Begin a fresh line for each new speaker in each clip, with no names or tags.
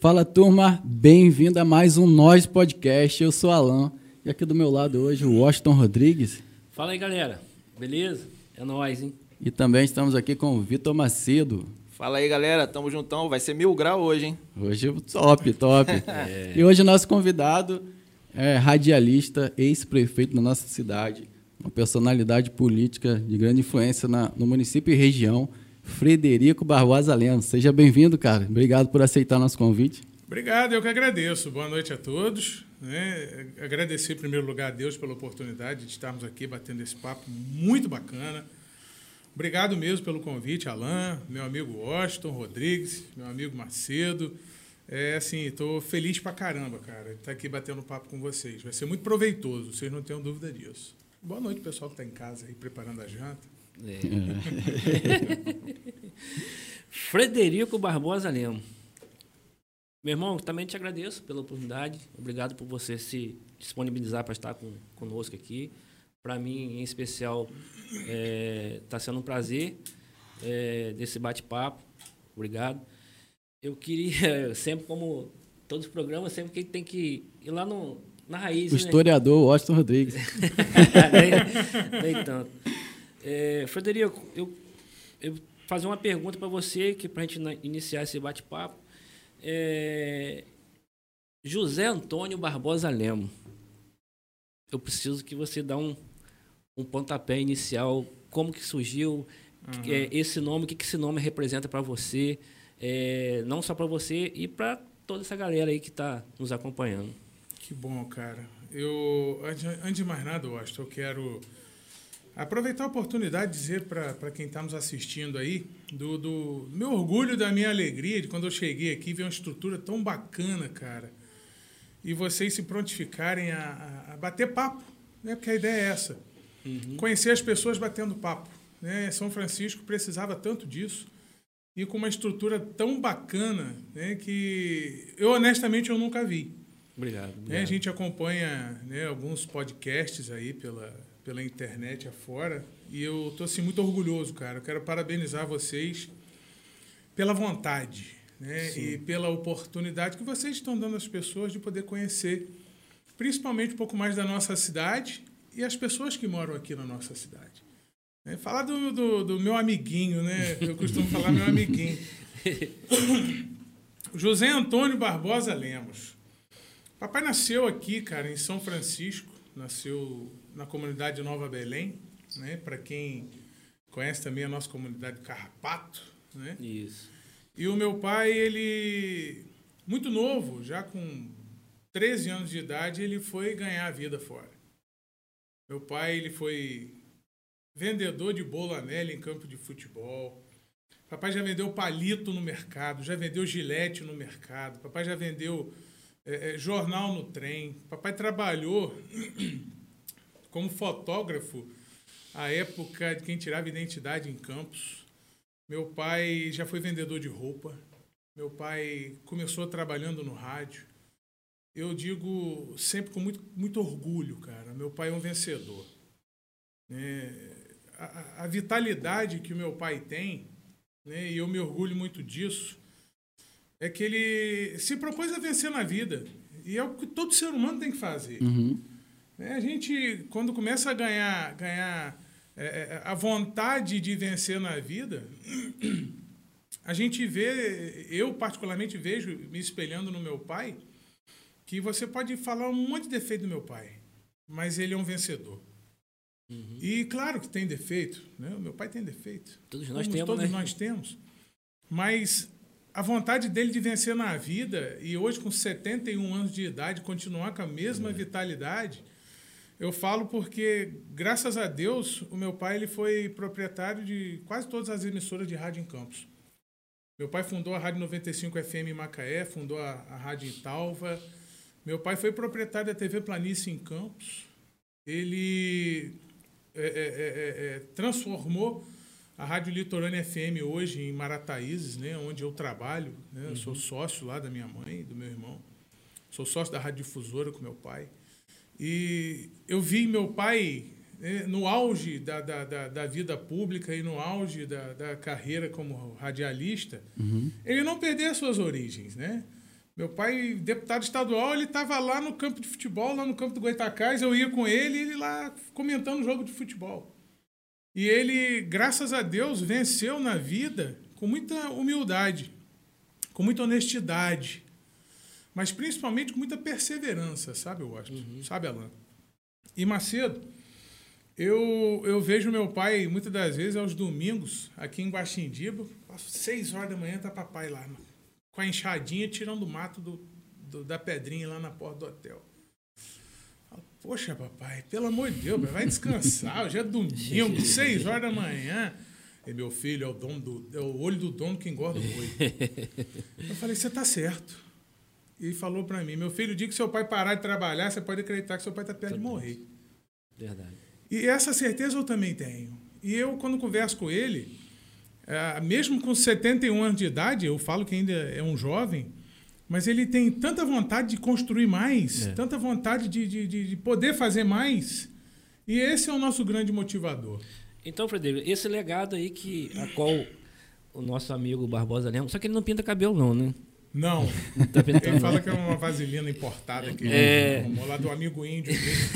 Fala, turma, bem-vindo a mais um Nós Podcast. Eu sou Alan e aqui do meu lado hoje o Washington Rodrigues.
Fala aí, galera. Beleza? É nóis, hein?
E também estamos aqui com o Vitor Macedo.
Fala aí, galera. Tamo juntão. Vai ser 1000 graus hoje, hein?
Hoje top. E hoje o nosso convidado é radialista, ex-prefeito da nossa cidade, uma personalidade política de grande influência no município e região, Frederico Barbosa Lemos. Seja bem-vindo, cara. Obrigado por aceitar nosso convite.
Obrigado, eu que agradeço. Boa noite a todos. Agradecer, em primeiro lugar, a Deus pela oportunidade de estarmos aqui batendo esse papo muito bacana. Obrigado mesmo pelo convite, Alan, meu amigo Washington Rodrigues, meu amigo Macedo. Estou feliz pra caramba, cara, de estar aqui batendo papo com vocês. Vai ser muito proveitoso, vocês não tenham dúvida disso. Boa noite, pessoal que está em casa aí preparando a janta.
Frederico Barbosa Lemos. Meu irmão, também te agradeço pela oportunidade. Obrigado por você se disponibilizar para estar conosco aqui. Para mim, em especial, está sendo um prazer desse bate-papo. Obrigado. Eu queria, sempre como todos os programas, sempre que tem que ir lá na raiz.
O historiador Washington Rodrigues.
Nem tanto. Frederico, eu fazer uma pergunta para você, para a gente iniciar esse bate-papo. José Antônio Barbosa Lemos. Eu preciso que você dê um pontapé inicial. Como que surgiu esse nome? O que esse nome representa para você? Não só para você e para toda essa galera aí que está nos acompanhando.
Que bom, cara. Antes de mais nada, Washington, eu quero aproveitar a oportunidade de dizer para quem está nos assistindo aí do meu orgulho, da minha alegria de quando eu cheguei aqui, ver uma estrutura tão bacana, cara, e vocês se prontificarem a bater papo, né? Porque a ideia é essa, conhecer as pessoas batendo papo, né? São Francisco precisava tanto disso, e com uma estrutura tão bacana, né, que honestamente eu nunca vi.
Obrigado.
A gente acompanha, né, alguns podcasts aí pela internet afora, e eu estou assim, muito orgulhoso, cara. Eu quero parabenizar vocês pela vontade, né, e pela oportunidade que vocês estão dando às pessoas de poder conhecer, principalmente um pouco mais da nossa cidade e as pessoas que moram aqui na nossa cidade. Falar do meu amiguinho, né? Eu costumo falar meu amiguinho. José Antônio Barbosa Lemos. Papai nasceu aqui, cara, em São Francisco. Nasceu na comunidade Nova Belém, né? Para quem conhece também a nossa comunidade Carrapato, né?
Isso.
E o meu pai, ele, muito novo, já com 13 anos de idade, ele foi ganhar a vida fora. Meu pai, ele foi vendedor de bolo anel em campo de futebol. Papai já vendeu palito no mercado, já vendeu gilete no mercado. Papai já vendeu jornal no trem. Papai trabalhou como fotógrafo à época de quem tirava identidade em Campos. Meu pai já foi vendedor de roupa. Meu pai começou trabalhando no rádio. Eu digo sempre com muito orgulho, cara. Meu pai é um vencedor. A vitalidade que o meu pai tem, né, e eu me orgulho muito disso, é que ele se propôs a vencer na vida. E é o que todo ser humano tem que fazer. A gente, quando começa a ganhar a vontade de vencer na vida, a gente vê, eu particularmente vejo, me espelhando no meu pai, que você pode falar um monte de defeito do meu pai, mas ele é um vencedor. E claro que tem defeito, né? O meu pai tem defeito.
Todos nós
temos. Mas a vontade dele de vencer na vida, e hoje com 71 anos de idade, continuar com a mesma vitalidade, eu falo porque, graças a Deus, o meu pai ele foi proprietário de quase todas as emissoras de rádio em Campos. Meu pai fundou a Rádio 95 FM em Macaé, fundou a Rádio Italva. Meu pai foi proprietário da TV Planície em Campos. Ele transformou a Rádio Litorânea FM hoje em Marataízes, né, onde eu trabalho. Né, eu sou sócio lá da minha mãe e do meu irmão. Sou sócio da Rádio Difusora com meu pai. E eu vi meu pai, né, no auge da vida pública e no auge da carreira como radialista, ele não perder as suas origens, né? Meu pai, deputado estadual, ele estava lá no campo de futebol, lá no campo do Goitacás, eu ia com ele, ele lá comentando o jogo de futebol. E ele, graças a Deus, venceu na vida com muita humildade, com muita honestidade, mas principalmente com muita perseverança, sabe, Washington? Sabe, Alan? E Macedo, eu vejo meu pai, muitas das vezes, aos domingos, aqui em Guaxindiba, 6 horas da manhã, tá papai lá, com a enxadinha, tirando o mato da pedrinha lá na porta do hotel. Poxa, papai, pelo amor de Deus, vai descansar, hoje é domingo, 6 horas da manhã. E meu filho é o olho do dono que engorda o boi. Eu falei, você tá certo. E falou para mim, meu filho, o dia que seu pai parar de trabalhar, você pode acreditar que seu pai tá perto de morrer.
Verdade.
E essa certeza eu também tenho. E eu, quando converso com ele, mesmo com 71 anos de idade, eu falo que ainda é um jovem, mas ele tem tanta vontade de construir mais, tanta vontade de poder fazer mais. E esse é o nosso grande motivador.
Então, Frederico, esse legado aí a qual o nosso amigo Barbosa lembra, só que ele não pinta cabelo não, né?
Não.
Tá pintando,
ele fala
não.
que é uma vaselina importada que tomou lá do amigo índio.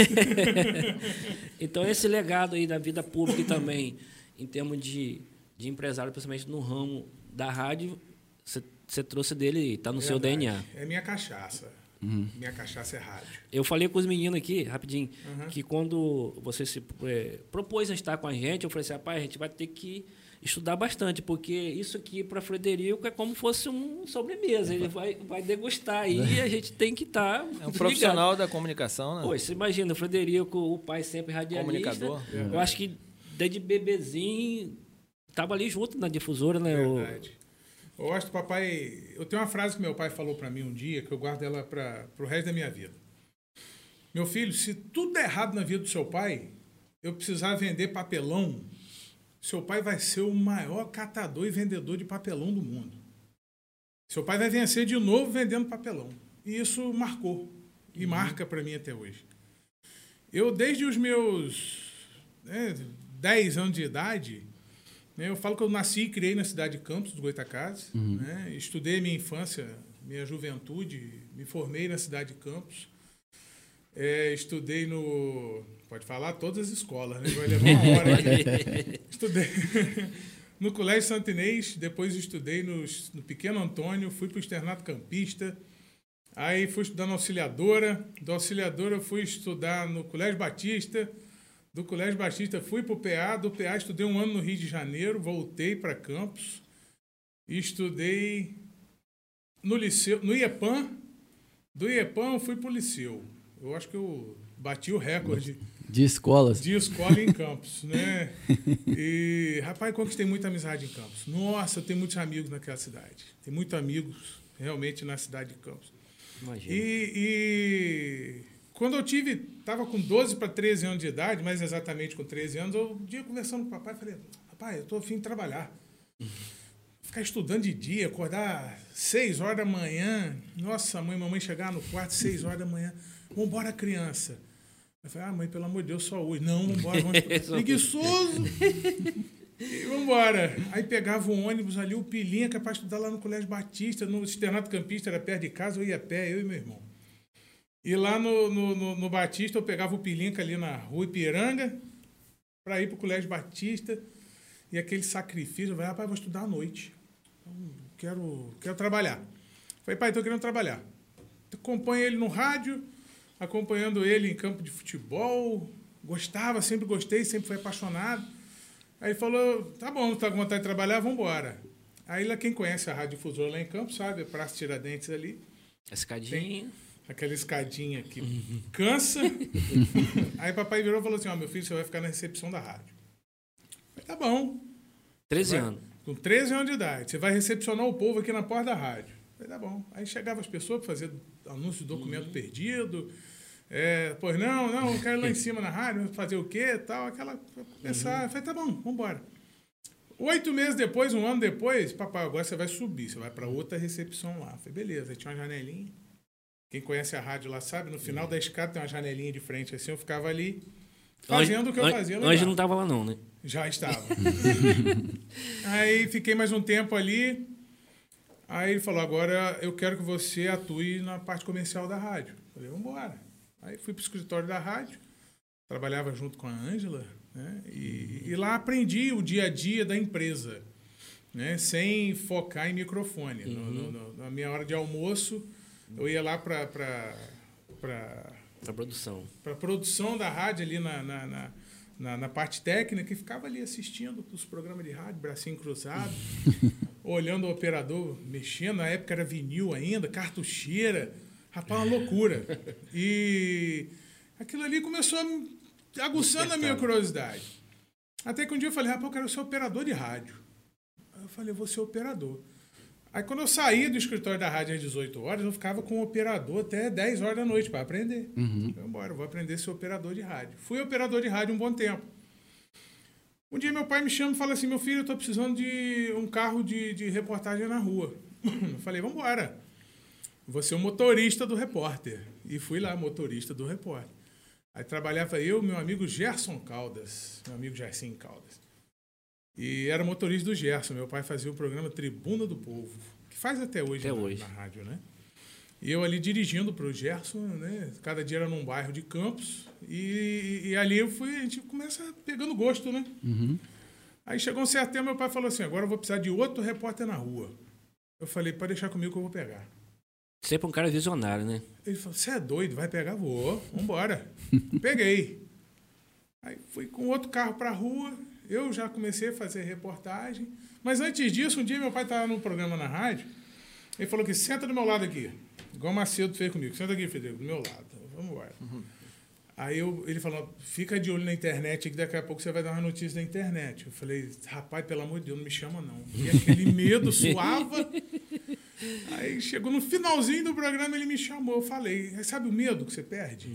Então, esse legado aí da vida pública e também, em termos de empresário, principalmente no ramo da rádio, você trouxe dele, está no seu DNA.
É minha cachaça. Minha cachaça é rádio.
Eu falei com os meninos aqui, rapidinho, que quando você se propôs a estar com a gente, eu falei assim, rapaz, a gente vai ter que estudar bastante, porque isso aqui para Frederico é como fosse um sobremesa. Ele vai degustar aí e a gente tem que estar.
É um profissional da comunicação, né?
Pô, você imagina, o Frederico, o pai sempre radialista.
Comunicador.
Eu acho que desde bebezinho estava ali junto na difusora, né?
Verdade. Eu acho que papai. Eu tenho uma frase que meu pai falou para mim um dia, que eu guardo ela para o resto da minha vida. Meu filho, se tudo der errado na vida do seu pai, eu precisar vender papelão, seu pai vai ser o maior catador e vendedor de papelão do mundo. Seu pai vai vencer de novo vendendo papelão. E isso marcou. E marca para mim até hoje. Eu, desde os meus 10 anos de idade, eu falo que eu nasci e criei na cidade de Campos, do Goitacazes. Estudei minha infância, minha juventude, me formei na cidade de Campos. Estudei no... Pode falar todas as escolas, né? Vai levar uma hora aqui. Estudei no Colégio Santo Inês, depois estudei no Pequeno Antônio, fui para o Externato Campista, aí fui estudar na Auxiliadora, da Auxiliadora eu fui estudar no Colégio Batista, do Colégio Batista fui para o PA, do PA estudei 1 ano no Rio de Janeiro, voltei para Campos e estudei no Liceu, no IEPAM. Do IEPAM eu fui para o Liceu. Eu acho que eu bati o recorde
de escolas.
De escola em Campos, né? E, rapaz, conquistei muita amizade em Campos. Nossa, eu tenho muitos amigos naquela cidade. Tenho muitos amigos realmente na cidade de Campos.
Imagina.
E quando eu estava com 12 para 13 anos de idade, mais exatamente com 13 anos, eu um dia conversando com o papai, falei, papai, eu estou a fim de trabalhar. Ficar estudando de dia, acordar 6 horas da manhã. Nossa, mamãe chegar no quarto 6 horas da manhã. Vambora, criança. Eu falei, mãe, pelo amor de Deus, só hoje. Não, vambora. Preguiçoso. E vambora. Aí pegava um ônibus ali, o Pilinha, que é para estudar lá no Colégio Batista, no Externato Campista, era perto de casa, eu ia a pé, eu e meu irmão. E lá no Batista, eu pegava o Pilinca ali na Rua Ipiranga, para ir para o Colégio Batista, e aquele sacrifício, eu falei, rapaz, vou estudar à noite. Então, quero trabalhar. Eu falei, pai, estou querendo trabalhar. Acompanho ele no rádio, acompanhando ele em campo de futebol, gostava, sempre gostei, sempre fui apaixonado. Aí ele falou, tá bom, tá com vontade de trabalhar, vamos embora. Aí lá, quem conhece a Rádio Difusora lá em Campos, sabe, a Praça Tiradentes ali.
A escadinha.
Aquela escadinha que cansa. Aí papai virou e falou assim, meu filho, você vai ficar na recepção da rádio. Eu falei, tá bom.
13 anos.
Com 13 anos de idade, você vai recepcionar o povo aqui na porta da rádio. Eu falei, tá bom. Aí chegavam as pessoas para fazer anúncio de documento perdido. Pois não, eu quero ir lá em cima na rádio, fazer o quê, tal, aquela... Pensar, eu falei, tá bom, vamos embora. 8 meses depois, 1 ano depois, papai, agora você vai subir, você vai para outra recepção lá. Eu falei, beleza, aí tinha uma janelinha. Quem conhece a rádio lá sabe, no final da escada tem uma janelinha de frente, assim, eu ficava ali fazendo o que eu fazia.
Anjo não estava lá não, né?
Já estava. Aí fiquei mais um tempo ali. Aí ele falou, agora eu quero que você atue na parte comercial da rádio. Falei, vamos embora. Aí fui para o escritório da rádio, trabalhava junto com a Ângela, né? E lá aprendi o dia a dia da empresa, né? Sem focar em microfone. Na minha hora de almoço, eu ia lá para a produção da rádio ali na parte técnica e ficava ali assistindo os programas de rádio, bracinho cruzado, olhando o operador mexendo. Na época era vinil ainda, cartucheira. Rapaz, uma loucura. E aquilo ali começou aguçando a minha curiosidade. Até que um dia eu falei, rapaz, eu quero ser operador de rádio. Aí eu falei, vou ser operador. Aí quando eu saí do escritório da rádio às 18 horas, eu ficava com o operador até 10 horas da noite para aprender. Então, embora, eu vou aprender a ser operador de rádio. Fui operador de rádio um bom tempo. Um dia meu pai me chama e fala assim, meu filho, eu estou precisando de um carro de reportagem na rua. Eu falei, vamos embora. Vou ser o motorista do repórter. E fui lá, motorista do repórter. Aí trabalhava eu, meu amigo Gerson Caldas, meu amigo Gerson Caldas. E era motorista do Gerson. Meu pai fazia o programa Tribuna do Povo, que faz até hoje, na rádio, né? E eu ali dirigindo para o Gerson, né? Cada dia era num bairro de Campos. E ali a gente começa pegando gosto, né? Aí chegou um certo tempo, meu pai falou assim, agora eu vou precisar de outro repórter na rua. Eu falei, pode deixar comigo que eu vou pegar.
Sempre um cara visionário, né?
Ele falou, você é doido, vai pegar? Vou, vambora. Peguei. Aí fui com outro carro para a rua, eu já comecei a fazer reportagem. Mas antes disso, um dia meu pai estava num programa na rádio, ele falou que senta do meu lado aqui, igual o Macedo fez comigo, senta aqui, Federico, do meu lado, vamos embora. Aí ele falou, fica de olho na internet, que daqui a pouco você vai dar uma notícia da internet. Eu falei, rapaz, pelo amor de Deus, não me chama não. E aquele medo suava. Aí chegou no finalzinho do programa, ele me chamou. Eu falei, sabe o medo que você perde?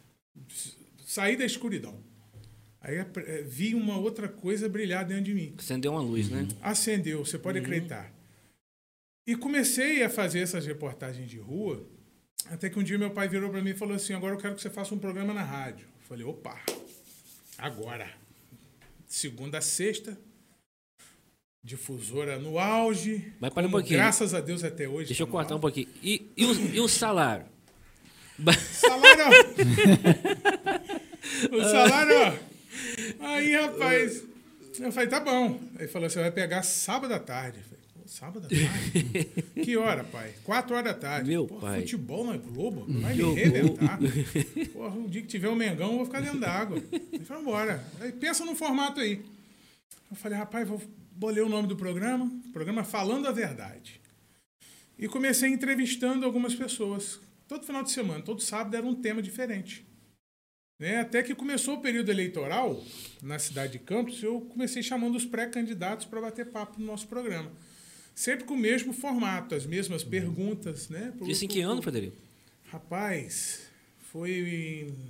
Saí da escuridão. Aí vi uma outra coisa brilhar dentro de mim.
Acendeu uma luz, né?
Acendeu, você pode acreditar. E comecei a fazer essas reportagens de rua, até que um dia meu pai virou para mim e falou assim, agora eu quero que você faça um programa na rádio. Eu falei, opa, agora. Segunda a sexta, difusora no auge.
Mas para um pouquinho.
Graças a Deus até hoje.
Deixa eu cortar um pouquinho. E o salário?
Salário, ó. O salário, ó. Aí, rapaz, eu falei, tá bom. Ele falou, você vai pegar sábado à tarde. Eu falei, sábado à tarde? Que hora, pai? 4 horas da tarde.
Meu pai.
Futebol na Globo? Vai me reventar. Porra, um dia que tiver o Mengão, eu vou ficar dentro d'água. Ele falou, bora. Aí pensa no formato aí. Eu falei, rapaz, vou ler o nome do programa Falando a Verdade. E comecei entrevistando algumas pessoas. Todo final de semana, todo sábado era um tema diferente. Né? Até que começou o período eleitoral na cidade de Campos, eu comecei chamando os pré-candidatos para bater papo no nosso programa. Sempre com o mesmo formato, as mesmas perguntas. Né?
Isso em que ano, Federico?
Rapaz, foi em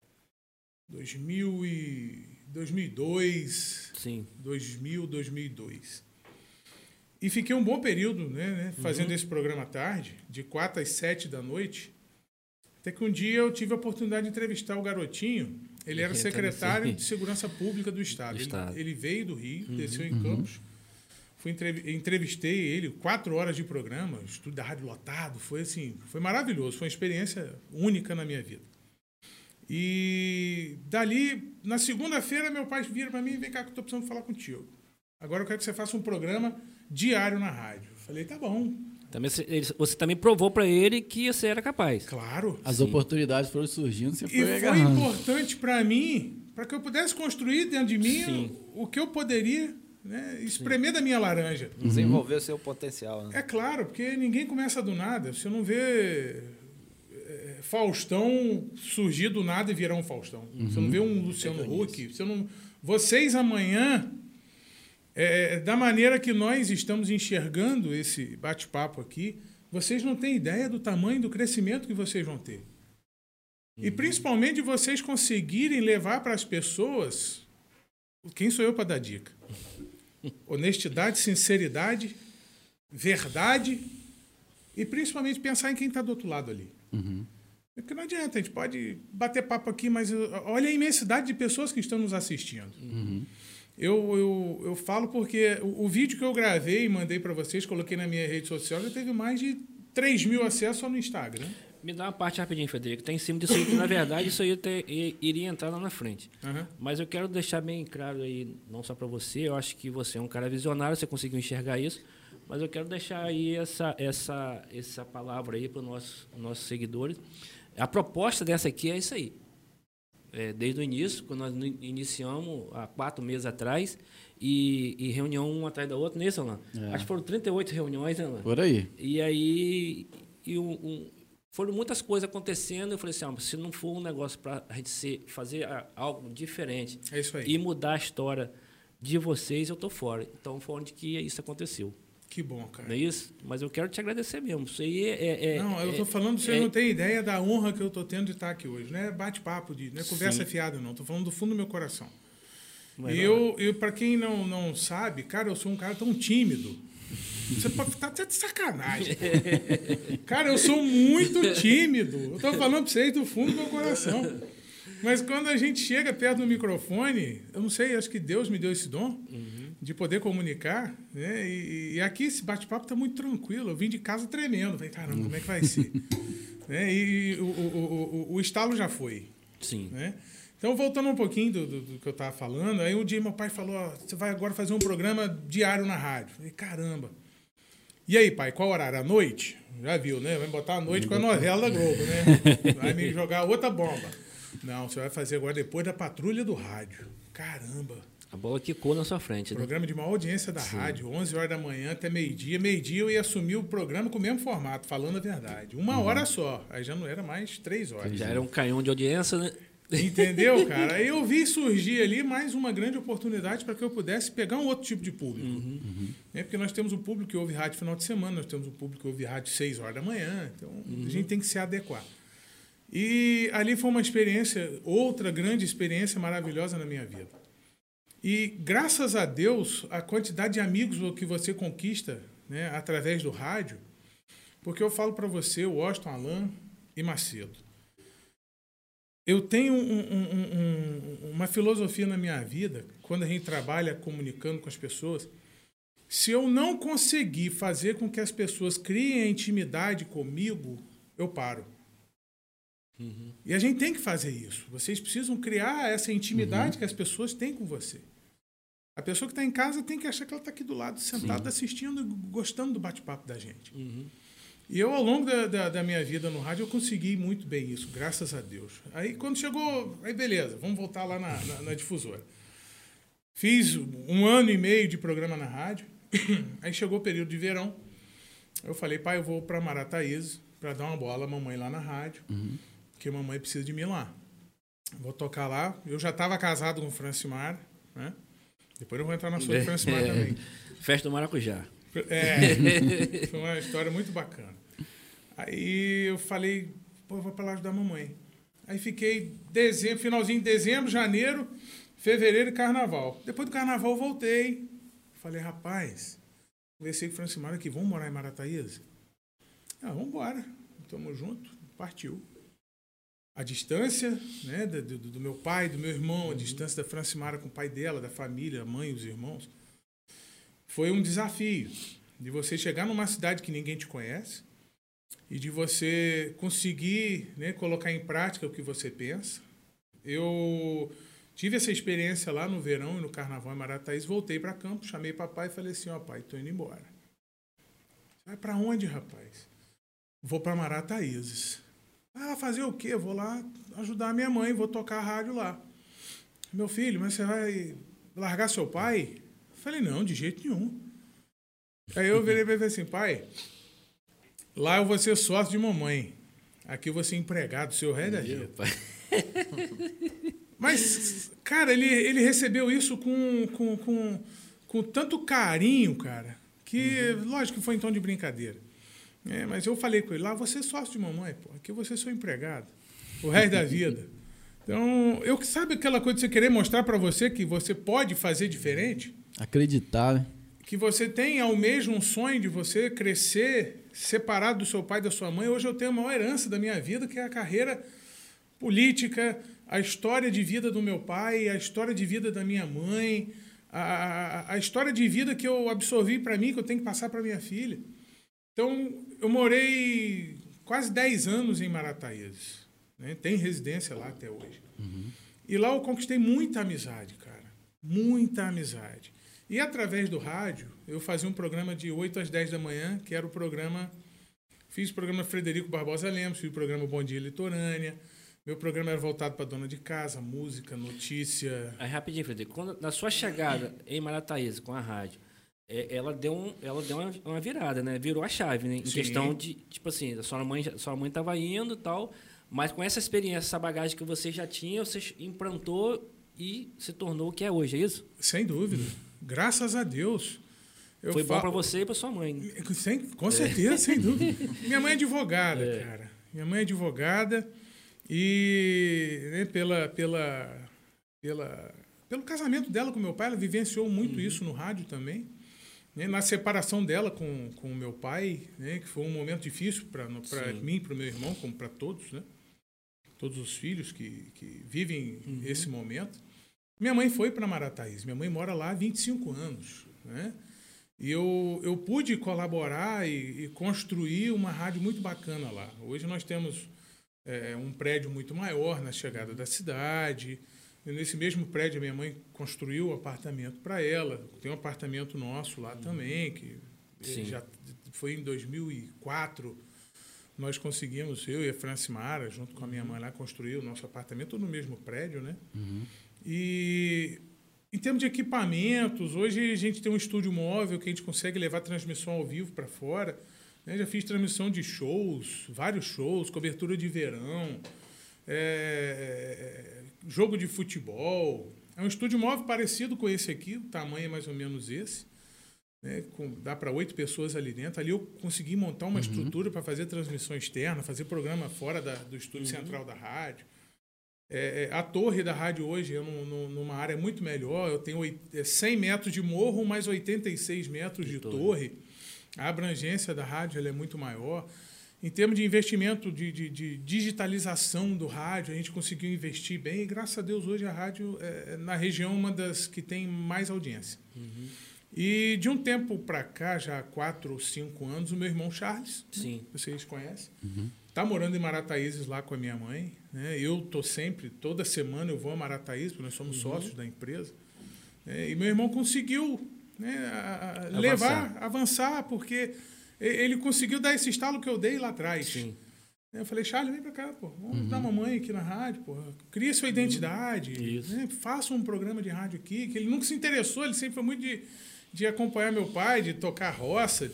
2002.
Sim.
2002. E fiquei um bom período, né, fazendo esse programa à tarde, de 4 às 7 da noite. Até que um dia eu tive a oportunidade de entrevistar o garotinho. Ele era secretário de Segurança Pública do Estado. Ele veio do Rio, desceu em Campos. Entrevistei ele, 4 horas de programa, estúdio da rádio lotado. Foi maravilhoso, foi uma experiência única na minha vida. E dali, na segunda-feira, meu pai vira para mim e vem cá que eu estou precisando falar contigo. Agora eu quero que você faça um programa diário na rádio. Eu falei, tá bom.
Você também provou para ele que você era capaz.
Claro.
As oportunidades foram surgindo, você foi
agarrando. E foi importante para mim, para que eu pudesse construir dentro de mim o que eu poderia, né, espremer da minha laranja.
Desenvolver o seu potencial. Né?
É claro, porque ninguém começa do nada. Você não vê Faustão surgir do nada e virar um Faustão. Você não vê um Luciano Huck. Vocês amanhã... da maneira que nós estamos enxergando esse bate-papo aqui, vocês não têm ideia do tamanho do crescimento que vocês vão ter. E principalmente vocês conseguirem levar para as pessoas... Quem sou eu para dar dica? Honestidade, sinceridade, verdade e principalmente pensar em quem está do outro lado ali. Porque não adianta, a gente pode bater papo aqui, mas olha a imensidade de pessoas que estão nos assistindo. Eu falo porque o vídeo que eu gravei e mandei para vocês, coloquei na minha rede social, já teve mais de 3 mil acessos só no Instagram.
Me dá uma parte rapidinho, Frederico. Está em cima disso aí, que na verdade isso aí iria entrar lá na frente.
Uhum.
Mas eu quero deixar bem claro aí, não só para você, eu acho que você é um cara visionário, você conseguiu enxergar isso, mas eu quero deixar aí essa palavra aí para os nossos seguidores. A proposta dessa aqui é isso aí. Desde o início, quando nós iniciamos há 4 meses atrás, e reunião uma atrás da outra, nesse, Alan? Acho que foram 38 reuniões, né, Alan?
Por aí.
E aí foram muitas coisas acontecendo. Eu falei assim, se não for um negócio para a gente fazer algo diferente
é isso aí.
E mudar a história de vocês, eu tô fora. Então foi onde que isso aconteceu.
Que bom, cara.
Não é isso? Mas eu quero te agradecer mesmo. Isso aí
não, eu tô falando, você não tem ideia da honra que eu tô tendo de estar aqui hoje. Não é bate-papo, não é conversa fiada, não. Tô falando do fundo do meu coração. Mas e eu para quem não sabe, cara, eu sou um cara tão tímido. Você pode estar até de sacanagem. Cara, eu sou muito tímido. Eu tô falando para vocês do fundo do meu coração. Mas quando a gente chega perto do microfone, eu não sei, acho que Deus me deu esse dom de poder comunicar, né? E aqui esse bate-papo está muito tranquilo. Eu vim de casa tremendo. Falei, caramba, como é que vai ser? Né? E o estalo já foi.
Sim.
Né? Então, voltando um pouquinho do que eu estava falando, aí um dia meu pai falou, você vai agora fazer um programa diário na rádio. Eu falei, caramba. E aí, pai, qual horário? À noite? Já viu, né? Vai botar à noite com a novela da Globo, né? Vai me jogar outra bomba. Não, você vai fazer agora depois da Patrulha do Rádio. Caramba.
A bola quicou na sua frente, né?
Programa de maior audiência da rádio, 11 horas da manhã até meio-dia. Meio-dia eu ia assumir o programa com o mesmo formato, falando a verdade. 1 hora só. Aí já não era mais 3 horas.
Já era um canhão de audiência, né?
Entendeu, cara? Aí eu vi surgir ali mais uma grande oportunidade para que eu pudesse pegar um outro tipo de público. Porque nós temos um público que ouve rádio final de semana, nós temos um público que ouve rádio 6 horas da manhã. Então, a gente tem que se adequar. E ali foi uma experiência, outra grande experiência maravilhosa na minha vida. E, graças a Deus, a quantidade de amigos que você conquista, né, através do rádio, porque eu falo para você, Washington, Alan e Macedo, eu tenho uma filosofia na minha vida, quando a gente trabalha comunicando com as pessoas, se eu não conseguir fazer com que as pessoas criem a intimidade comigo, eu paro. E a gente tem que fazer isso. Vocês precisam criar essa intimidade que as pessoas têm com você. A pessoa que está em casa tem que achar que ela está aqui do lado, sentada, assistindo, gostando do bate-papo da gente. E eu, ao longo da minha vida no rádio, eu consegui muito bem isso, graças a Deus. Aí, quando chegou... Aí, beleza, vamos voltar lá na difusora. Fiz 1 ano e meio de programa na rádio. Aí chegou o período de verão. Eu falei, pai, eu vou para Marataízes para dar uma bola à mamãe lá na rádio, porque a mamãe precisa de mim lá. Vou tocar lá. Eu já estava casado com o Francimar, né? Depois eu vou entrar na sua Francimar também.
Festa do Maracujá.
Foi uma história muito bacana. Aí eu falei, eu vou para lá ajudar a mamãe. Aí fiquei finalzinho de dezembro, janeiro, fevereiro e carnaval. Depois do carnaval eu voltei. Falei, rapaz, conversei com o Francimar aqui, vamos morar em Marataízes? Vamos embora. Estamos juntos. Partiu. A distância, né, do meu pai, do meu irmão, a distância da Francimara com o pai dela, da família, a mãe, os irmãos, foi um desafio de você chegar numa cidade que ninguém te conhece e de você conseguir, né, colocar em prática o que você pensa. Eu tive essa experiência lá no verão e no carnaval em Marataízes, voltei para campo, chamei papai e falei assim, pai, estou indo embora. Vai para onde, rapaz? Vou para Marataízes. Fazer o quê? Vou lá ajudar a minha mãe, vou tocar a rádio lá. Meu filho, mas você vai largar seu pai? Eu falei, não, de jeito nenhum. Aí eu virei para ele assim, pai, lá eu vou ser sócio de mamãe. Aqui eu vou ser empregado, seu resto da vida. Mas, cara, ele recebeu isso com tanto carinho, cara, que lógico que foi em tom de brincadeira. Mas eu falei com ele, lá você é sócio de mamãe, pô, aqui você é seu empregado, o resto da vida. Então, sabe aquela coisa de você querer mostrar para você que você pode fazer diferente?
Acreditar, né?
Que você tem ao mesmo um sonho de você crescer separado do seu pai e da sua mãe. Hoje eu tenho a maior herança da minha vida, que é a carreira política, a história de vida do meu pai, a história de vida da minha mãe, a história de vida que eu absorvi para mim, que eu tenho que passar para minha filha. Então, eu morei quase 10 anos em Marataízes, né? Tem residência lá até hoje. E lá eu conquistei muita amizade, cara. Muita amizade. E através do rádio, eu fazia um programa de 8 às 10 da manhã, que era o programa... Fiz o programa Frederico Barbosa Lemos, fiz o programa Bom Dia Litorânea. Meu programa era voltado para dona de casa, música, notícia.
Aí, rapidinho, Frederico. Na sua chegada em Marataízes com a rádio, ela deu uma virada, né? Virou a chave, né? Em questão de, tipo assim, a sua mãe estava indo e tal, mas com essa experiência, essa bagagem que você já tinha, você implantou e se tornou o que é hoje, é isso?
Sem dúvida. Graças a Deus.
Foi bom para você e para sua mãe.
Com certeza, sem dúvida. Minha mãe é advogada, cara. Minha mãe é advogada e, né, pelo casamento dela com meu pai, ela vivenciou muito isso no rádio também. Né? Na separação dela com o meu pai, né, que foi um momento difícil para mim e para o meu irmão, como para todos, né? Todos os filhos que vivem esse momento. Minha mãe foi para Marataízes. Minha mãe mora lá há 25 anos, né? E eu pude colaborar e construir uma rádio muito bacana lá. Hoje nós temos um prédio muito maior na chegada da cidade. E nesse mesmo prédio, a minha mãe construiu um apartamento para ela. Tem um apartamento nosso lá também, que já foi em 2004. Nós conseguimos, eu e a Francimara, junto com a minha mãe lá, construir o nosso apartamento no mesmo prédio, né? E... Em termos de equipamentos, hoje a gente tem um estúdio móvel que a gente consegue levar transmissão ao vivo para fora. Né? Já fiz transmissão de shows, vários shows, cobertura de verão, jogo de futebol. É um estúdio móvel parecido com esse aqui, o tamanho é mais ou menos esse. Né? Dá para 8 pessoas ali dentro. Ali eu consegui montar uma estrutura para fazer transmissão externa, fazer programa fora do estúdio central da rádio. A torre da rádio hoje é numa área muito melhor. Eu tenho 100 metros de morro, mais 86 metros de torre. A abrangência da rádio ela é muito maior. Em termos de investimento de digitalização do rádio, a gente conseguiu investir bem. E, graças a Deus, hoje a rádio na região uma das que tem mais audiência. E de um tempo para cá, já há 4 ou 5 anos, o meu irmão Charles, né, vocês conhecem, está morando em Marataízes lá com a minha mãe. Né? Eu estou sempre, toda semana eu vou a Marataízes, porque nós somos sócios da empresa. E meu irmão conseguiu, né, avançar, porque ele conseguiu dar esse estalo que eu dei lá atrás. Eu falei, Charles, vem para cá, pô, vamos ajudar a mamãe aqui na rádio, pô, cria sua identidade, né? Faça um programa de rádio aqui, que ele nunca se interessou, ele sempre foi muito de acompanhar meu pai, de tocar roça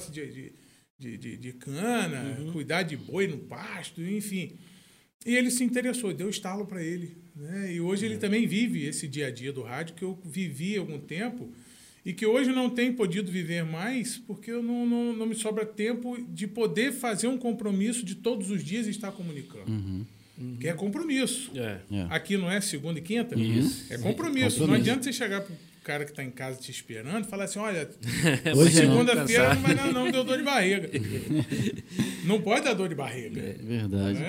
de cana, cuidar de boi no pasto, enfim. E ele se interessou, deu estalo para ele. Né? E hoje ele também vive esse dia a dia do rádio que eu vivi há algum tempo e que hoje não tenho podido viver mais porque eu não me sobra tempo de poder fazer um compromisso de todos os dias estar comunicando. Que é compromisso. Aqui não é segunda e quinta? É compromisso. Não adianta você chegar para o cara que está em casa te esperando e falar assim, olha, hoje segunda-feira não vai dar não, deu dor de barriga. Não pode dar dor de barriga.
Verdade.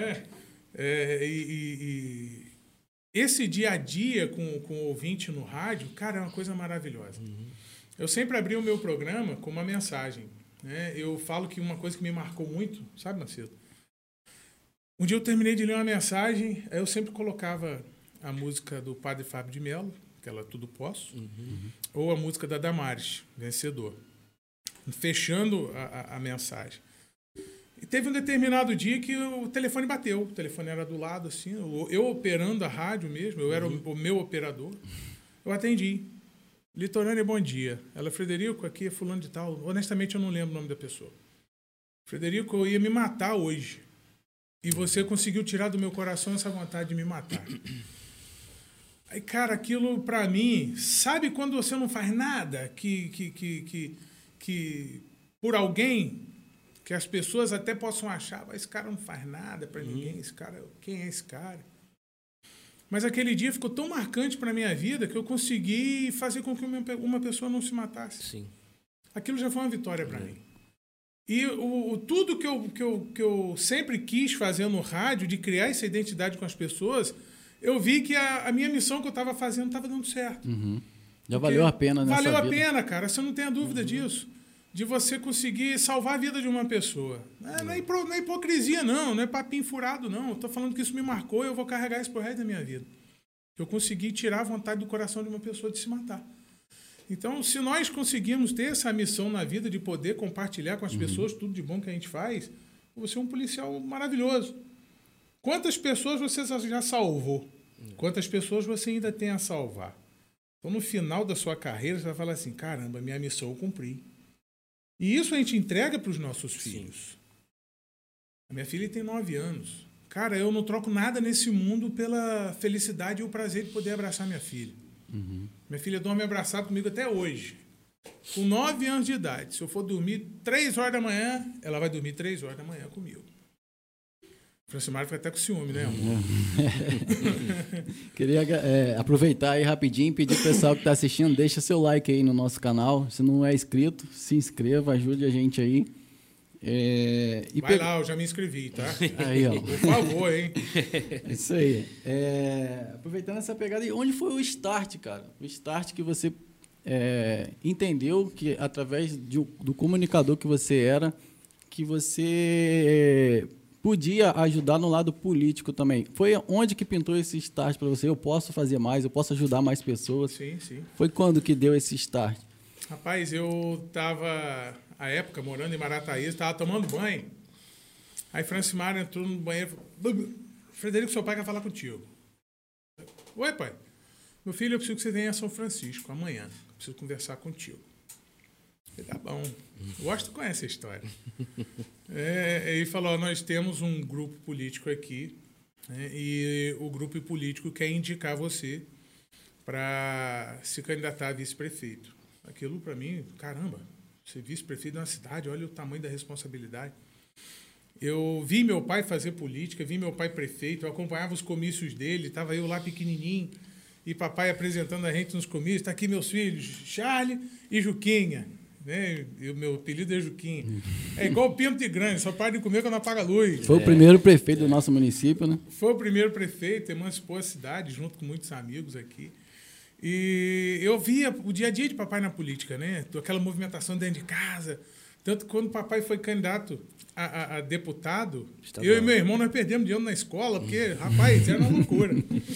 E esse dia a dia com o ouvinte no rádio, cara, é uma coisa maravilhosa. Eu sempre abri o meu programa com uma mensagem. Né? Eu falo que uma coisa que me marcou muito, sabe, Macedo? Um dia eu terminei de ler uma mensagem, aí eu sempre colocava a música do Padre Fábio de Mello, aquela Tudo Posso, ou a música da Damares, Vencedor, fechando a mensagem. E teve um determinado dia que o telefone bateu, o telefone era do lado, assim, eu operando a rádio mesmo, eu era o meu operador, eu atendi. Litorânea, bom dia. Ela, Frederico, aqui é fulano de tal. Honestamente, eu não lembro o nome da pessoa. Frederico, eu ia me matar hoje. E você conseguiu tirar do meu coração essa vontade de me matar. Aí, cara, aquilo pra mim... Sabe quando você não faz nada que por alguém que as pessoas até possam achar, esse cara não faz nada pra ninguém, esse cara, quem é esse cara? Mas aquele dia ficou tão marcante para a minha vida que eu consegui fazer com que uma pessoa não se matasse.
Sim.
Aquilo já foi uma vitória para mim. E tudo que eu sempre quis fazer no rádio, de criar essa identidade com as pessoas, eu vi que a minha missão que eu estava fazendo estava dando certo.
Já valeu a pena nessa vida.
Valeu a pena, cara. Você não tem a dúvida disso. De você conseguir salvar a vida de uma pessoa. Não é hipocrisia, não. Não é papinho furado, não. Eu tô falando que isso me marcou e eu vou carregar isso pro resto da minha vida. Eu consegui tirar a vontade do coração de uma pessoa de se matar. Então, se nós conseguirmos ter essa missão na vida de poder compartilhar com as pessoas tudo de bom que a gente faz, você é um policial maravilhoso. Quantas pessoas você já salvou? Quantas pessoas você ainda tem a salvar? Então, no final da sua carreira, você vai falar assim, caramba, minha missão eu cumpri. E isso a gente entrega para os nossos filhos. A minha filha tem 9 anos. Cara, eu não troco nada nesse mundo pela felicidade e o prazer de poder abraçar minha filha. Minha filha dorme abraçada comigo até hoje. Com 9 anos de idade. Se eu for dormir 3 horas da manhã, ela vai dormir 3 horas da manhã comigo. O Francimar fica até com ciúme, né, amor?
Queria aproveitar aí rapidinho e pedir pro pessoal que está assistindo, deixa seu like aí no nosso canal. Se não é inscrito, se inscreva, ajude a gente aí.
Vai lá, eu já me inscrevi, tá?
Aí, ó.
Por favor, hein?
Isso aí. Aproveitando essa pegada, e onde foi o start, cara? O start que você entendeu que, através do comunicador que você era, que você podia ajudar no lado político também. Foi onde que pintou esse start para você? Eu posso fazer mais, eu posso ajudar mais pessoas.
Sim, sim.
Foi quando que deu esse start?
Rapaz, eu estava, à época, morando em Marataízes, estava tomando banho. Aí Francimar entrou no banheiro e falou, Frederico, seu pai quer falar contigo. Oi, pai. Meu filho, eu preciso que você venha a São Francisco amanhã. Eu preciso conversar contigo. Eu falei, tá bom. Eu gosto de conhecer a história. Ele falou, nós temos um grupo político aqui, né, e o grupo político quer indicar você para se candidatar a vice-prefeito. Aquilo, para mim, caramba, ser vice-prefeito de uma cidade, olha o tamanho da responsabilidade. Eu vi meu pai fazer política, vi meu pai prefeito, eu acompanhava os comícios dele, estava eu lá pequenininho, e papai apresentando a gente nos comícios, está aqui meus filhos, Charlie e Juquinha. Né? E o meu apelido é Juquinha. É igual o Pinto de Grande, só para de comer quando apaga a luz.
Foi o primeiro prefeito do nosso município, né?
Foi o primeiro prefeito, emancipou a cidade, junto com muitos amigos aqui. E eu via o dia a dia de papai na política, né? Aquela movimentação dentro de casa. Tanto que quando papai foi candidato a deputado, eu e meu irmão, nós perdemos dinheiro na escola, porque, rapaz, era uma loucura.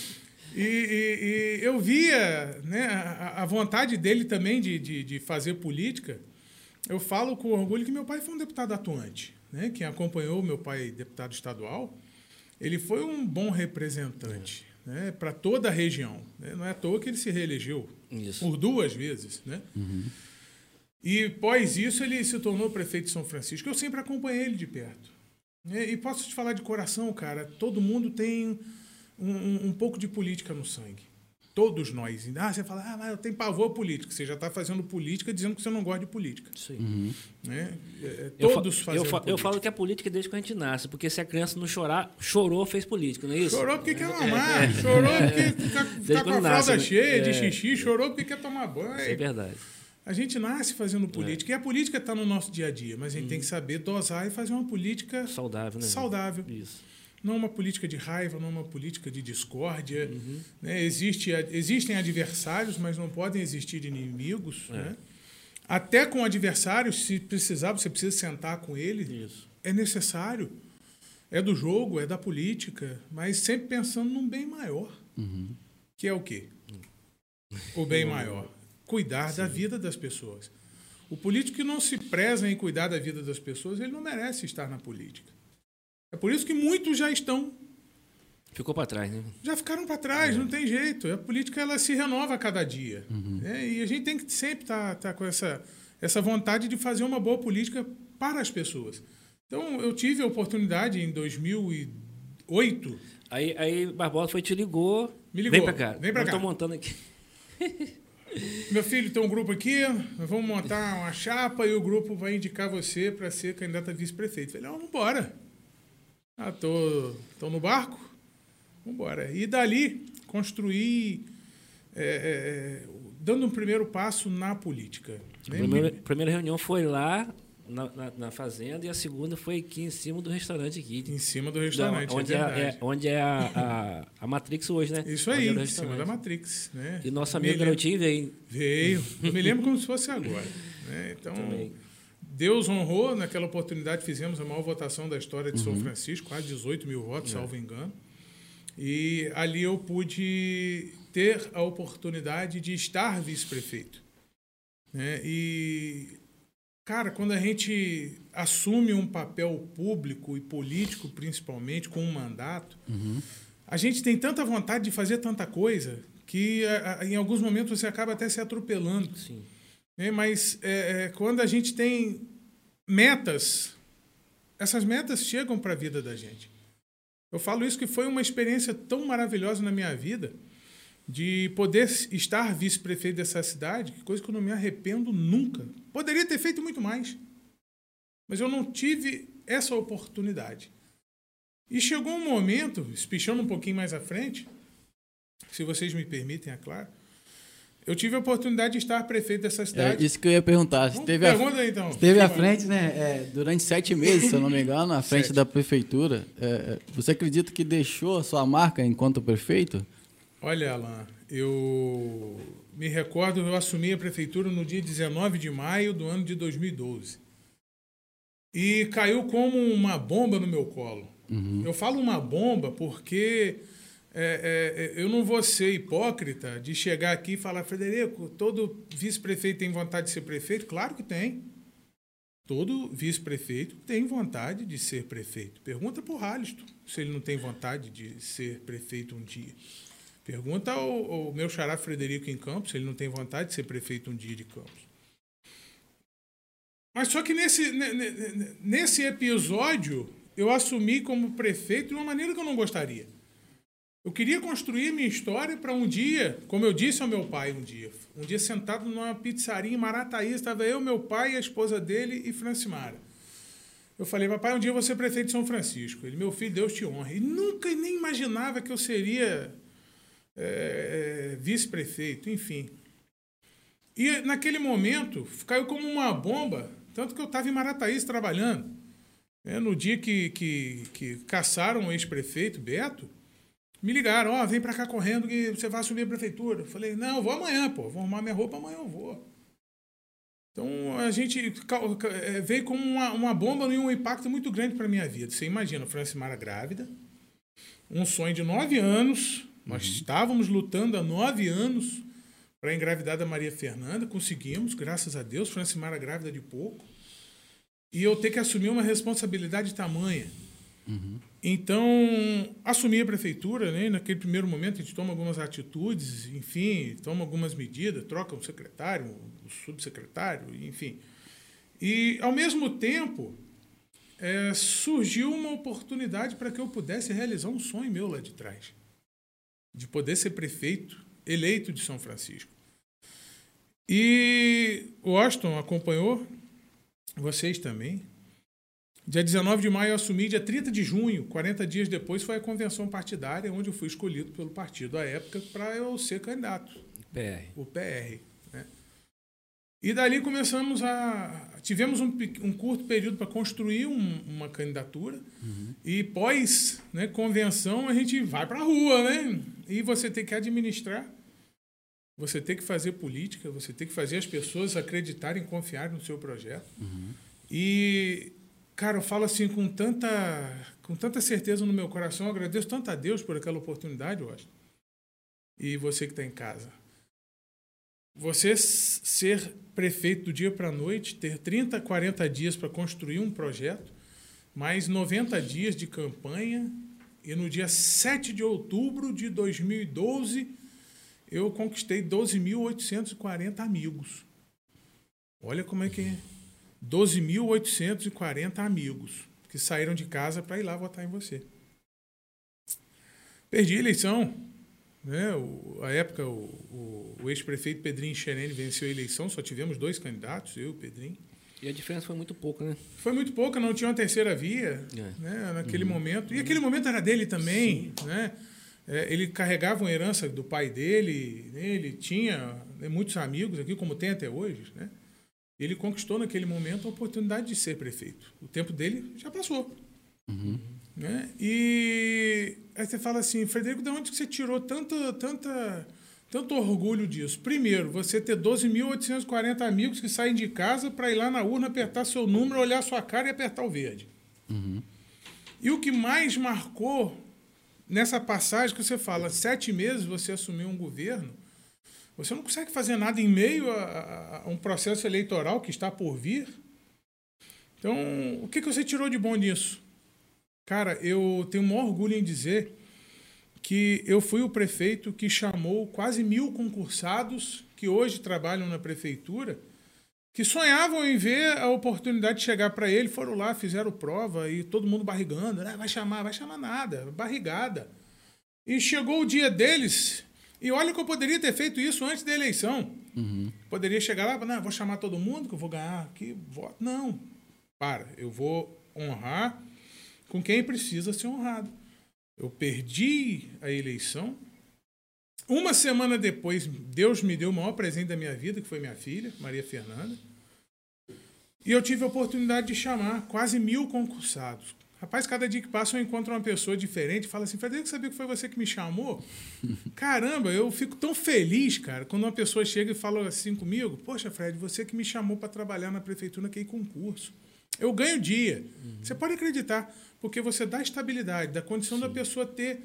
E eu via, né, a vontade dele também de fazer política. Eu falo com orgulho que meu pai foi um deputado atuante, né? Quem acompanhou meu pai, deputado estadual, ele foi um bom representante, né, para toda a região. Né? Não é à toa que ele se reelegeu por 2 vezes. Né? E, após isso, ele se tornou prefeito de São Francisco. Eu sempre acompanhei ele de perto. Né? E posso te falar de coração, cara, todo mundo tem um pouco de política no sangue. Todos nós. Você fala, mas eu tenho pavor político. Você já está fazendo política dizendo que você não gosta de política.
Sim.
Né? Todos fazendo política.
Eu falo que é política desde que a gente nasce, porque se a criança não chorar, chorou, fez política, não é isso?
Chorou porque quer mamar, chorou porque tá com a fralda cheia de xixi, chorou porque quer tomar banho.
Isso é verdade.
A gente nasce fazendo política, e a política está no nosso dia a dia, mas a gente tem que saber dosar e fazer uma política
saudável. Né?
Saudável.
Isso.
Não uma política de raiva, não uma política de discórdia. Né? Existem adversários, mas não podem existir inimigos. Né? Até com adversários, se precisar, você precisa sentar com ele.
Isso.
É necessário. É do jogo, é da política, mas sempre pensando num bem maior. Que é o quê? O bem maior. Cuidar da vida das pessoas. O político que não se preza em cuidar da vida das pessoas, ele não merece estar na política. É por isso que muitos já estão...
Ficou para trás, né?
Já ficaram para trás, não tem jeito. A política ela se renova a cada dia. Né? E a gente tem que sempre estar com essa vontade de fazer uma boa política para as pessoas. Então, eu tive a oportunidade em 2008...
Aí Barbosa te ligou.
Me ligou.
Vem para cá.
Vem para cá.
Estou montando aqui.
Meu filho, tem um grupo aqui, nós vamos montar uma chapa e o grupo vai indicar você para ser candidato a vice-prefeito. Falei, não, vamos embora. Tô no barco, vamos embora. E dali, construir, dando um primeiro passo na política.
A primeira reunião foi lá na fazenda, e a segunda foi aqui em cima do restaurante aqui.
Em cima do restaurante,
onde é a Matrix hoje, né?
Isso aí, em cima da Matrix. Né?
E nosso amigo Garotinho
veio. Eu me lembro como se fosse agora. Né? Então, Deus honrou, naquela oportunidade fizemos a maior votação da história de São Francisco, quase 18 mil votos, salvo engano. E ali eu pude ter a oportunidade de estar vice-prefeito. Né? E, cara, quando a gente assume um papel público e político, principalmente, com um mandato, a gente tem tanta vontade de fazer tanta coisa que, em alguns momentos, você acaba até se atropelando.
Sim.
Mas quando a gente tem metas, essas metas chegam para a vida da gente. Eu falo isso que foi uma experiência tão maravilhosa na minha vida, de poder estar vice-prefeito dessa cidade, coisa que eu não me arrependo nunca. Poderia ter feito muito mais, mas eu não tive essa oportunidade. E chegou um momento, espichando um pouquinho mais à frente, se vocês me permitem, é claro, eu tive a oportunidade de estar prefeito dessa cidade.
Isso que eu ia perguntar.
Pergunta aí, então.
Esteve à frente, né, durante 7 meses, se eu não me engano, à frente da prefeitura. Você acredita que deixou a sua marca enquanto prefeito?
Olha, Alan, eu me recordo, eu assumi a prefeitura no dia 19 de maio do ano de 2012. E caiu como uma bomba no meu colo. Eu falo uma bomba porque eu não vou ser hipócrita de chegar aqui e falar, Frederico, todo vice-prefeito tem vontade de ser prefeito? Claro que tem. Todo vice-prefeito tem vontade de ser prefeito. Pergunta para o Halisto se ele não tem vontade de ser prefeito um dia. Pergunta ao meu xará Frederico em Campos se ele não tem vontade de ser prefeito um dia de Campos. Mas só que nesse episódio eu assumi como prefeito de uma maneira que eu não gostaria. Eu queria construir minha história para um dia, como eu disse ao meu pai um dia sentado numa pizzaria em Marataí, estava eu, meu pai, a esposa dele e Francimara. Eu falei, papai, um dia eu vou ser prefeito de São Francisco. Ele, meu filho, Deus te honre. E nunca nem imaginava que eu seria vice-prefeito, enfim. E naquele momento, caiu como uma bomba, tanto que eu estava em Marataí trabalhando. No dia que caçaram o ex-prefeito, Beto, me ligaram, vem para cá correndo que você vai assumir a prefeitura. Eu falei, não, eu vou amanhã, vou arrumar minha roupa, amanhã eu vou. Então, a gente veio como uma bomba e um impacto muito grande para a minha vida. Você imagina, Francimara grávida, um sonho de 9 anos, nós estávamos lutando há 9 anos para engravidar da Maria Fernanda, conseguimos, graças a Deus, Francimara grávida de pouco, e eu ter que assumir uma responsabilidade tamanha. Então, assumi a prefeitura, né? Naquele primeiro momento a gente toma algumas atitudes, enfim, toma algumas medidas, troca um secretário, um subsecretário, enfim. E, ao mesmo tempo, surgiu uma oportunidade para que eu pudesse realizar um sonho meu lá de trás, de poder ser prefeito eleito de São Francisco. E o Washington acompanhou, vocês também. Dia 19 de maio eu assumi, dia 30 de junho, 40 dias depois, foi a convenção partidária, onde eu fui escolhido pelo partido à época para eu ser candidato. O PR. Né? E dali começamos tivemos um curto período para construir uma candidatura, e pós convenção a gente vai para a rua, né? E você tem que administrar, você tem que fazer política, você tem que fazer as pessoas acreditarem e confiarem no seu projeto. E... cara, eu falo assim com tanta certeza no meu coração, eu agradeço tanto a Deus por aquela oportunidade, Washington. E você que está em casa. Você ser prefeito do dia para a noite, ter 30, 40 dias para construir um projeto, mais 90 dias de campanha, e no dia 7 de outubro de 2012, eu conquistei 12.840 amigos. Olha como é que é. 12.840 amigos que saíram de casa para ir lá votar em você. Perdi a eleição. Né? A época, o ex-prefeito Pedrinho Xerene venceu a eleição, só tivemos 2 candidatos, eu e o Pedrinho.
E a diferença foi muito pouca, né?
Foi muito pouca, não tinha uma terceira via né? Naquele momento. E aquele momento era dele também. Né? Ele carregava uma herança do pai dele, né? Ele tinha muitos amigos aqui, como tem até hoje, né? ele conquistou naquele momento a oportunidade de ser prefeito. O tempo dele já passou. Né? E aí você fala assim, Frederico, de onde que você tirou tanto orgulho disso? Primeiro, você ter 12.840 amigos que saem de casa para ir lá na urna, apertar seu número, olhar sua cara e apertar o verde. E o que mais marcou nessa passagem que você fala, 7 meses você assumiu um governo, você não consegue fazer nada em meio a um processo eleitoral que está por vir. Então, o que você tirou de bom nisso? Cara, eu tenho o maior orgulho em dizer que eu fui o prefeito que chamou quase 1.000 concursados que hoje trabalham na prefeitura, que sonhavam em ver a oportunidade de chegar para ele, foram lá, fizeram prova e todo mundo barrigando, né? Vai chamar nada, barrigada. E chegou o dia deles, e olha que eu poderia ter feito isso antes da eleição. Poderia chegar lá e falar, não, vou chamar todo mundo que eu vou ganhar aqui, voto. Não, eu vou honrar com quem precisa ser honrado. Eu perdi a eleição. Uma semana depois, Deus me deu o maior presente da minha vida, que foi minha filha, Maria Fernanda. E eu tive a oportunidade de chamar quase 1.000 concursados. Rapaz, cada dia que passa eu encontro uma pessoa diferente e falo assim, Frederico, sabia que foi você que me chamou? Caramba, eu fico tão feliz, cara, quando uma pessoa chega e fala assim comigo, poxa, Fred, você que me chamou para trabalhar na prefeitura naquele concurso. Eu ganho dia. Você pode acreditar, porque você dá estabilidade, da condição da pessoa ter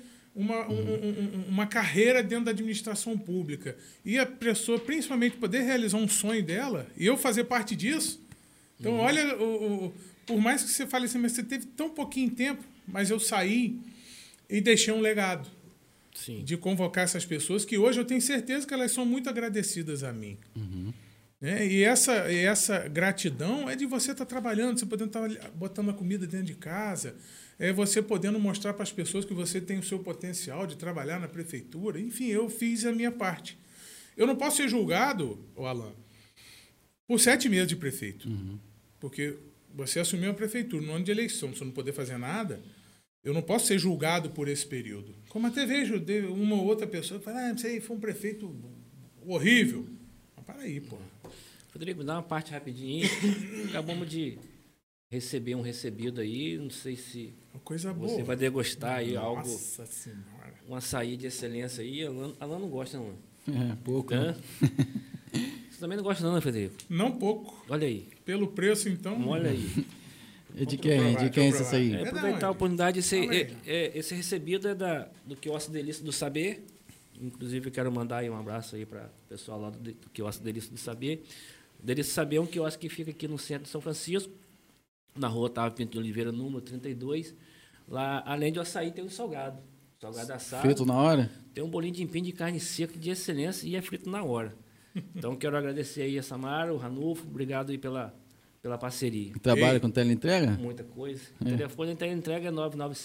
uma carreira dentro da administração pública e a pessoa, principalmente, poder realizar um sonho dela e eu fazer parte disso. Então, olha, por mais que você fale assim, mas você teve tão pouquinho tempo, mas eu saí e deixei um legado.
Sim.
De convocar essas pessoas que hoje eu tenho certeza que elas são muito agradecidas a mim. Né? E essa gratidão é de você estar trabalhando, você podendo estar botando a comida dentro de casa, é você podendo mostrar para as pessoas que você tem o seu potencial de trabalhar na prefeitura. Enfim, eu fiz a minha parte. Eu não posso ser julgado, Alan, por 7 meses de prefeito. Porque você assumiu a prefeitura no ano de eleição, você não poder fazer nada, eu não posso ser julgado por esse período. Como até vejo uma ou outra pessoa que fala, isso aí foi um prefeito horrível. Mas para aí, pô.
Rodrigo, dá uma parte rapidinho. Acabamos de receber um recebido aí, não sei se
Uma coisa boa.
você vai degustar aí algo,
Nossa Senhora.
um açaí de excelência aí. Alan não gosta, não.
Pouco.
Hã? Você também não gosta não, né, Frederico?
Não pouco.
Olha aí.
Pelo preço, então...
Olha aí.
É de quem? De quem é isso aí?
Aproveitar a oportunidade, esse recebido é do Quiosque Delícia do Saber. Inclusive, quero mandar aí um abraço aí para o pessoal lá do Quiosque Delícia do Saber. O Delícia do Saber é um quiosque que fica aqui no centro de São Francisco, na rua Otávio Pinto de Oliveira, número 32. Lá, além de açaí, tem um salgado assado.
Frito na hora?
Tem um bolinho de empim de carne seca de excelência e é frito na hora. Então, quero agradecer aí a Samara, o Ranulfo, obrigado aí pela parceria.
Trabalha com teleentrega?
Muita coisa. O telefone da teleentrega é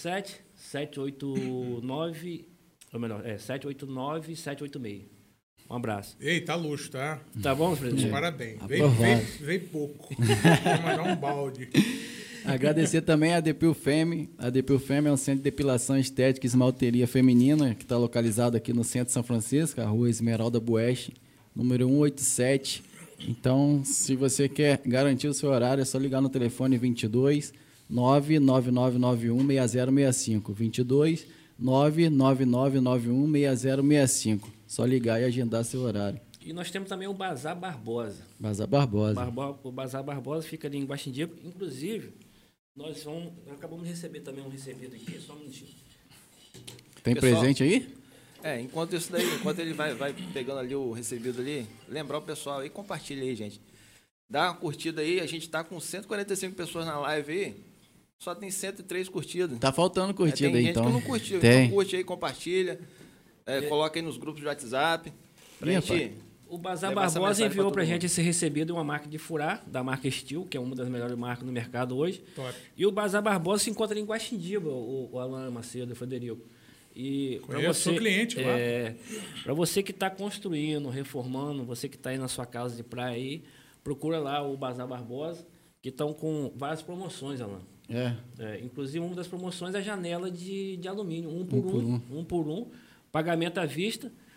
997-789-786. Um abraço.
Ei, tá luxo, tá?
Tá bom, Frederico?
Parabéns.
Aprovado.
Veio pouco. Vou mandar um balde.
Agradecer também a Depil Femme. A Depil Femme é um centro de depilação estética e esmalteria feminina, que está localizado aqui no centro de São Francisco, a rua Esmeralda Bueste, número 187. Então, se você quer garantir o seu horário, é só ligar no telefone 22 99991 6065. 22 99991 6065. Só ligar e agendar seu horário.
E nós temos também o Bazar Barbosa.
Bazar Barbosa.
O Bazar Barbosa fica ali em Guaxindiba. Inclusive, nós acabamos de receber também um recebido aqui, só um minutinho.
Tem
Pessoal,
presente aí?
Enquanto ele vai pegando ali o recebido ali, lembrar o pessoal aí, compartilha aí, gente. Dá uma curtida aí, a gente tá com 145 pessoas na live aí, só tem 103 curtidas.
Tá faltando curtida aí, então.
Tem gente que não curtiu,
Tem.
então curte aí, compartilha, coloca aí nos grupos de WhatsApp, pra gente...
O Bazar
levar essa
Barbosa
mensagem
enviou
pra
pra
todo
gente esse recebido, uma máquina de furar, da marca Steel, que é uma das melhores marcas no mercado hoje.
Top.
E o Bazar Barbosa se encontra em Guaxindiba, o Alan Macedo, o Frederico. E
Conheço, sou cliente lá.
Para você que está construindo, reformando, você que está aí na sua casa de praia aí, procura lá o Bazar Barbosa, que estão com várias promoções, Alan. Inclusive, uma das promoções é a janela de alumínio, um por um, pagamento à vista,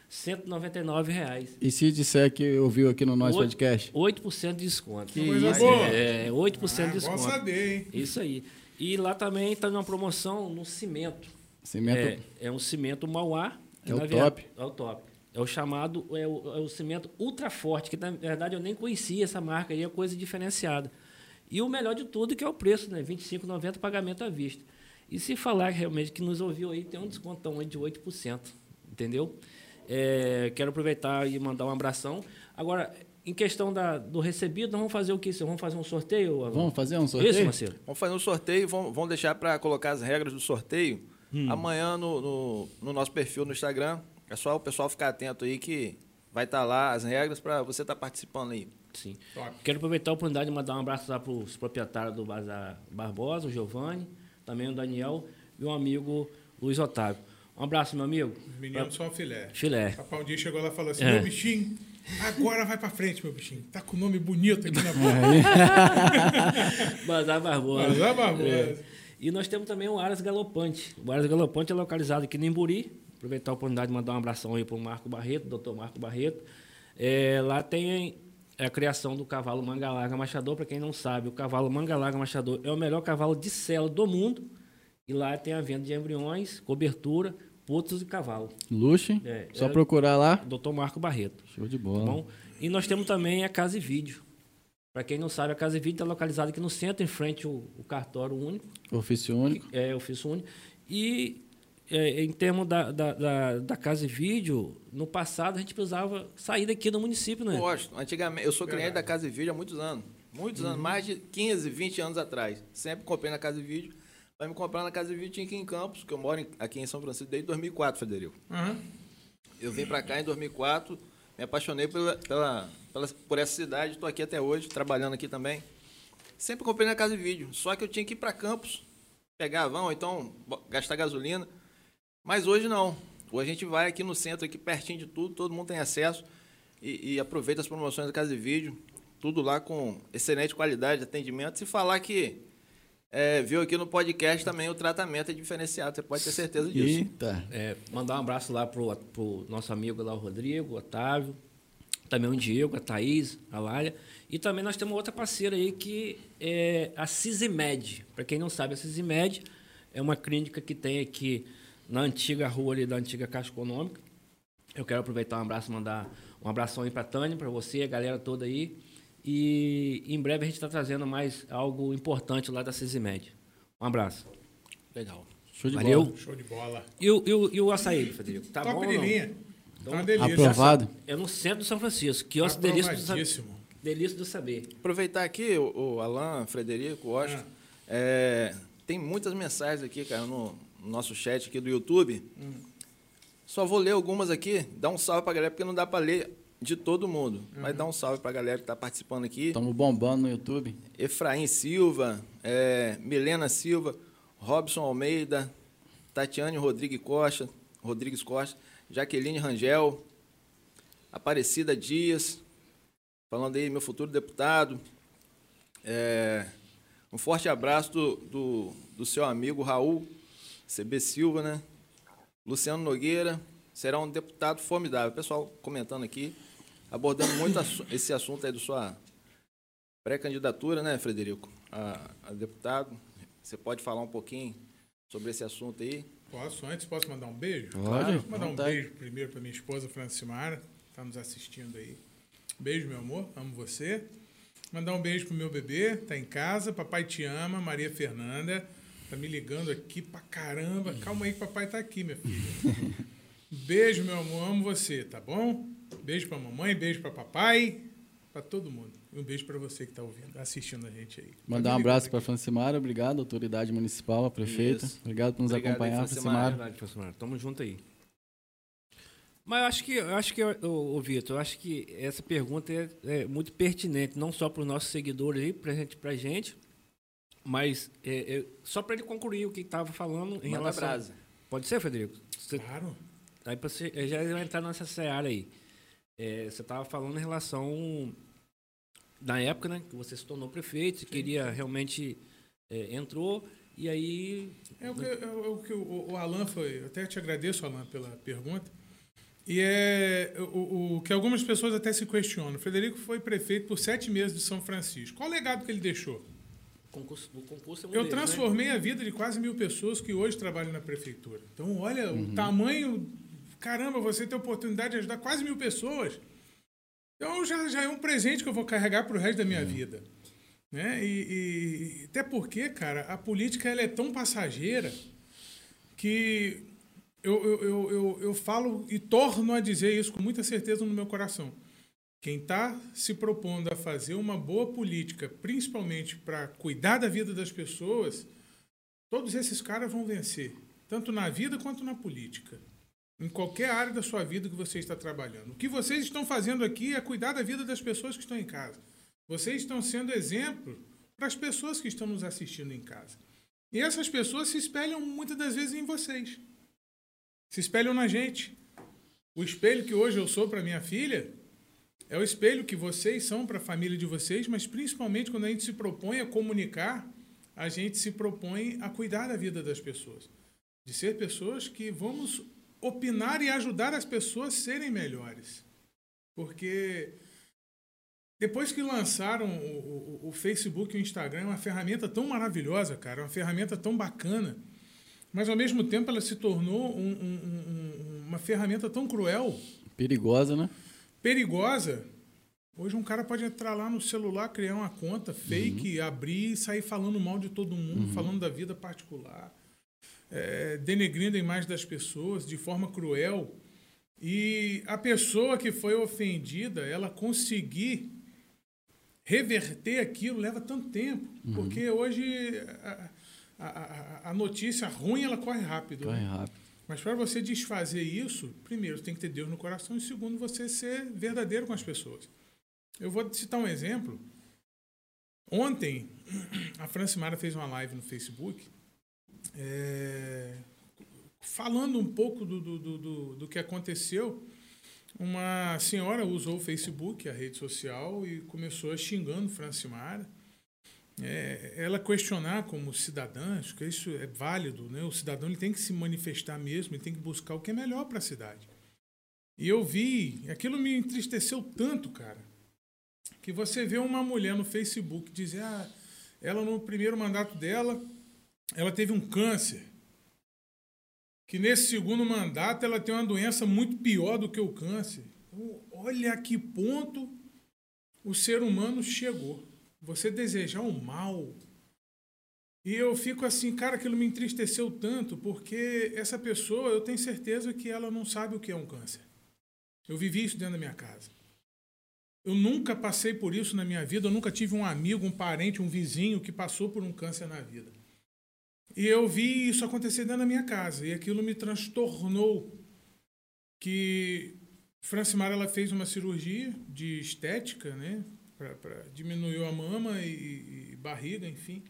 R$199.
E se disser que ouviu aqui no nosso podcast?
8% de desconto.
Que coisa boa.
8% de desconto.
Bom saber, hein?
Isso aí. E lá também está numa promoção no cimento.
Cimento
É um cimento Mauá.
é o top.
É o top. É o chamado, é o cimento ultra forte, que na verdade eu nem conhecia essa marca aí, é coisa diferenciada. E o melhor de tudo que é o preço, né? R$25,90 pagamento à vista. E se falar realmente que nos ouviu aí, tem um descontão aí de 8%, entendeu? Quero aproveitar e mandar um abração. Agora, em questão do recebido, nós vamos fazer o que? Vamos fazer um sorteio? Alan?
Vamos fazer um sorteio?
Isso, Marcelo?
Vamos fazer um sorteio, vamos deixar para colocar as regras do sorteio amanhã no nosso perfil no Instagram. É só o pessoal ficar atento aí que vai estar lá as regras para você estar participando aí.
Sim.
Top.
Quero aproveitar a oportunidade de mandar um abraço lá para os proprietários do Bazar Barbosa, o Giovanni, também o Daniel e o amigo Luiz Otávio. Um abraço, meu amigo.
Os meninos são filé.
Filé.
Papai um dia chegou lá e falou assim, meu bichinho, agora vai pra frente, meu bichinho. Tá com o nome bonito aqui na boca.
Bazar Barbosa.
Bazar Barbosa.
E nós temos também o Aras Galopante. O Aras Galopante é localizado aqui no Imburi. Aproveitar a oportunidade de mandar um abração aí para o Marco Barreto, doutor Marco Barreto. Lá tem a criação do cavalo Manga Larga Machador. Para quem não sabe, o cavalo Manga Larga Machador é o melhor cavalo de sela do mundo. E lá tem a venda de embriões, cobertura, potros e cavalo.
Luxo. Só procurar lá.
Doutor Marco Barreto.
Show de bola.
Tá bom? E nós temos também a Casa e Vídeo. Para quem não sabe, a Casa e Vídeo está localizada aqui no centro, em frente ao cartório único.
Ofício único.
Ofício único. E em termos da Casa e Vídeo, no passado a gente precisava sair daqui do município, né?
Gosto. Antigamente, eu sou cliente da Casa e Vídeo há muitos anos. Muitos anos, mais de 15, 20 anos atrás. Sempre comprei na Casa e Vídeo. Para me comprar na Casa e Vídeo tinha que ir em Campos, que eu moro aqui em São Francisco desde 2004, Federico. Eu vim para cá em 2004, me apaixonei por essa cidade, estou aqui até hoje, trabalhando aqui também. Sempre comprei na Casa e Vídeo, só que eu tinha que ir para Campos, pegar a van, ou então gastar gasolina. Mas hoje não. Hoje a gente vai aqui no centro, aqui pertinho de tudo, todo mundo tem acesso e aproveita as promoções da Casa e Vídeo, tudo lá com excelente qualidade de atendimento. Se falar que viu aqui no podcast também, o tratamento é diferenciado, você pode ter certeza disso.
Eita.
Mandar um abraço lá pro nosso amigo lá, o Rodrigo, o Otávio, também o Diego, a Thaís, a Lália. E também nós temos outra parceira aí que é a Cisimed. Para quem não sabe, a Cisimed é uma clínica que tem aqui na antiga rua ali da antiga Caixa Econômica. Eu quero aproveitar um abraço, mandar um abração aí para a Tânia, para você, a galera toda aí. E em breve a gente está trazendo mais algo importante lá da Cisimed. Um abraço.
Legal.
Show de
Valeu.
bola.
Show de bola.
E o açaí, Federico? Tá
Top
bom
de
ou não?
linha.
Então,
Tá uma delícia.
Aprovado.
É no centro de São Francisco. Quiosque Delícia do Saber.
Aprovadíssimo.
Delícia do Saber.
Aproveitar aqui, o Alan, Frederico, Washington, tem muitas mensagens aqui, cara, no nosso chat aqui do YouTube. Só vou ler algumas aqui, dá um salve pra galera, porque não dá pra ler de todo mundo. Mas dá um salve pra galera que tá participando aqui.
Estamos bombando no YouTube.
Efraim Silva, Milena Silva, Robson Almeida, Tatiane Rodrigues Costa, Jaqueline Rangel, Aparecida Dias, falando aí, meu futuro deputado. Um forte abraço do seu amigo Raul CB Silva, né? Luciano Nogueira, será um deputado formidável. Pessoal comentando aqui, abordando muito esse assunto aí da sua pré-candidatura, né, Frederico? A deputado. Você pode falar um pouquinho sobre esse assunto aí?
Posso mandar um beijo?
Pode.
Claro. Mandar um
Vontade.
beijo primeiro para minha esposa, Francimara, está nos assistindo aí. Beijo, meu amor, amo você. Mandar um beijo pro meu bebê, tá em casa, papai te ama, Maria Fernanda, tá me ligando aqui pra caramba. Calma aí que papai tá aqui, minha filha. Beijo, meu amor, amo você, tá bom? Beijo pra mamãe, beijo pra papai, pra todo mundo. E um beijo pra você que tá ouvindo, assistindo a gente aí.
Mandar
Tá
um
me
abraço
ligando
para Francimara, obrigado, autoridade municipal, a prefeita.
Isso.
Obrigado por nos
Obrigado aí,
acompanhar,
Francimara.
Francimara.
Verdade, professor. Tamo junto aí. Mas eu acho que ô Vitor, eu acho que essa pergunta é muito pertinente, não só para os nossos seguidores aí, pra gente, mas só para ele concluir o que estava falando em
Manda
relação.
brasa.
Pode ser, Federico?
Claro.
Aí pra você já vai entrar nessa seara aí. Você estava falando em relação na época, né, que você se tornou prefeito, você queria realmente entrou e aí
É o que o Alan foi. Eu até te agradeço, Alan, pela pergunta. E é o que algumas pessoas até se questionam. O Frederico foi prefeito por 7 meses de São Francisco. Qual o legado que ele deixou?
O concurso é um
Eu
deles,
transformei
né?
a vida de quase 1.000 pessoas que hoje trabalham na prefeitura. Então, olha o tamanho... Caramba, você tem a oportunidade de ajudar quase 1.000 pessoas. Então, já é um presente que eu vou carregar para o resto da minha vida. Né? E até porque, cara, a política ela é tão passageira que eu falo e torno a dizer isso com muita certeza no meu coração. Quem está se propondo a fazer uma boa política, principalmente para cuidar da vida das pessoas, todos esses caras vão vencer, tanto na vida quanto na política. Em qualquer área da sua vida que você está trabalhando. O que vocês estão fazendo aqui é cuidar da vida das pessoas que estão em casa. Vocês estão sendo exemplo para as pessoas que estão nos assistindo em casa. E essas pessoas se espelham muitas das vezes em vocês. Se espelham na gente. O espelho que hoje eu sou para minha filha é o espelho que vocês são para a família de vocês, mas principalmente quando a gente se propõe a comunicar, a gente se propõe a cuidar da vida das pessoas. De ser pessoas que vamos opinar e ajudar as pessoas a serem melhores. Porque depois que lançaram o Facebook e o Instagram, é uma ferramenta tão maravilhosa, cara, uma ferramenta tão bacana, mas ao mesmo tempo ela se tornou uma ferramenta tão cruel.
Perigosa, né?
Perigosa. Hoje um cara pode entrar lá no celular, criar uma conta fake, abrir e sair falando mal de todo mundo, falando da vida particular, denegrindo a imagem das pessoas de forma cruel. E a pessoa que foi ofendida, ela conseguir reverter aquilo leva tanto tempo, porque hoje a notícia ruim ela corre rápido.
Corre rápido.
Mas para você desfazer isso, primeiro, você tem que ter Deus no coração e segundo, você ser verdadeiro com as pessoas. Eu vou citar um exemplo. Ontem, a Francimara fez uma live no Facebook falando um pouco do que aconteceu. Uma senhora usou o Facebook, a rede social, e começou xingando Francimara. Ela questionar como cidadã, acho que isso é válido, né? O cidadão ele tem que se manifestar mesmo, ele tem que buscar o que é melhor para a cidade. E eu vi, aquilo me entristeceu tanto, cara, que você vê uma mulher no Facebook dizer, ela no primeiro mandato dela, ela teve um câncer, que nesse segundo mandato ela tem uma doença muito pior do que o câncer. Então, olha a que ponto o ser humano chegou. Você desejar o mal. E eu fico assim, cara, aquilo me entristeceu tanto, porque essa pessoa, eu tenho certeza que ela não sabe o que é um câncer. Eu vivi isso dentro da minha casa. Eu nunca passei por isso na minha vida, eu nunca tive um amigo, um parente, um vizinho que passou por um câncer na vida. E eu vi isso acontecer dentro da minha casa, e aquilo me transtornou. Que Francimara, ela fez uma cirurgia de estética, né? Diminuiu a mama e barriga, enfim.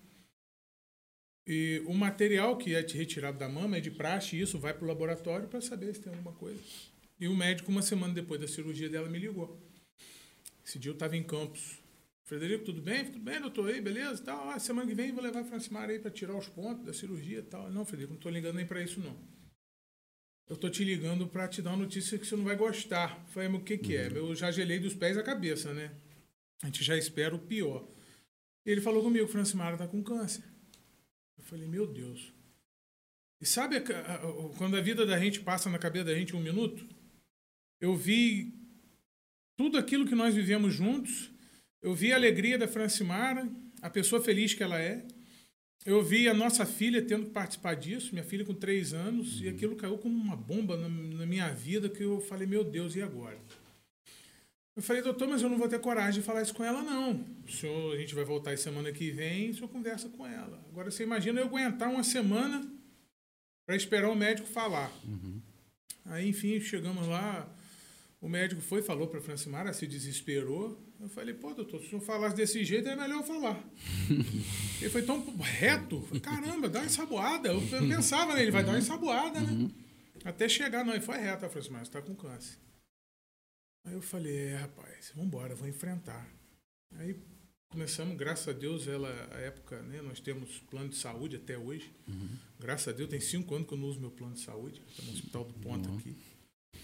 E o material que é retirado da mama é de praxe, e isso vai para o laboratório para saber se tem alguma coisa. E o médico, uma semana depois da cirurgia dela, me ligou. Esse dia eu estava em Campos. Frederico, tudo bem? Tudo bem, doutor? Aí, beleza? Tal. Semana que vem eu vou levar a Francimara aí para tirar os pontos da cirurgia e tal. Não, Frederico, não estou ligando nem para isso, não. Eu estou te ligando para te dar uma notícia que você não vai gostar. Eu falei, mas o que é? Eu já gelei dos pés à cabeça, né? A gente já espera o pior. Ele falou comigo, Francimara está com câncer. Eu falei, meu Deus. E sabe quando a vida da gente passa na cabeça da gente 1 minuto? Eu vi tudo aquilo que nós vivemos juntos. Eu vi a alegria da Francimara, a pessoa feliz que ela é. Eu vi a nossa filha tendo que participar disso, minha filha com 3 anos, e aquilo caiu como uma bomba na minha vida, que eu falei, meu Deus, e agora? Eu falei, doutor, mas eu não vou ter coragem de falar isso com ela, não. A gente vai voltar semana que vem, o senhor conversa com ela. Agora, você imagina eu aguentar uma semana para esperar o médico falar. Aí, enfim, chegamos lá, o médico falou para a Francimara, se desesperou. Eu falei, pô, doutor, se o senhor falasse desse jeito, é melhor eu falar. Ele foi tão reto, falei, caramba, dá uma ensaboada. Eu pensava nele, vai dar uma ensaboada, né? Até chegar, não, ele foi reto. Eu falei assim, mas você está com câncer. Aí eu falei, rapaz, vamos embora, vou enfrentar. Aí começamos, graças a Deus, a época, né, nós temos plano de saúde até hoje. Graças a Deus, tem 5 anos que eu não uso meu plano de saúde. Estou no Hospital do Ponta aqui.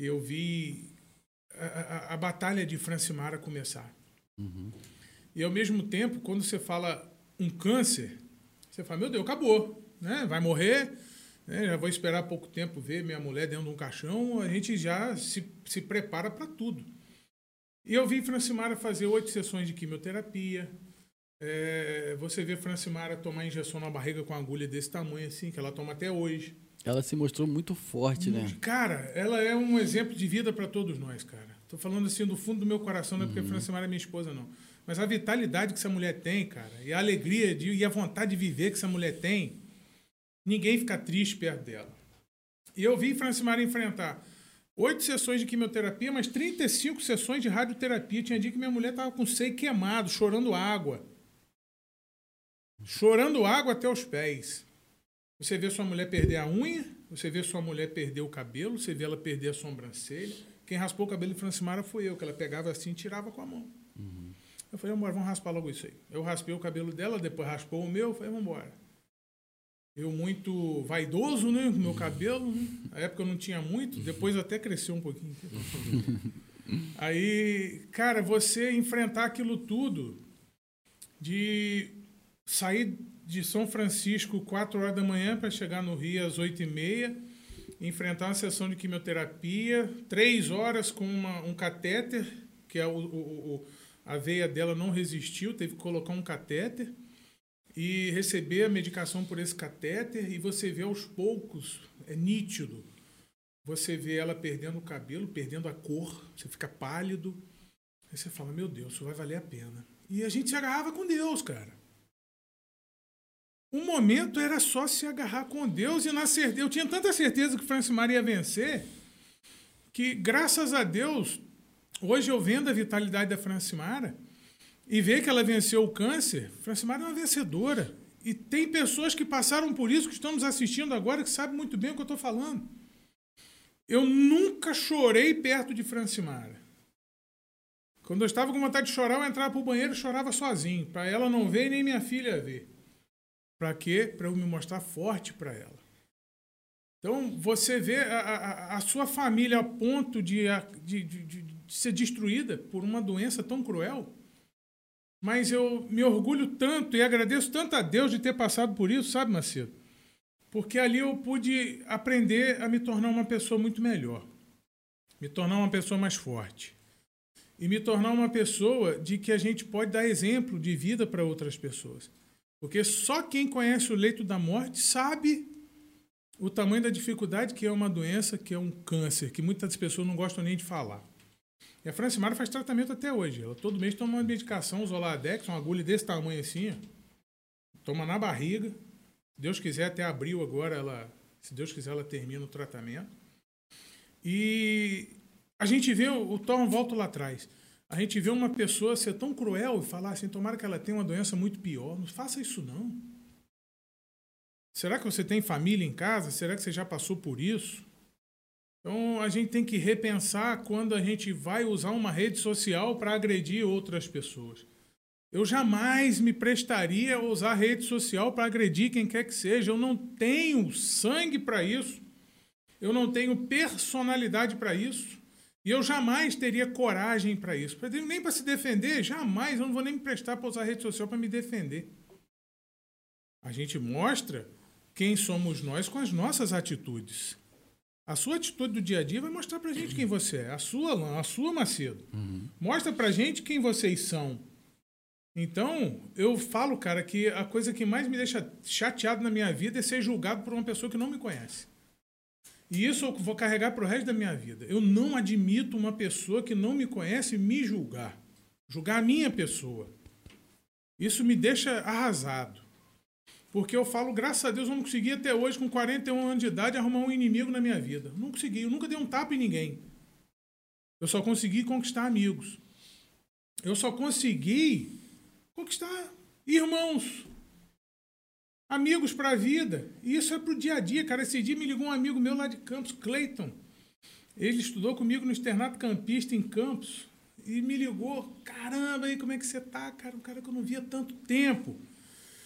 eu vi a batalha de Francimara começar. E, ao mesmo tempo, quando você fala um câncer, você fala, meu Deus, acabou, né? Vai morrer, né? Já vou esperar pouco tempo ver minha mulher dentro de um caixão, a gente já se prepara para tudo. E eu vi Francimara fazer 8 sessões de quimioterapia. Você vê Francimara tomar injeção na barriga com uma agulha desse tamanho, assim, que ela toma até hoje.
Ela se mostrou muito forte, né?
Cara, ela é um exemplo de vida para todos nós, cara. Tô falando assim do fundo do meu coração, não é porque Francimara é minha esposa, não. Mas a vitalidade que essa mulher tem, cara, e a alegria e a vontade de viver que essa mulher tem, ninguém fica triste perto dela. E eu vi Francimara enfrentar 8 sessões de quimioterapia, mas 35 sessões de radioterapia. Tinha dia que minha mulher tava com o seio queimado, chorando água. Chorando água até os pés. Você vê sua mulher perder a unha, você vê sua mulher perder o cabelo, você vê ela perder a sobrancelha. Quem raspou o cabelo de Francimara foi eu, que ela pegava assim e tirava com a mão. Eu falei, vamos raspar logo isso aí. Eu raspei o cabelo dela, depois raspou o meu, eu falei, vamos embora. Eu muito vaidoso, né, com o meu cabelo, né? Na época eu não tinha muito, depois até cresceu um pouquinho. Aí, cara, você enfrentar aquilo tudo, de sair de São Francisco 4 horas da manhã para chegar no Rio às 8h30, enfrentar uma sessão de quimioterapia, 3 horas com um catéter, que é a veia dela não resistiu, teve que colocar um catéter, e receber a medicação por esse catéter, e você vê aos poucos, é nítido, você vê ela perdendo o cabelo, perdendo a cor, você fica pálido, aí você fala, meu Deus, isso vai valer a pena. E a gente se agarrava com Deus, cara. Um momento era só se agarrar com Deus, e na certeza, eu tinha tanta certeza que Francimara ia vencer, que graças a Deus, hoje eu vendo a vitalidade da Francimara, e ver que ela venceu o câncer, Francimara é uma vencedora. E tem pessoas que passaram por isso, que estão nos assistindo agora, que sabem muito bem o que eu estou falando. Eu nunca chorei perto de Francimara. Quando eu estava com vontade de chorar, eu entrava para o banheiro e chorava sozinho, para ela não ver e nem minha filha ver. Para quê? Para eu me mostrar forte para ela. Então, você vê a sua família a ponto de ser destruída por uma doença tão cruel. Mas eu me orgulho tanto e agradeço tanto a Deus de ter passado por isso, sabe, Macedo? Porque ali eu pude aprender a me tornar uma pessoa muito melhor. Me tornar uma pessoa mais forte. E me tornar uma pessoa de que a gente pode dar exemplo de vida para outras pessoas. Porque só quem conhece o leito da morte sabe o tamanho da dificuldade que é uma doença, que é um câncer, que muitas pessoas não gostam nem de falar. E a Francimara faz tratamento até hoje. Ela todo mês toma uma medicação, Zoladex, uma agulha desse tamanho assim, ó. Toma na barriga. Se Deus quiser, até abril agora, se Deus quiser, ela termina o tratamento. E a gente vê, o Tom volta lá atrás, a gente vê uma pessoa ser tão cruel e falar assim, tomara que ela tenha uma doença muito pior. Não faça isso, não. Será que você tem família em casa? Será que você já passou por isso? Então, a gente tem que repensar quando a gente vai usar uma rede social para agredir outras pessoas. Eu jamais me prestaria a usar rede social para agredir quem quer que seja. Eu não tenho sangue para isso. Eu não tenho personalidade para isso. E eu jamais teria coragem para isso. Nem para se defender, jamais. Eu não vou nem me prestar para usar rede social para me defender. A gente mostra quem somos nós com as nossas atitudes. A sua atitude do dia a dia vai mostrar pra gente quem você é. A sua Macedo. Mostra pra gente quem vocês são. Então, eu falo, cara, que a coisa que mais me deixa chateado na minha vida é ser julgado por uma pessoa que não me conhece. E isso eu vou carregar pro resto da minha vida. Eu não admito uma pessoa que não me conhece me julgar. Julgar a minha pessoa. Isso me deixa arrasado. Porque eu falo, graças a Deus, eu não consegui até hoje, com 41 anos de idade, arrumar um inimigo na minha vida. Não consegui, eu nunca dei um tapa em ninguém. Eu só consegui conquistar amigos. Eu só consegui conquistar irmãos. Amigos para a vida. E isso é pro dia a dia, cara. Esse dia me ligou um amigo meu lá de Campos, Cleiton. Ele estudou comigo no Externato Campista em Campos. E me ligou, caramba, aí como é que você tá, cara? Um cara que eu não via há tanto tempo.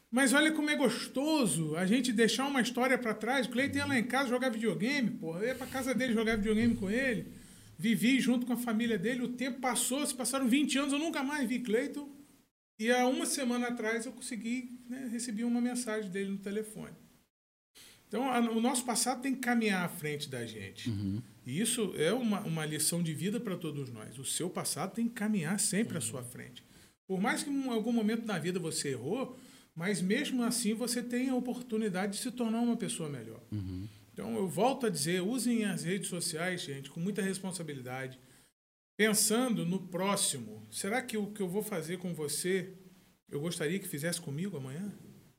Mas olha como é gostoso a gente deixar uma história para trás. O Cleiton ia lá em casa jogar videogame, porra. Eu ia para casa dele jogar videogame com ele. Vivi junto com a família dele. O tempo passou, se passaram 20 anos, eu nunca mais vi Cleiton. E há uma semana atrás eu consegui, né, recebi uma mensagem dele no telefone. Então, o nosso passado tem que caminhar à frente da gente. E isso é uma lição de vida para todos nós. O seu passado tem que caminhar sempre à sua frente. Por mais que em algum momento na vida você errou, mas mesmo assim você tem a oportunidade de se tornar uma pessoa melhor. Então, eu volto a dizer, usem as redes sociais, gente, com muita responsabilidade. Pensando no próximo. Será que o que eu vou fazer com você, eu gostaria que fizesse comigo amanhã?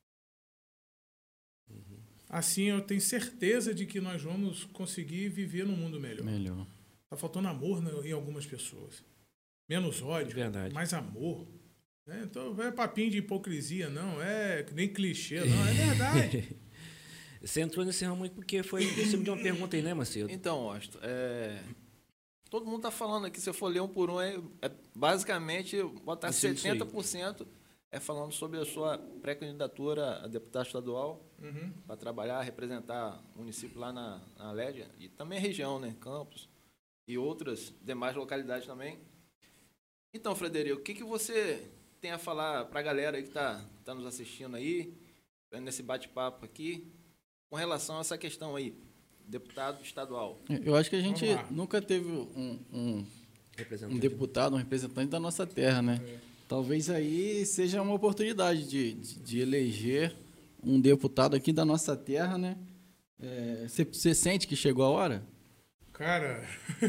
Assim, eu tenho certeza de que nós vamos conseguir viver num mundo melhor. Está faltando amor em algumas pessoas. Menos ódio, mais amor. Então, não é papinho de hipocrisia, não. É nem clichê, não. É verdade.
Você entrou nesse ramo porque foi em cima de uma pergunta aí, né, Macedo?
Então, Osto, todo mundo está falando aqui, se eu for ler um por um, basicamente, botar 70% falando sobre a sua pré-candidatura a deputado estadual para trabalhar, representar o município lá na Lédia e também a região, né, Campos e outras demais localidades também. Então, Frederico, o que você tem a falar para a galera aí que está nos assistindo aí, nesse bate-papo aqui, com relação a essa questão aí, deputado estadual?
Eu acho que a gente nunca teve um deputado, um representante da nossa terra, né? Talvez aí seja uma oportunidade de eleger um deputado aqui da nossa terra, né? Você sente que chegou a hora?
Cara,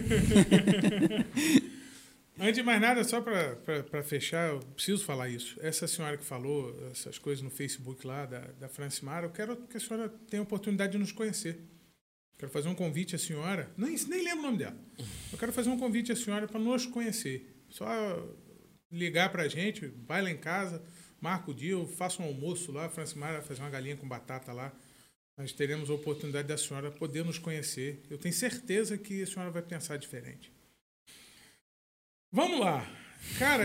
antes de mais nada, só para fechar, eu preciso falar isso. Essa senhora que falou essas coisas no Facebook lá, da Francimara, eu quero que a senhora tenha a oportunidade de nos conhecer. Quero fazer um convite à senhora, nem lembro o nome dela. Eu quero fazer um convite à senhora para nos conhecer. Só ligar para a gente, vai lá em casa, marca o dia, eu faço um almoço lá, a Francimara vai fazer uma galinha com batata lá. Nós teremos a oportunidade da senhora poder nos conhecer. Eu tenho certeza que a senhora vai pensar diferente. Vamos lá. Cara,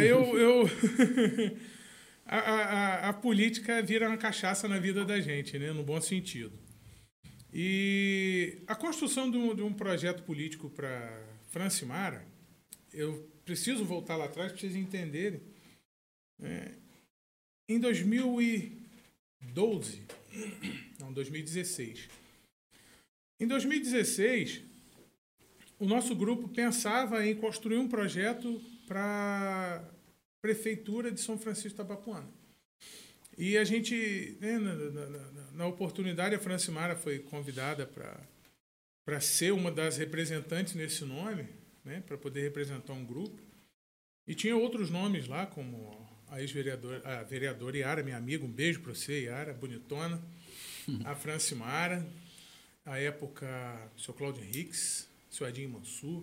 a política vira uma cachaça na vida da gente, né? No bom sentido. E a construção de um projeto político para Francimara, eu preciso voltar lá atrás para vocês entenderem. Em 2016. Em 2016, o nosso grupo pensava em construir um projeto para a Prefeitura de São Francisco de Itabapuana. E a gente, né, na oportunidade, a Francimara foi convidada para ser uma das representantes nesse nome, né, para poder representar um grupo. E tinha outros nomes lá, como a vereadora Yara, minha amiga, um beijo para você, Yara, bonitona. A Francimara, à época, o seu Cláudio Henriques, o seu Edinho Mansur,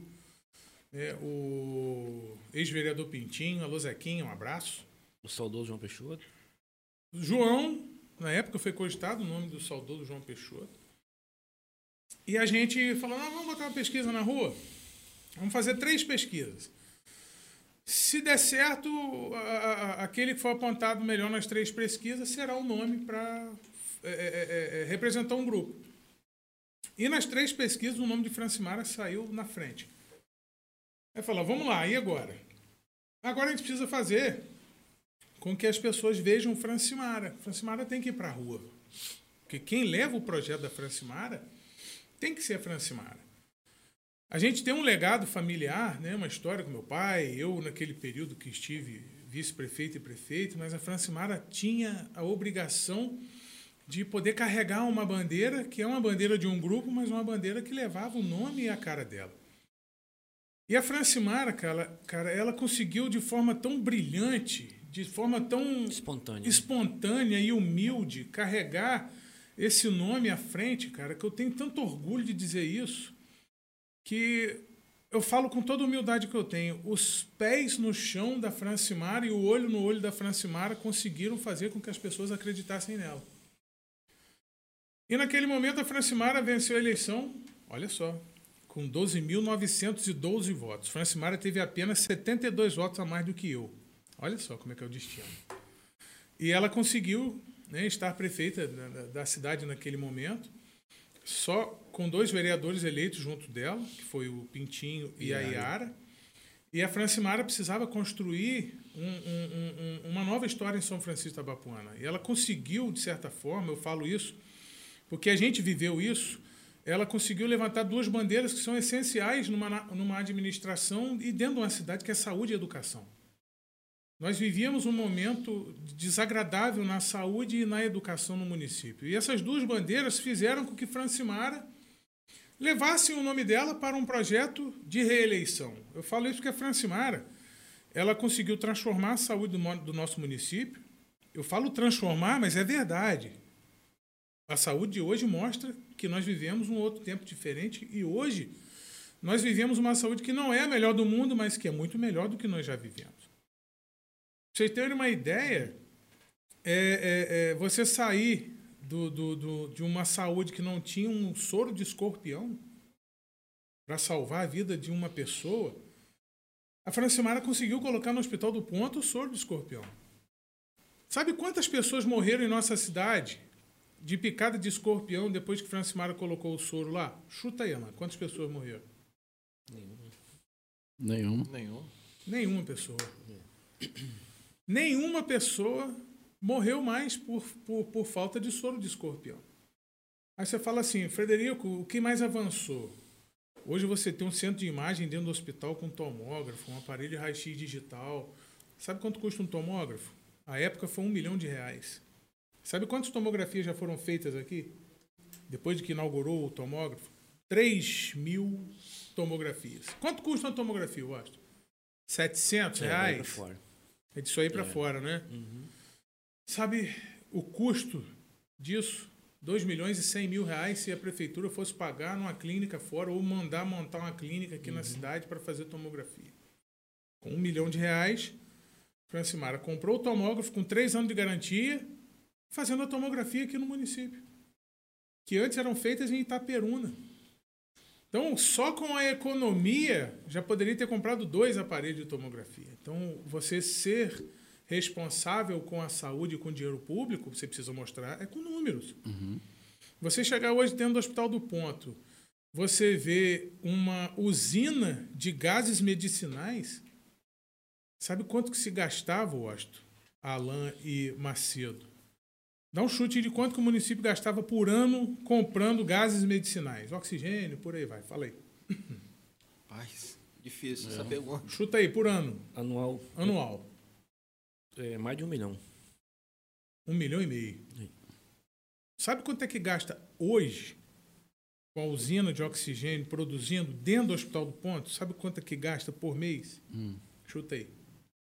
o ex-vereador Pintinho, alô Zequinha, um abraço.
O saudoso João Peixoto.
João, na época foi cogitado o nome do saudoso João Peixoto. E a gente falou, vamos botar uma pesquisa na rua? Vamos fazer 3 pesquisas. Se der certo, aquele que for apontado melhor nas 3 pesquisas será o nome para representar um grupo. E nas 3 pesquisas, o nome de Francimara saiu na frente. Aí falou, vamos lá, e agora? Agora a gente precisa fazer com que as pessoas vejam Francimara. Francimara tem que ir para a rua. Porque quem leva o projeto da Francimara tem que ser a Francimara. A gente tem um legado familiar, né, uma história com meu pai, eu naquele período que estive vice-prefeito e prefeito, mas a Francimara tinha a obrigação de poder carregar uma bandeira, que é uma bandeira de um grupo, mas uma bandeira que levava o nome e a cara dela. E a Francimara, cara, ela conseguiu de forma tão brilhante, de forma tão espontânea e humilde, carregar esse nome à frente, cara, que eu tenho tanto orgulho de dizer isso, que eu falo com toda a humildade que eu tenho. Os pés no chão da Francimara e o olho no olho da Francimara conseguiram fazer com que as pessoas acreditassem nela. E naquele momento a Francimara venceu a eleição, olha só, com 12.912 votos. Francimara teve apenas 72 votos a mais do que eu. Olha só como é que é o destino. E ela conseguiu né, estar prefeita da cidade naquele momento, só com 2 vereadores eleitos junto dela, que foi o Pintinho e a Iara. E a Francimara precisava construir uma nova história em São Francisco da Bapuana. E ela conseguiu, de certa forma, eu falo isso, porque a gente viveu isso, ela conseguiu levantar 2 bandeiras que são essenciais numa administração e dentro de uma cidade, que é saúde e educação. Nós vivíamos um momento desagradável na saúde e na educação no município. E essas 2 bandeiras fizeram com que Francimara levasse o nome dela para um projeto de reeleição. Eu falo isso porque a Francimara, ela conseguiu transformar a saúde do nosso município. Eu falo transformar, mas é verdade. A saúde de hoje mostra que nós vivemos um outro tempo diferente e hoje nós vivemos uma saúde que não é a melhor do mundo, mas que é muito melhor do que nós já vivemos. Pra vocês terem uma ideia, você sair de uma saúde que não tinha um soro de escorpião para salvar a vida de uma pessoa, a Francimara conseguiu colocar no Hospital do Ponto o soro de escorpião. Sabe quantas pessoas morreram em nossa cidade de picada de escorpião depois que Francimara colocou o soro lá? Chuta aí, Ana. Quantas pessoas morreram? Nenhuma pessoa. Nenhuma pessoa morreu mais por falta de soro de escorpião. Aí você fala assim, Frederico, o que mais avançou? Hoje você tem um centro de imagem dentro do hospital com tomógrafo, um aparelho de raio-x digital. Sabe quanto custa um tomógrafo? À época foi R$1 milhão. Sabe quantas tomografias já foram feitas aqui? Depois de que inaugurou o tomógrafo? 3.000 tomografias. Quanto custa uma tomografia, eu acho? R$700? É disso aí para fora, né? Uhum. Sabe o custo disso? R$2.100.000 se a prefeitura fosse pagar numa clínica fora ou mandar montar uma clínica aqui na cidade para fazer tomografia. Com R$1 milhão, Francimara comprou o tomógrafo com 3 anos de garantia, fazendo a tomografia aqui no município, que antes eram feitas em Itaperuna. Então, só com a economia, já poderia ter comprado 2 aparelhos de tomografia. Então, você ser responsável com a saúde e com o dinheiro público, você precisa mostrar com números. Uhum. Você chegar hoje dentro do Hospital do Ponto, você vê uma usina de gases medicinais. Sabe quanto que se gastava, Washington, Alain e Macedo? Dá um chute de quanto que o município gastava por ano comprando gases medicinais. Oxigênio, por aí vai. Fala aí.
Paz, difícil essa pergunta.
Chuta aí, por ano.
Anual. Mais de 1 milhão.
1,5 milhão. Sabe quanto é que gasta hoje com a usina de oxigênio produzindo dentro do Hospital do Ponto? Sabe quanto é que gasta por mês? Chuta aí.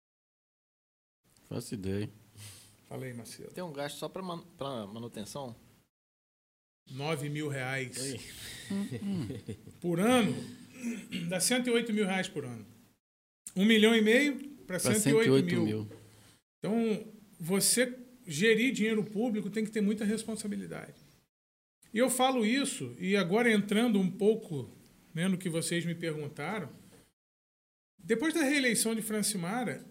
Faço ideia.
Fala aí, Marcelo.
Tem um gasto só para manutenção?
R$9 mil. Por ano, dá R$108 mil por ano. 1,5 milhão para 108 mil. Então, você gerir dinheiro público tem que ter muita responsabilidade. E eu falo isso, e agora entrando um pouco, né, no que vocês me perguntaram, depois da reeleição de Francimara,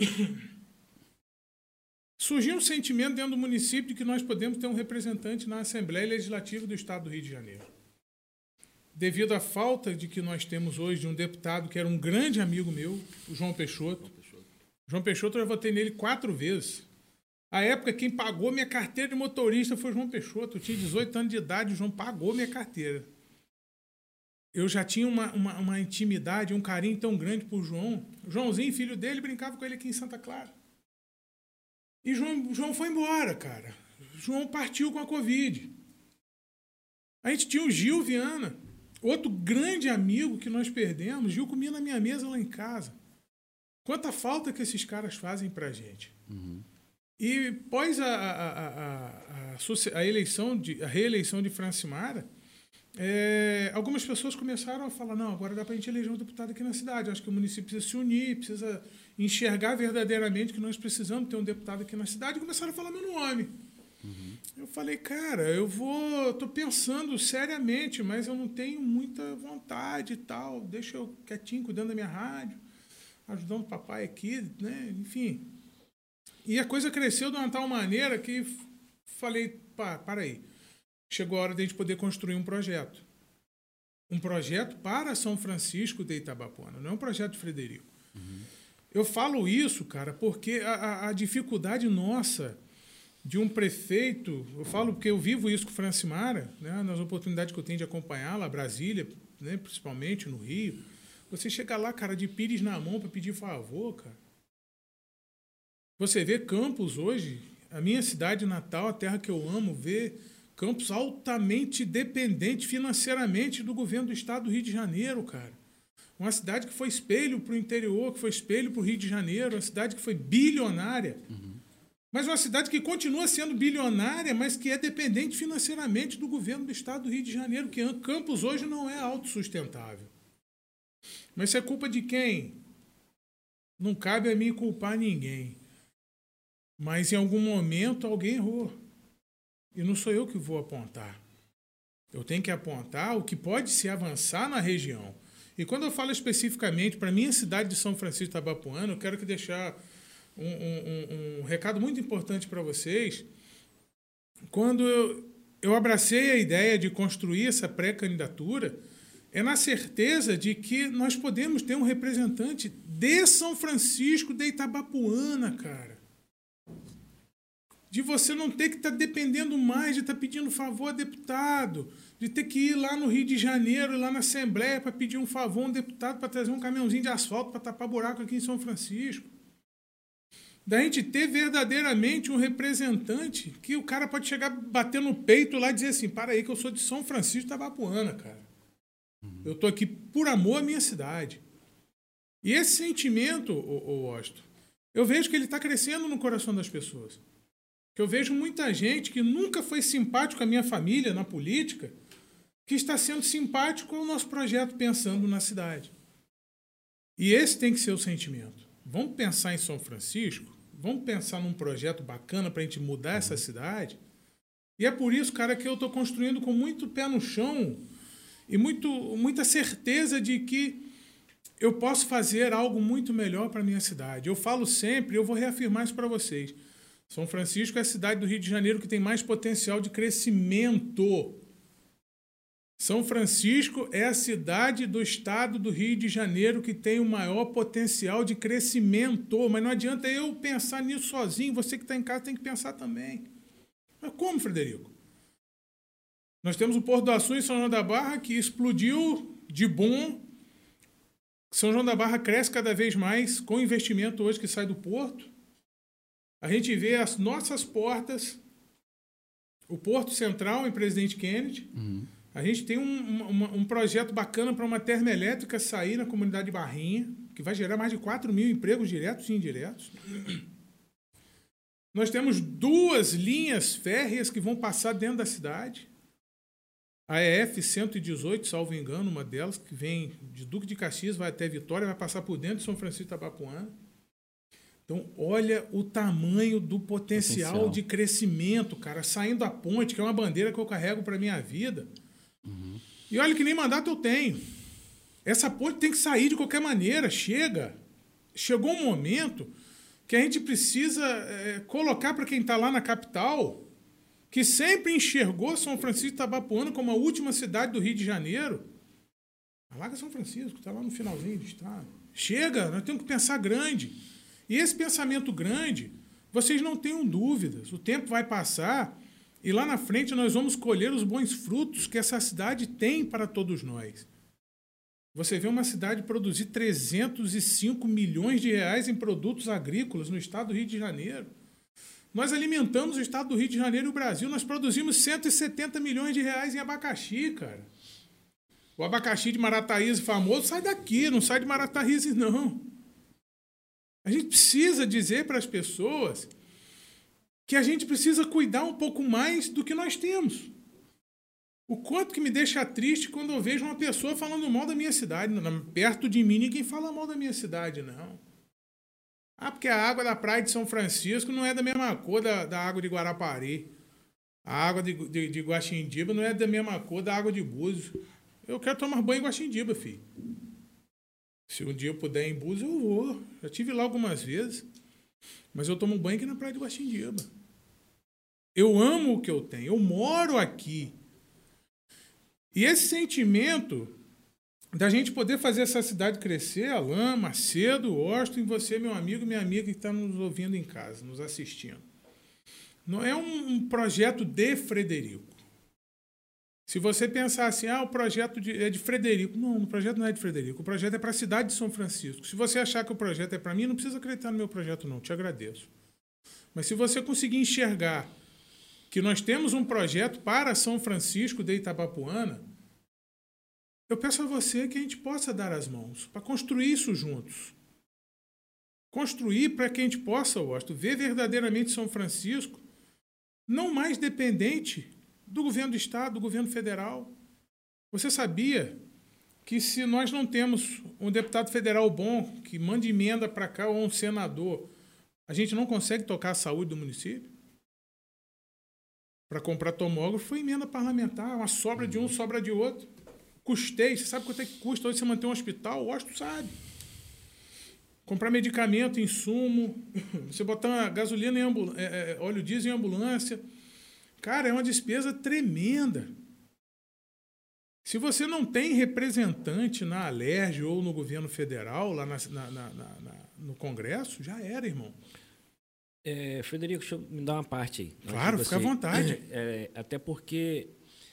surgiu um sentimento dentro do município de que nós podemos ter um representante na Assembleia Legislativa do Estado do Rio de Janeiro. Devido à falta de que nós temos hoje de um deputado que era um grande amigo meu, o João Peixoto. João Peixoto, eu votei nele 4 vezes. À época, quem pagou minha carteira de motorista foi o João Peixoto. Eu tinha 18 anos de idade, o João pagou minha carteira. Eu já tinha uma intimidade, um carinho tão grande por João. O Joãozinho, filho dele, brincava com ele aqui em Santa Clara. E João foi embora, cara. João partiu com a Covid. A gente tinha o Gil Viana, outro grande amigo que nós perdemos. Gil comia na minha mesa lá em casa. Quanta falta que esses caras fazem pra gente. Uhum. E após a reeleição de Francimara, algumas pessoas começaram a falar, não, agora dá pra gente eleger um deputado aqui na cidade. Acho que o município precisa se unir, precisa enxergar verdadeiramente que nós precisamos ter um deputado aqui na cidade. E começaram a falar meu nome. Uhum. Eu falei, cara, tô pensando seriamente, mas eu não tenho muita vontade e tal. Deixa eu quietinho, cuidando da minha rádio, ajudando o papai aqui, né? Enfim. E a coisa cresceu de uma tal maneira que falei, para aí. Chegou a hora de a gente poder construir um projeto. Um projeto para São Francisco de Itabapoana, não é um projeto de Frederico. Eu falo isso, cara, porque a dificuldade nossa de um prefeito, eu falo porque eu vivo isso com o Francimara, né, nas oportunidades que eu tenho de acompanhá-la, Brasília, né, principalmente no Rio, você chega lá, cara, de pires na mão para pedir favor, cara. Você vê Campos hoje, a minha cidade natal, a terra que eu amo, vê Campos altamente dependente financeiramente do governo do estado do Rio de Janeiro, cara. Uma cidade que foi espelho para o interior, que foi espelho para o Rio de Janeiro, uma cidade que foi bilionária. Mas uma cidade que continua sendo bilionária, mas que é dependente financeiramente do governo do estado do Rio de Janeiro, que Campos hoje não é autossustentável. Mas isso é culpa de quem? Não cabe a mim culpar ninguém. Mas em algum momento alguém errou. E não sou eu que vou apontar. Eu tenho que apontar o que pode se avançar na região. E quando eu falo especificamente para a minha cidade de São Francisco de Itabapoana, eu quero deixar um recado muito importante para vocês. Quando eu abracei a ideia de construir essa pré-candidatura, é na certeza de que nós podemos ter um representante de São Francisco de Itabapoana, cara. De você não ter que estar dependendo mais de estar pedindo favor a deputado, de ter que ir lá no Rio de Janeiro, lá na Assembleia, para pedir um favor a um deputado para trazer um caminhãozinho de asfalto para tapar buraco aqui em São Francisco. Da gente ter verdadeiramente um representante que o cara pode chegar, bater no peito lá e dizer assim, para aí que eu sou de São Francisco de Itabapoana, cara. Eu estou aqui por amor à minha cidade. E esse sentimento, Washington, eu vejo que ele está crescendo no coração das pessoas. Eu vejo muita gente que nunca foi simpático à minha família na política, que está sendo simpático ao nosso projeto Pensando na Cidade. E esse tem que ser o sentimento. Vamos pensar em São Francisco, vamos pensar num projeto bacana para a gente mudar essa cidade. E é por isso, cara, que eu estou construindo com muito pé no chão e muita certeza de que eu posso fazer algo muito melhor para a minha cidade. Eu falo sempre, eu vou reafirmar isso para vocês. São Francisco é a cidade do Rio de Janeiro que tem mais potencial de crescimento. São Francisco é a cidade do estado do Rio de Janeiro que tem o maior potencial de crescimento. Mas não adianta eu pensar nisso sozinho. Você que está em casa tem que pensar também. Mas como, Frederico? Nós temos o Porto do Açu em São João da Barra que explodiu de bom. São João da Barra cresce cada vez mais com o investimento hoje que sai do porto. A gente vê as nossas portas, o Porto Central em Presidente Kennedy. A gente tem um projeto bacana para uma termoelétrica sair na comunidade de Barrinha, que vai gerar mais de 4 mil empregos diretos e indiretos. Nós temos 2 linhas férreas que vão passar dentro da cidade. A EF 118, salvo engano, uma delas, que vem de Duque de Caxias, vai até Vitória, vai passar por dentro de São Francisco de Itabapoana. Então, olha o tamanho do potencial de crescimento, cara, saindo da ponte, que é uma bandeira que eu carrego para a minha vida. E olha que nem mandato eu tenho. Essa ponte tem que sair de qualquer maneira, chega. Chegou um momento que a gente precisa colocar para quem está lá na capital, que sempre enxergou São Francisco de Itabapoana como a última cidade do Rio de Janeiro. Alaga São Francisco, está lá no finalzinho do estado. Chega, nós temos que pensar grande. E esse pensamento grande, vocês não tenham dúvidas, o tempo vai passar e lá na frente nós vamos colher os bons frutos que essa cidade tem para todos nós. Você vê uma cidade produzir 305 milhões de reais em produtos agrícolas no estado do Rio de Janeiro. Nós alimentamos o estado do Rio de Janeiro e o Brasil, nós produzimos 170 milhões de reais em abacaxi, cara. O abacaxi de Marataízes famoso sai daqui, não sai de Marataízes, não. A gente precisa dizer para as pessoas que a gente precisa cuidar um pouco mais do que nós temos. O quanto que me deixa triste quando eu vejo uma pessoa falando mal da minha cidade. Perto de mim ninguém fala mal da minha cidade, não. Ah, porque a água da praia de São Francisco não é da mesma cor da água de Guarapari. A água de Guaxindiba não é da mesma cor da água de Búzios. Eu quero tomar banho em Guaxindiba, filho. Se um dia eu puder ir em Búzios, eu vou. Já estive lá algumas vezes. Mas eu tomo banho aqui na praia de Guaxindiba. Eu amo o que eu tenho. Eu moro aqui. E esse sentimento da gente poder fazer essa cidade crescer, Alain, Macedo, Austin, você, meu amigo, minha amiga que está nos ouvindo em casa, nos assistindo. Não é um projeto de Frederico. Se você pensar assim, o projeto é de Frederico. Não, o projeto não é de Frederico. O projeto é para a cidade de São Francisco. Se você achar que o projeto é para mim, não precisa acreditar no meu projeto, não. Te agradeço. Mas se você conseguir enxergar que nós temos um projeto para São Francisco de Itabapoana, eu peço a você que a gente possa dar as mãos para construir isso juntos. Construir para que a gente possa, Austin, ver verdadeiramente São Francisco não mais dependente do governo do Estado, do governo federal. Você sabia que se nós não temos um deputado federal bom que mande emenda para cá ou um senador, a gente não consegue tocar a saúde do município? Para comprar tomógrafo foi emenda parlamentar, uma sobra de um, sobra de outro. Custei, você sabe quanto é que custa hoje você manter um hospital? O Austin sabe. Comprar medicamento, insumo, você botar gasolina em óleo diesel em ambulância. Cara, é uma despesa tremenda. Se você não tem representante na Alerj ou no governo federal, lá no Congresso, já era, irmão.
Frederico, deixa eu me dar uma parte aí.
Claro, fica à vontade.
Até porque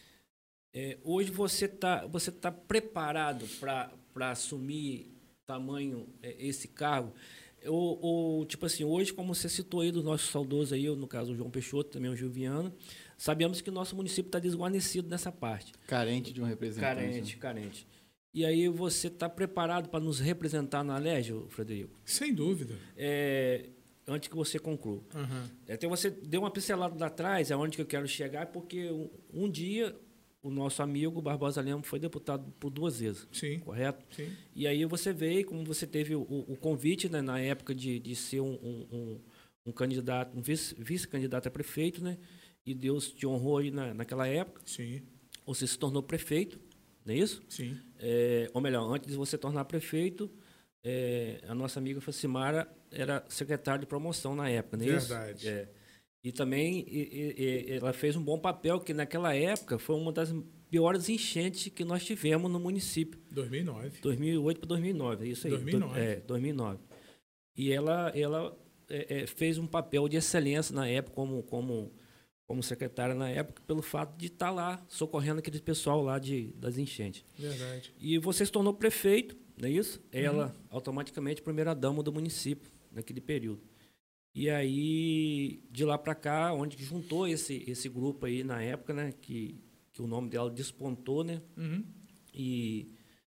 hoje você tá preparado para assumir tamanho esse cargo. Ou, tipo assim, hoje, como você citou aí do nosso saudoso aí, no caso o João Peixoto, também o Gilviano, sabemos que o nosso município está desguarnecido nessa parte.
Carente de um representante.
Carente. E aí você está preparado para nos representar na Alerj, Frederico?
Sem dúvida.
Antes que você conclua.
Uhum.
Até você deu uma pincelada lá atrás, aonde que eu quero chegar, porque um dia o nosso amigo Barbosa Lemos foi deputado por 2 vezes.
Sim.
Correto?
Sim.
E aí você veio, como você teve o convite, né, na época de ser um candidato, um vice-candidato a prefeito, né? E Deus te honrou aí naquela época.
Sim.
Você se tornou prefeito, não é isso?
Sim.
Ou melhor, antes de você tornar prefeito, a nossa amiga Facimara era secretária de promoção na época, não é isso?
Verdade.
E também ela fez um bom papel, que naquela época foi uma das piores enchentes que nós tivemos no município.
2009.
2008 para 2009, é isso aí.
2009.
2009. E ela fez um papel de excelência na época, como secretária na época, pelo fato de estar lá socorrendo aquele pessoal lá das enchentes.
Verdade.
E você se tornou prefeito, não é isso? Ela, automaticamente, primeira-dama do município naquele período. E aí, de lá para cá, onde juntou esse grupo aí na época, né, que o nome dela despontou, né?
Uhum.
E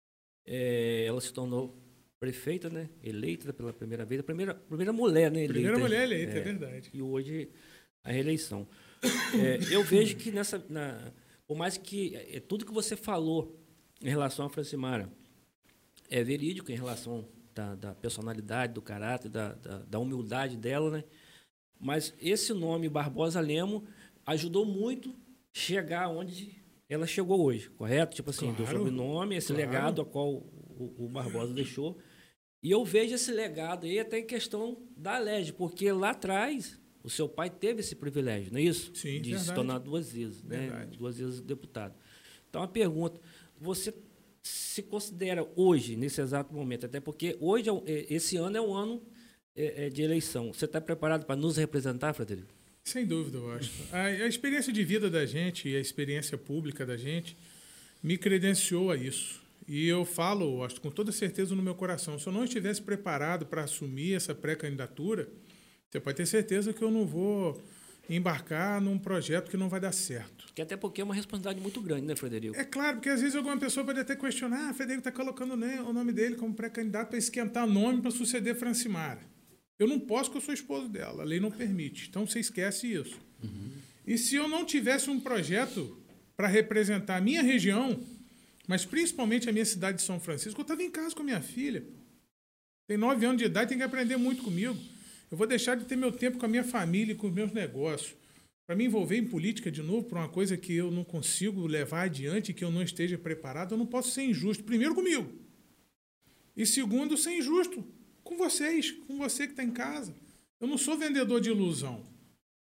ela se tornou prefeita, né? Eleita pela primeira vez. A primeira mulher, né? Eleita.
Primeira mulher eleita, é verdade.
E hoje, a reeleição. Eu vejo que por mais que tudo que você falou em relação a Francimara é verídico em relação da personalidade, do caráter, da humildade dela, né? Mas esse nome, Barbosa Lemos, ajudou muito chegar onde ela chegou hoje, correto? Tipo assim, do sobrenome, esse legado a qual o Barbosa deixou. E eu vejo esse legado aí até em questão da Alerj, porque lá atrás o seu pai teve esse privilégio, não é isso?
Sim,
de
verdade.
se tornar 2 vezes, né?
Verdade.
2 vezes deputado. Então, a pergunta, você se considera hoje, nesse exato momento, até porque hoje, esse ano é um ano de eleição, você está preparado para nos representar, Frederico?
Sem dúvida, eu acho. A experiência de vida da gente e a experiência pública da gente me credenciou a isso. E eu falo, acho, com toda certeza no meu coração, se eu não estivesse preparado para assumir essa pré-candidatura, você pode ter certeza que eu não vou embarcar num projeto que não vai dar certo.
Que até porque é uma responsabilidade muito grande, né, Frederico?
É claro, porque às vezes alguma pessoa pode até questionar, Frederico está colocando o nome dele como pré-candidato para esquentar nome para suceder Francimara. Eu não posso, porque eu sou esposo dela, a lei não permite. Então você esquece isso. Uhum. E se eu não tivesse um projeto para representar a minha região, mas principalmente a minha cidade de São Francisco, eu estava em casa com a minha filha. Tem 9 anos de idade, tem que aprender muito comigo. Eu vou deixar de ter meu tempo com a minha família e com os meus negócios. Para me envolver em política de novo, por uma coisa que eu não consigo levar adiante, que eu não esteja preparado, eu não posso ser injusto. Primeiro comigo. E segundo, ser injusto com vocês, com você que está em casa. Eu não sou vendedor de ilusão.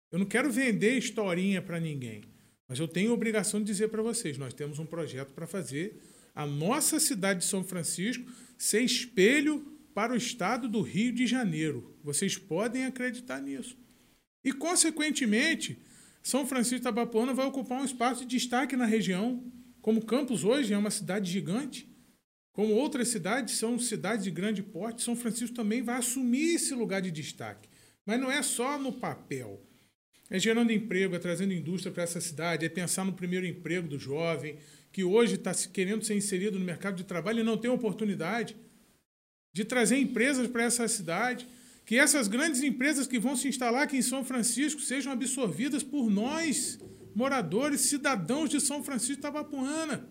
Eu não quero vender historinha para ninguém, mas eu tenho a obrigação de dizer para vocês, nós temos um projeto para fazer a nossa cidade de São Francisco ser espelho para o estado do Rio de Janeiro. Vocês podem acreditar nisso. E, consequentemente, São Francisco de Itabapoana vai ocupar um espaço de destaque na região, como Campos hoje é uma cidade gigante, como outras cidades são cidades de grande porte, São Francisco também vai assumir esse lugar de destaque. Mas não é só no papel. É gerando emprego, é trazendo indústria para essa cidade, é pensar no primeiro emprego do jovem, que hoje está querendo ser inserido no mercado de trabalho e não tem oportunidade de trazer empresas para essa cidade, que essas grandes empresas que vão se instalar aqui em São Francisco sejam absorvidas por nós, moradores, cidadãos de São Francisco de Itabapoana.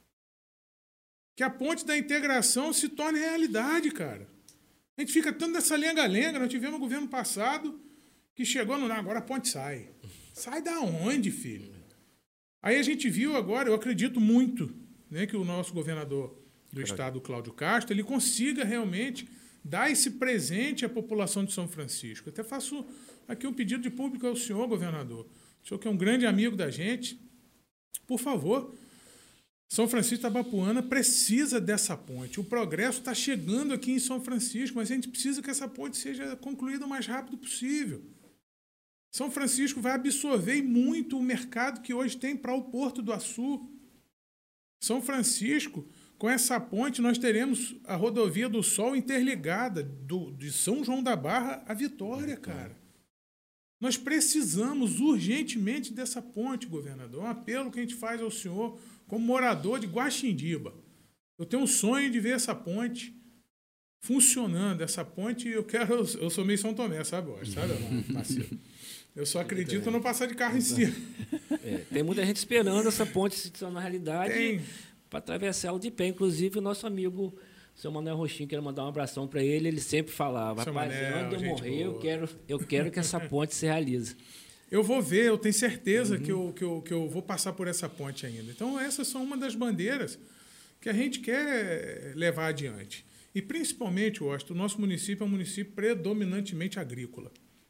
Que a ponte da integração se torne realidade, cara. A gente fica tanto nessa lenga-lenga. Nós tivemos o governo passado que chegou no... Agora a ponte sai. Sai da onde, filho? Aí a gente viu agora, eu acredito muito, né, que o nosso governador do estado, Cláudio Castro, ele consiga realmente dar esse presente à população de São Francisco. Até faço aqui um pedido de público ao senhor, governador. O senhor que é um grande amigo da gente, por favor... São Francisco de Itabapoana precisa dessa ponte. O progresso está chegando aqui em São Francisco, mas a gente precisa que essa ponte seja concluída o mais rápido possível. São Francisco vai absorver muito o mercado que hoje tem para o Porto do Açu. São Francisco, com essa ponte, nós teremos a rodovia do Sol interligada de São João da Barra a Vitória, cara. Nós precisamos urgentemente dessa ponte, governador. É um apelo que a gente faz ao senhor como morador de Guaxindiba. Eu tenho um sonho de ver essa ponte funcionando. Essa ponte, eu sou meio São Tomé, sabe, Marcelo? Eu só acredito não passar de carro em cima.
Tem muita gente esperando essa ponte se tornar realidade para atravessá-la de pé. Inclusive, o nosso amigo, o seu Manuel Roxinho, quero mandar um abração para ele. Ele sempre falava, rapaz, quando eu morrer, eu quero que essa ponte se realize.
Eu vou ver, eu tenho certeza que eu vou passar por essa ponte ainda. Então, essas são uma das bandeiras que a gente quer levar adiante. E, principalmente, Washington, o nosso município é um município predominantemente agrícola.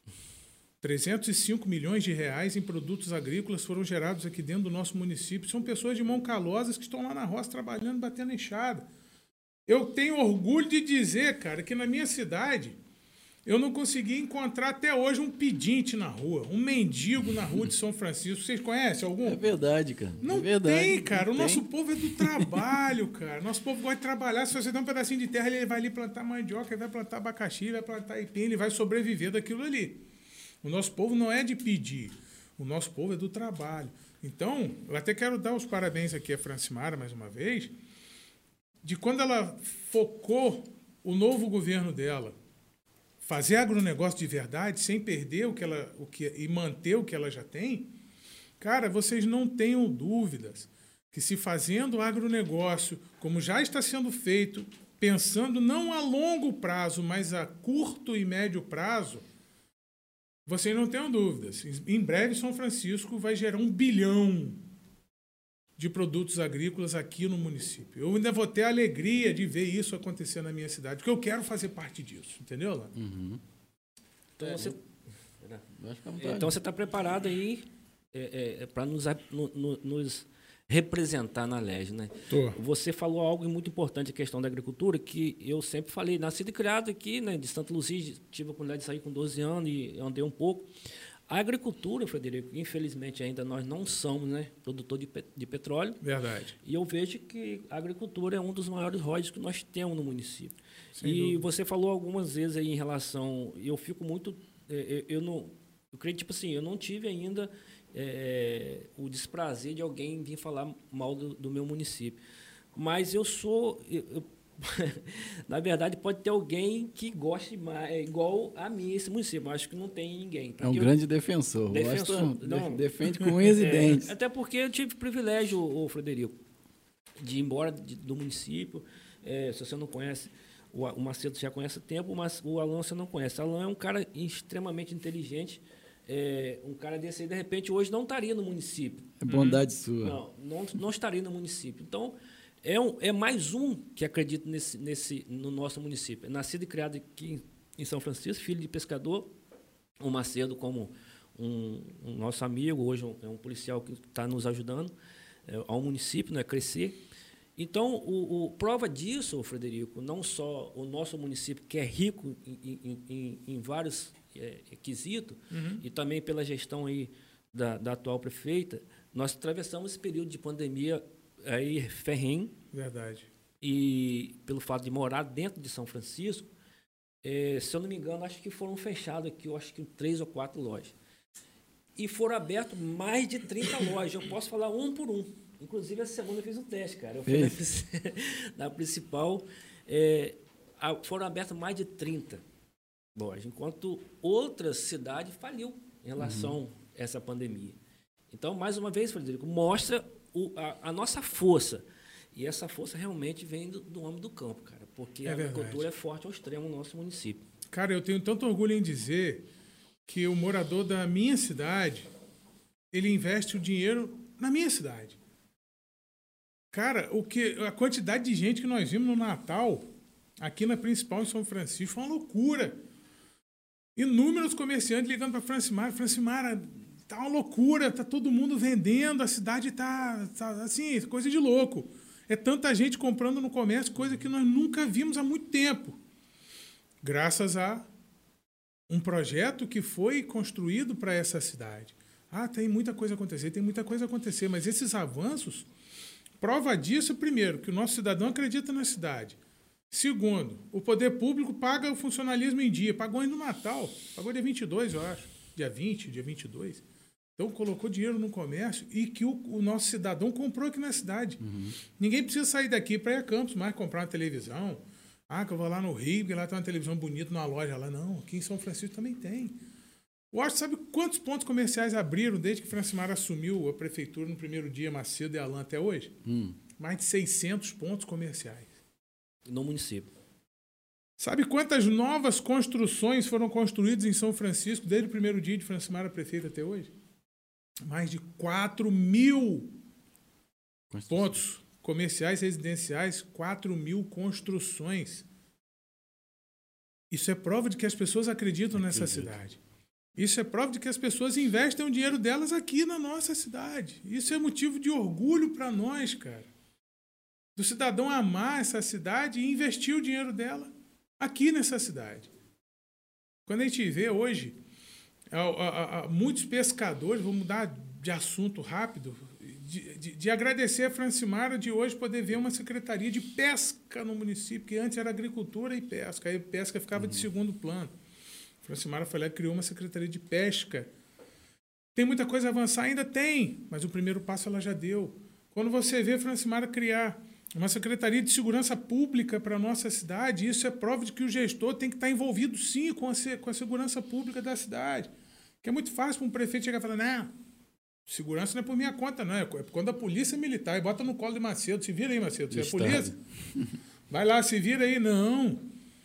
305 milhões de reais em produtos agrícolas foram gerados aqui dentro do nosso município. São pessoas de mão calosas que estão lá na roça trabalhando, batendo enxada. Eu tenho orgulho de dizer, cara, que na minha cidade... Eu não consegui encontrar até hoje um pedinte na rua, um mendigo na rua de São Francisco. Vocês conhecem algum?
É verdade, cara.
Não tem, cara. O nosso povo é do trabalho, cara. Nosso povo gosta de trabalhar. Se você der um pedacinho de terra, ele vai ali plantar mandioca, ele vai plantar abacaxi, ele vai plantar aipim, ele vai sobreviver daquilo ali. O nosso povo não é de pedir. O nosso povo é do trabalho. Então, eu até quero dar os parabéns aqui a Francimara, mais uma vez, de quando ela focou o novo governo dela, fazer agronegócio de verdade, sem perder e manter o que ela já tem, cara, vocês não tenham dúvidas que se fazendo agronegócio, como já está sendo feito, pensando não a longo prazo, mas a curto e médio prazo, vocês não tenham dúvidas. Em breve, São Francisco vai gerar 1 bilhão de produtos agrícolas aqui no município. Eu ainda vou ter a alegria de ver isso acontecer na minha cidade, porque eu quero fazer parte disso, entendeu, Lã?
Uhum.
Então você está preparado aí para nos representar na LERJ, né?
Tô.
Você falou algo muito importante, a questão da agricultura, que eu sempre falei, nascido e criado aqui, né, de Santa Luzia, tive a oportunidade de sair com 12 anos e andei um pouco. A agricultura, Frederico, infelizmente ainda nós não somos, né, produtor de petróleo.
Verdade.
E eu vejo que a agricultura é um dos maiores royalties que nós temos no município.
Sem
e
dúvida.
você falou algumas vezes aí em relação... Eu fico muito... Eu creio, tipo assim, eu não tive ainda o desprazer de alguém vir falar mal do meu município. Mas eu sou... Na verdade, pode ter alguém que goste mais, igual a mim, esse município. Eu acho que não tem ninguém.
É um grande defensor. Defende com unhas e dentes.
Até porque eu tive privilégio, Frederico, de ir embora do município. Se você não conhece, o Macedo já conhece há tempo, mas o Alan você não conhece. O Alan é um cara extremamente inteligente. Um cara desse aí, de repente, hoje não estaria no município.
É bondade sua.
Não estaria no município. Então... É mais um que acredita no nosso município. Nascido e criado aqui em São Francisco, filho de pescador, o Macedo, como um nosso amigo, hoje é um policial que está nos ajudando ao município, né, a crescer. Então, prova disso, Frederico, não só o nosso município, que é rico em vários quesitos, e também pela gestão aí da atual prefeita, nós atravessamos esse período de pandemia aí ferrenho.
Verdade.
E pelo fato de morar dentro de São Francisco, se eu não me engano, acho que foram fechadas aqui, eu acho que 3 ou 4 lojas. E foram abertas mais de 30 lojas. Eu posso falar um por um. Inclusive, essa semana eu fiz um teste, cara. Eu fui na principal. Foram abertas mais de 30 lojas, enquanto outras cidades faliu em relação a essa pandemia. Então, mais uma vez, Frederico, mostra a nossa força. E essa força realmente vem do homem do campo, cara. Porque a agricultura é forte ao extremo no nosso município.
Cara, eu tenho tanto orgulho em dizer que o morador da minha cidade, ele investe o dinheiro na minha cidade. Cara, a quantidade de gente que nós vimos no Natal, aqui na principal em São Francisco, foi uma loucura. Inúmeros comerciantes ligando para Francimara. Francimara, tá uma loucura, tá todo mundo vendendo, a cidade tá assim, coisa de louco. É tanta gente comprando no comércio, coisa que nós nunca vimos há muito tempo. Graças a um projeto que foi construído para essa cidade. Tem muita coisa a acontecer, mas esses avanços, prova disso, primeiro, que o nosso cidadão acredita na cidade. Segundo, o poder público paga o funcionalismo em dia. Pagou ainda no Natal, pagou dia 22, eu acho, dia 20, dia 22. Então, colocou dinheiro no comércio e que o nosso cidadão comprou aqui na cidade. Ninguém precisa sair daqui para ir a Campos mais comprar uma televisão. Que eu vou lá no Rio, porque lá tem uma televisão bonita numa loja lá. Não, aqui em São Francisco também tem. O Washington sabe quantos pontos comerciais abriram desde que Francimara assumiu a prefeitura no primeiro dia, Macedo e Alan, até hoje? Mais de 600 pontos comerciais.
No município.
Sabe quantas novas construções foram construídas em São Francisco desde o primeiro dia de Francimara prefeita até hoje? Mais de 4.000 pontos comerciais residenciais, 4.000 construções. Isso é prova de que as pessoas acreditam nessa cidade. Isso é prova de que as pessoas investem o dinheiro delas aqui na nossa cidade. Isso é motivo de orgulho para nós, cara. Do cidadão amar essa cidade e investir o dinheiro dela aqui nessa cidade. Quando a gente vê hoje muitos pescadores, vou mudar de assunto rápido, de agradecer a Francimara de hoje poder ver uma secretaria de pesca no município, que antes era agricultura e pesca, aí pesca ficava de segundo plano. A Francimara foi lá e criou uma secretaria de pesca. Tem muita coisa a avançar? Ainda tem, mas o primeiro passo ela já deu. Quando você vê a Francimara criar uma secretaria de segurança pública para a nossa cidade, isso é prova de que o gestor tem que estar envolvido, sim, com a segurança pública da cidade. Que é muito fácil para um prefeito chegar e falar, não, segurança não é por minha conta, não, é quando a polícia militar, e bota no colo de Macedo, se vira aí, Macedo, você é a polícia? Vai lá, se vira aí. Não.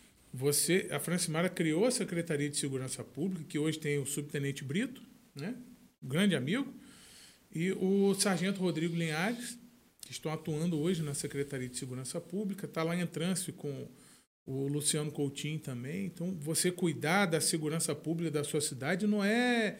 A Francimara criou a Secretaria de Segurança Pública, que hoje tem o subtenente Brito, né, um grande amigo, e o sargento Rodrigo Linhares, que estão atuando hoje na Secretaria de Segurança Pública, está lá em trânsito com o Luciano Coutinho também. Então, você cuidar da segurança pública da sua cidade não é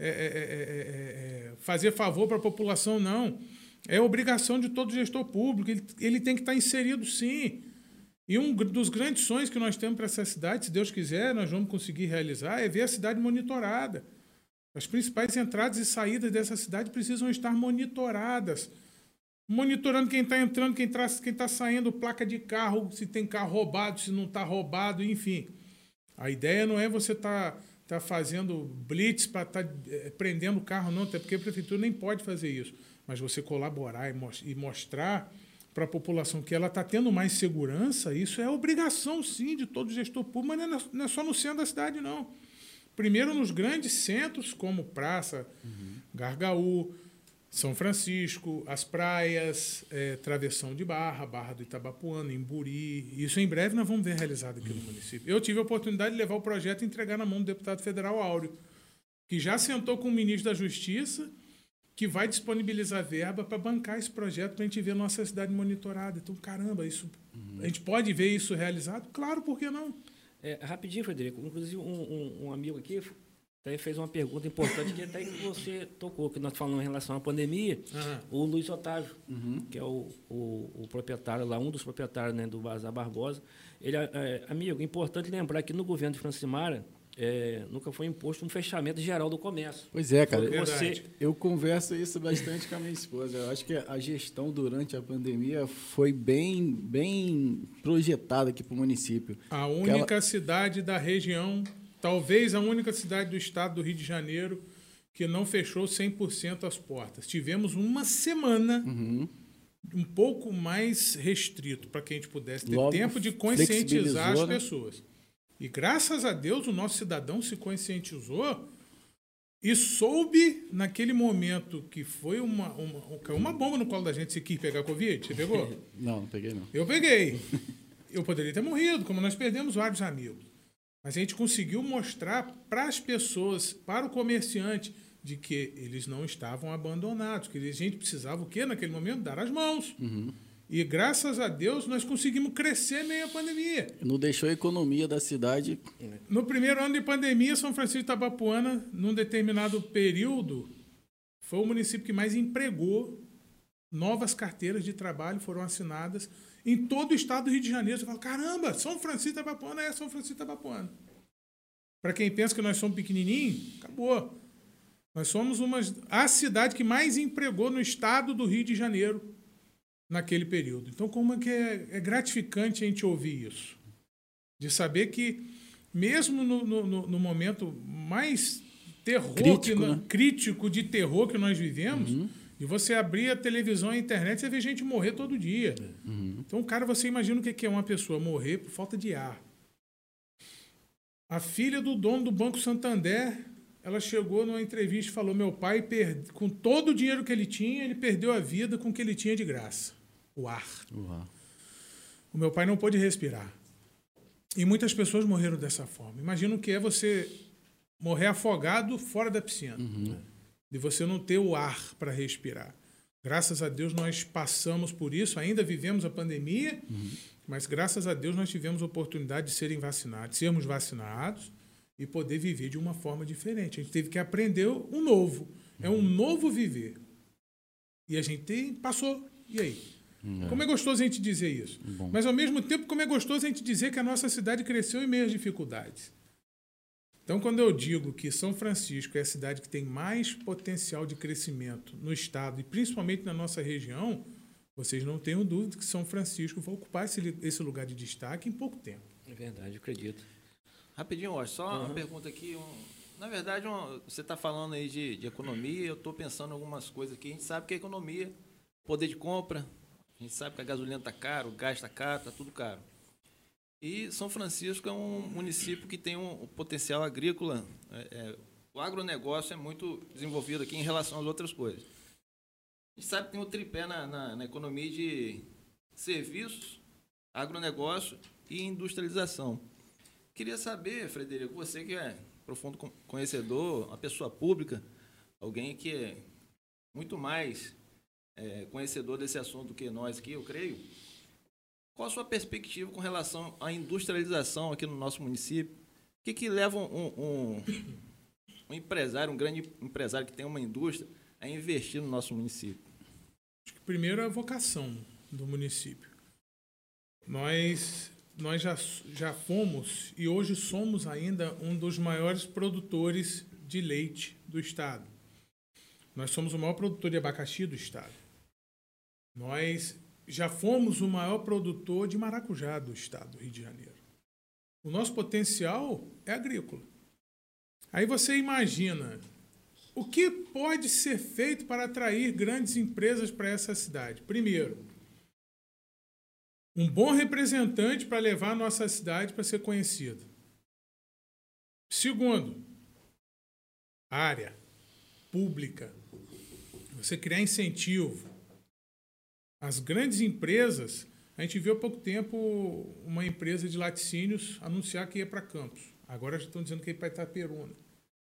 fazer favor para a população, não. É obrigação de todo gestor público. Ele tem que estar inserido, sim. E um dos grandes sonhos que nós temos para essa cidade, se Deus quiser, nós vamos conseguir realizar, é ver a cidade monitorada. As principais entradas e saídas dessa cidade precisam estar monitoradas. Monitorando quem está entrando, quem está saindo, placa de carro, se tem carro roubado, se não está roubado, enfim. A ideia não é você estar fazendo blitz para estar prendendo o carro, não, até porque a prefeitura nem pode fazer isso. Mas você colaborar e mostrar para a população que ela está tendo mais segurança, isso é obrigação, sim, de todo gestor público, mas não é só no centro da cidade, não. Primeiro nos grandes centros, como Praça, Gargaú, São Francisco, as praias, Travessão de Barra do Itabapuana, Imburi. Isso em breve nós vamos ver realizado aqui no município. Eu tive a oportunidade de levar o projeto e entregar na mão do deputado federal Áureo, que já sentou com o ministro da Justiça, que vai disponibilizar verba para bancar esse projeto para a gente ver a nossa cidade monitorada. Então, caramba, isso, a gente pode ver isso realizado? Claro, por que não?
Rapidinho, Frederico. Inclusive, um amigo aqui até fez uma pergunta importante que até que você tocou, que nós falamos em relação à pandemia. O Luiz Otávio, que é o proprietário lá, um dos proprietários, né, do Bazar Barbosa. Ele, amigo, é importante lembrar que no governo de Francimara nunca foi imposto um fechamento geral do comércio.
Pois é, cara. Eu converso isso bastante com a minha esposa. Eu acho que a gestão durante a pandemia foi bem projetada aqui para o município.
A única cidade da região, talvez a única cidade do estado do Rio de Janeiro, que não fechou 100% as portas. Tivemos uma semana um pouco mais restrito, para que a gente pudesse ter tempo de conscientizar as pessoas. E graças a Deus o nosso cidadão se conscientizou e soube, naquele momento que foi uma bomba no colo da gente, se quis pegar Covid. Você pegou?
Não peguei não.
Eu peguei. Eu poderia ter morrido, como nós perdemos vários amigos. Mas a gente conseguiu mostrar para as pessoas, para o comerciante, de que eles não estavam abandonados, que a gente precisava o quê naquele momento? Dar as mãos. E graças a Deus nós conseguimos crescer meio a pandemia.
Não deixou a economia da cidade.
No primeiro ano de pandemia, São Francisco de Itabapoana, num determinado período, foi o município que mais empregou. Novas carteiras de trabalho foram assinadas em todo o estado do Rio de Janeiro. Você fala, caramba, São Francisco de Itabapoana é São Francisco de Itabapoana. Para quem pensa que nós somos pequenininhos, acabou. Nós somos a cidade que mais empregou no estado do Rio de Janeiro naquele período. Então, como é que é gratificante a gente ouvir isso? De saber que, mesmo no momento mais crítico de terror que nós vivemos, e você abrir a televisão e a internet, você vê gente morrer todo dia. Então, cara, você imagina o que é uma pessoa morrer por falta de ar. A filha do dono do Banco Santander, ela chegou numa entrevista e falou, meu pai, com todo o dinheiro que ele tinha, ele perdeu a vida com o que ele tinha de graça. O ar. O meu pai não pôde respirar. E muitas pessoas morreram dessa forma. Imagina o que é você morrer afogado fora da piscina. De você não ter o ar para respirar. Graças a Deus nós passamos por isso, ainda vivemos a pandemia, mas graças a Deus nós tivemos a oportunidade de sermos vacinados e poder viver de uma forma diferente. A gente teve que aprender um novo. É um novo viver. E a gente passou. E aí? Como é gostoso a gente dizer isso. Mas, ao mesmo tempo, como é gostoso a gente dizer que a nossa cidade cresceu em meio às dificuldades. Então, quando eu digo que São Francisco é a cidade que tem mais potencial de crescimento no estado e principalmente na nossa região, vocês não tenham dúvida que São Francisco vai ocupar esse lugar de destaque em pouco tempo.
É verdade, eu acredito.
Rapidinho, só uma pergunta aqui. Na verdade, você está falando aí de economia, eu estou pensando em algumas coisas aqui. A gente sabe que a economia, poder de compra, a gente sabe que a gasolina está caro, o gás está caro, está tudo caro. E São Francisco é um município que tem um potencial agrícola. O agronegócio é muito desenvolvido aqui em relação às outras coisas. A gente sabe que tem um tripé na economia de serviços, agronegócio e industrialização. Queria saber, Frederico, você que é profundo conhecedor, uma pessoa pública, alguém que é muito mais conhecedor desse assunto do que nós aqui, eu creio. Qual a sua perspectiva com relação à industrialização aqui no nosso município? O que leva um empresário, um grande empresário que tem uma indústria, a investir no nosso município?
Acho que primeiro é a vocação do município. Nós já fomos e hoje somos ainda um dos maiores produtores de leite do estado. Nós somos o maior produtor de abacaxi do estado. Nós já fomos o maior produtor de maracujá do estado do Rio de Janeiro. O nosso potencial é agrícola. Aí você imagina o que pode ser feito para atrair grandes empresas para essa cidade. Primeiro, um bom representante para levar a nossa cidade para ser conhecida. Segundo, área pública. Você criar incentivo. As grandes empresas, a gente viu há pouco tempo uma empresa de laticínios anunciar que ia para Campos. Agora já estão dizendo que ia para Itaperuna.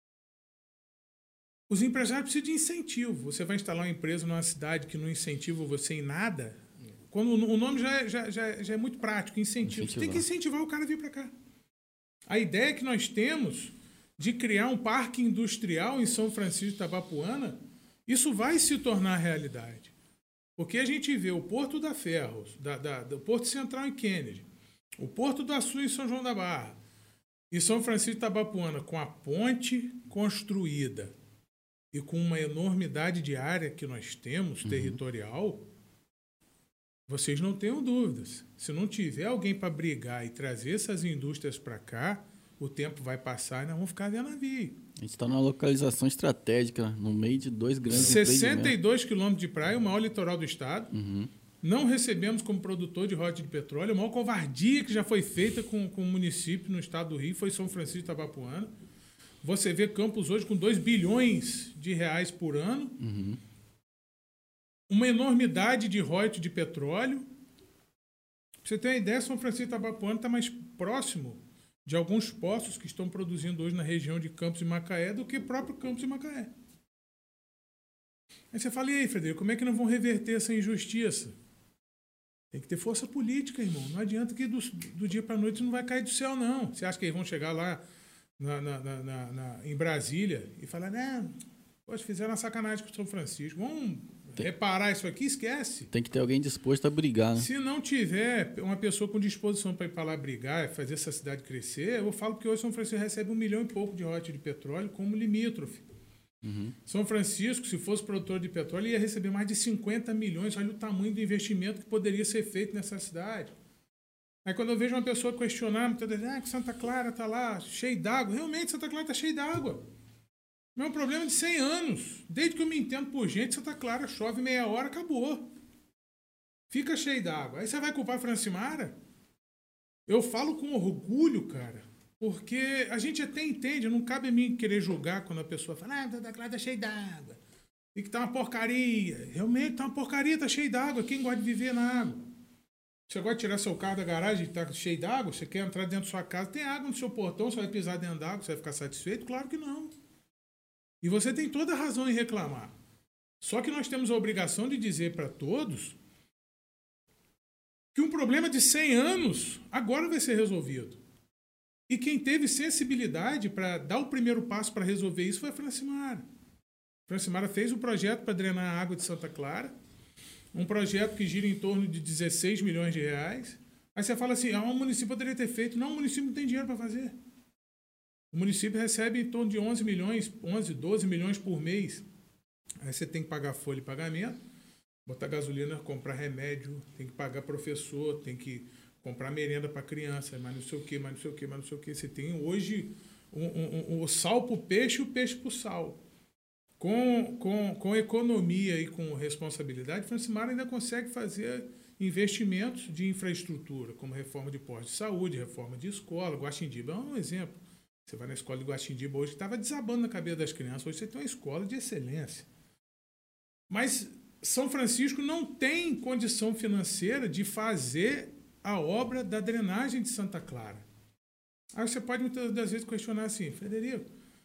Os empresários precisam de incentivo. Você vai instalar uma empresa numa cidade que não incentiva você em nada. Quando o nome já é muito prático, incentivo. Você tem que incentivar o cara a vir para cá. A ideia que nós temos de criar um parque industrial em São Francisco de Itabapuana, isso vai se tornar realidade. Porque a gente vê o Porto da Ferros, do Porto Central em Kennedy, o Porto do Açu em São João da Barra, e São Francisco de Itabapuana com a ponte construída e com uma enormidade de área que nós temos, territorial, vocês não tenham dúvidas. Se não tiver alguém para brigar e trazer essas indústrias para cá, o tempo vai passar e nós vamos ficar vendo navio.
A gente está numa localização estratégica, no meio de dois grandes
62 quilômetros de praia, o maior litoral do estado. Não recebemos como produtor de royalties de petróleo. A maior covardia que já foi feita com o município no estado do Rio foi São Francisco de Itabapuana. Você vê Campos hoje com 2 bilhões de reais por ano. Uma enormidade de royalties de petróleo. Pra você ter uma ideia, São Francisco de Itabapuana está mais próximo de alguns poços que estão produzindo hoje na região de Campos e Macaé do que próprio Campos e Macaé. Aí você fala, e aí, Frederico, como é que nós vamos reverter essa injustiça? Tem que ter força política, irmão. Não adianta que do dia para a noite não vai cair do céu, não. Você acha que eles vão chegar lá em Brasília e falar, né, poxa, fizeram uma sacanagem com o São Francisco. Vamos reparar isso aqui? Esquece.
Tem que ter alguém disposto a brigar, né?
Se não tiver uma pessoa com disposição para ir para lá brigar e fazer essa cidade crescer, eu falo que hoje São Francisco recebe 1 milhão e pouco de royalties de petróleo como limítrofe. São Francisco, se fosse produtor de petróleo, ia receber mais de 50 milhões. Olha o tamanho do investimento que poderia ser feito nessa cidade. Aí quando eu vejo uma pessoa questionar, muitas vezes, que Santa Clara está lá cheio d'água. Realmente, Santa Clara está cheio d'água. Não é um problema de 100 anos. Desde que eu me entendo por gente, Santa Clara chove meia hora, acabou. Fica cheio d'água. Aí você vai culpar a Francimara? Eu falo com orgulho, cara. Porque a gente até entende, não cabe a mim querer julgar quando a pessoa fala, Santa Clara está cheio d'água. E que tá uma porcaria. Realmente tá uma porcaria, tá cheio d'água. Quem gosta de viver na água? Você gosta de tirar seu carro da garagem e tá cheio d'água? Você quer entrar dentro da sua casa, tem água no seu portão, você vai pisar dentro d'água, você vai ficar satisfeito? Claro que não. E você tem toda a razão em reclamar. Só que nós temos a obrigação de dizer para todos que um problema de 100 anos agora vai ser resolvido. E quem teve sensibilidade para dar o primeiro passo para resolver isso foi a Francimara. A Francimara fez um projeto para drenar a água de Santa Clara, um projeto que gira em torno de 16 milhões de reais. Aí você fala assim, o município poderia ter feito. Não, o município não tem dinheiro para fazer. O município recebe em torno de 11 milhões, 11, 12 milhões por mês. Aí você tem que pagar folha de pagamento, botar gasolina, comprar remédio, tem que pagar professor, tem que comprar merenda para criança, mas não sei o quê, mas não sei o quê, mas não sei o quê. Você tem hoje o sal para o peixe e o peixe para o sal. Com economia e com responsabilidade, Francimara ainda consegue fazer investimentos de infraestrutura, como reforma de postos de saúde, reforma de escola. Guaxindiba é um exemplo. Você vai na escola de Guaxindiba hoje, que estava desabando na cabeça das crianças. Hoje você tem uma escola de excelência. Mas São Francisco não tem condição financeira de fazer a obra da drenagem de Santa Clara. Aí você pode muitas das vezes questionar assim, Frederico,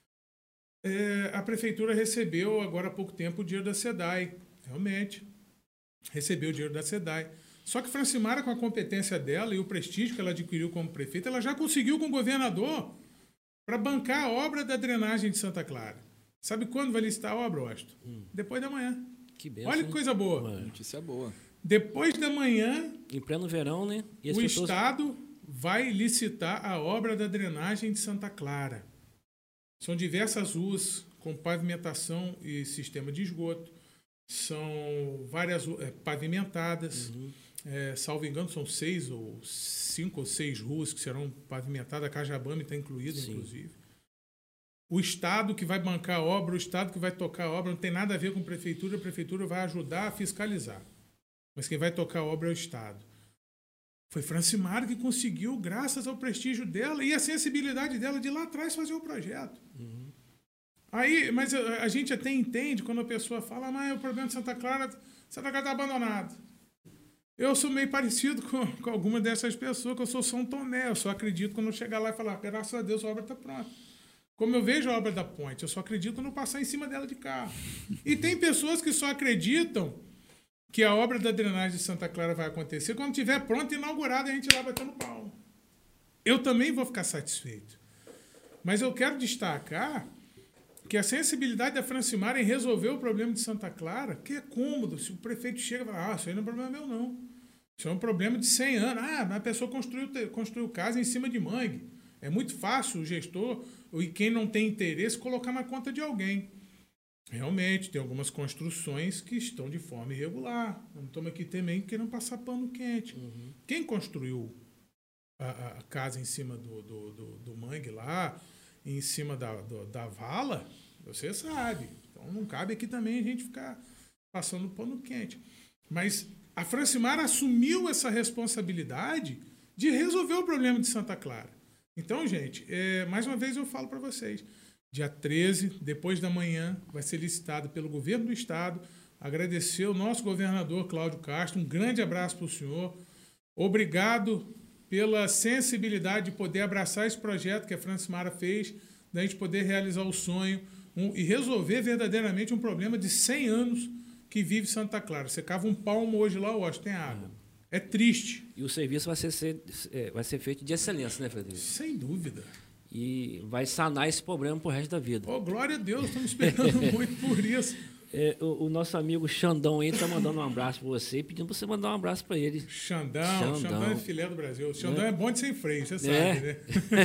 a prefeitura recebeu agora há pouco tempo o dinheiro da SEDAI. Realmente, recebeu o dinheiro da SEDAI. Só que Francimara, com a competência dela e o prestígio que ela adquiriu como prefeita, ela já conseguiu com o governador para bancar a obra da drenagem de Santa Clara. Sabe quando vai licitar a obra, Washington? Depois da manhã.
Que benção.
Olha que coisa boa.
Notícia boa.
Depois da manhã,
Em pleno verão, né? E as
o
pessoas...
Estado vai licitar a obra da drenagem de Santa Clara. São diversas ruas com pavimentação e sistema de esgoto. São várias pavimentadas. Salvo engano, são 5 ou 6 ruas que serão pavimentadas. A Cajabama está incluída, inclusive. O Estado que vai bancar a obra, o Estado que vai tocar a obra, não tem nada a ver com a prefeitura vai ajudar a fiscalizar. Mas quem vai tocar a obra é o Estado. Foi Francimara que conseguiu, graças ao prestígio dela e a sensibilidade dela de lá atrás fazer o projeto. Aí, mas a gente até entende quando a pessoa fala, mas o problema de Santa Clara está abandonado. Eu sou meio parecido com alguma dessas pessoas, que eu sou São Tomé. Eu só acredito quando eu chegar lá e falar, graças a Deus a obra está pronta. Como eu vejo a obra da ponte, eu só acredito quando eu passar em cima dela de carro. E tem pessoas que só acreditam que a obra da drenagem de Santa Clara vai acontecer quando estiver pronta e inaugurada, a gente lá batendo palma. Eu também vou ficar satisfeito. Mas eu quero destacar que a sensibilidade da Francimar em resolver o problema de Santa Clara, que é cômodo, se o prefeito chega e fala, isso aí não é um problema meu, não. Isso é um problema de 100 anos. Mas a pessoa construiu casa em cima de mangue. É muito fácil o gestor e quem não tem interesse colocar na conta de alguém. Realmente, tem algumas construções que estão de forma irregular. Não estamos aqui também querendo passar pano quente. Quem construiu a casa em cima do mangue lá, em cima da vala, você sabe. Então não cabe aqui também a gente ficar passando pano quente. Mas a Francimar assumiu essa responsabilidade de resolver o problema de Santa Clara. Então, gente, mais uma vez eu falo para vocês, dia 13, depois da manhã, vai ser licitado pelo governo do estado. Agradecer ao nosso governador Cláudio Castro, um grande abraço para o senhor. Obrigado pela sensibilidade de poder abraçar esse projeto que a Francimar fez, da gente poder realizar o sonho e resolver verdadeiramente um problema de 100 anos que vive Santa Clara. Você cava um palmo hoje lá, Washington, tem água. É triste.
E o serviço vai ser feito de excelência, né, Frederico?
Sem dúvida.
E vai sanar esse problema pro resto da vida.
Oh, glória a Deus, estamos esperando muito por isso.
O nosso amigo Xandão aí tá mandando um abraço para você e pedindo para você mandar um abraço para ele.
Xandão é filé do Brasil. Xandão é bom de sem freio, você sabe, né?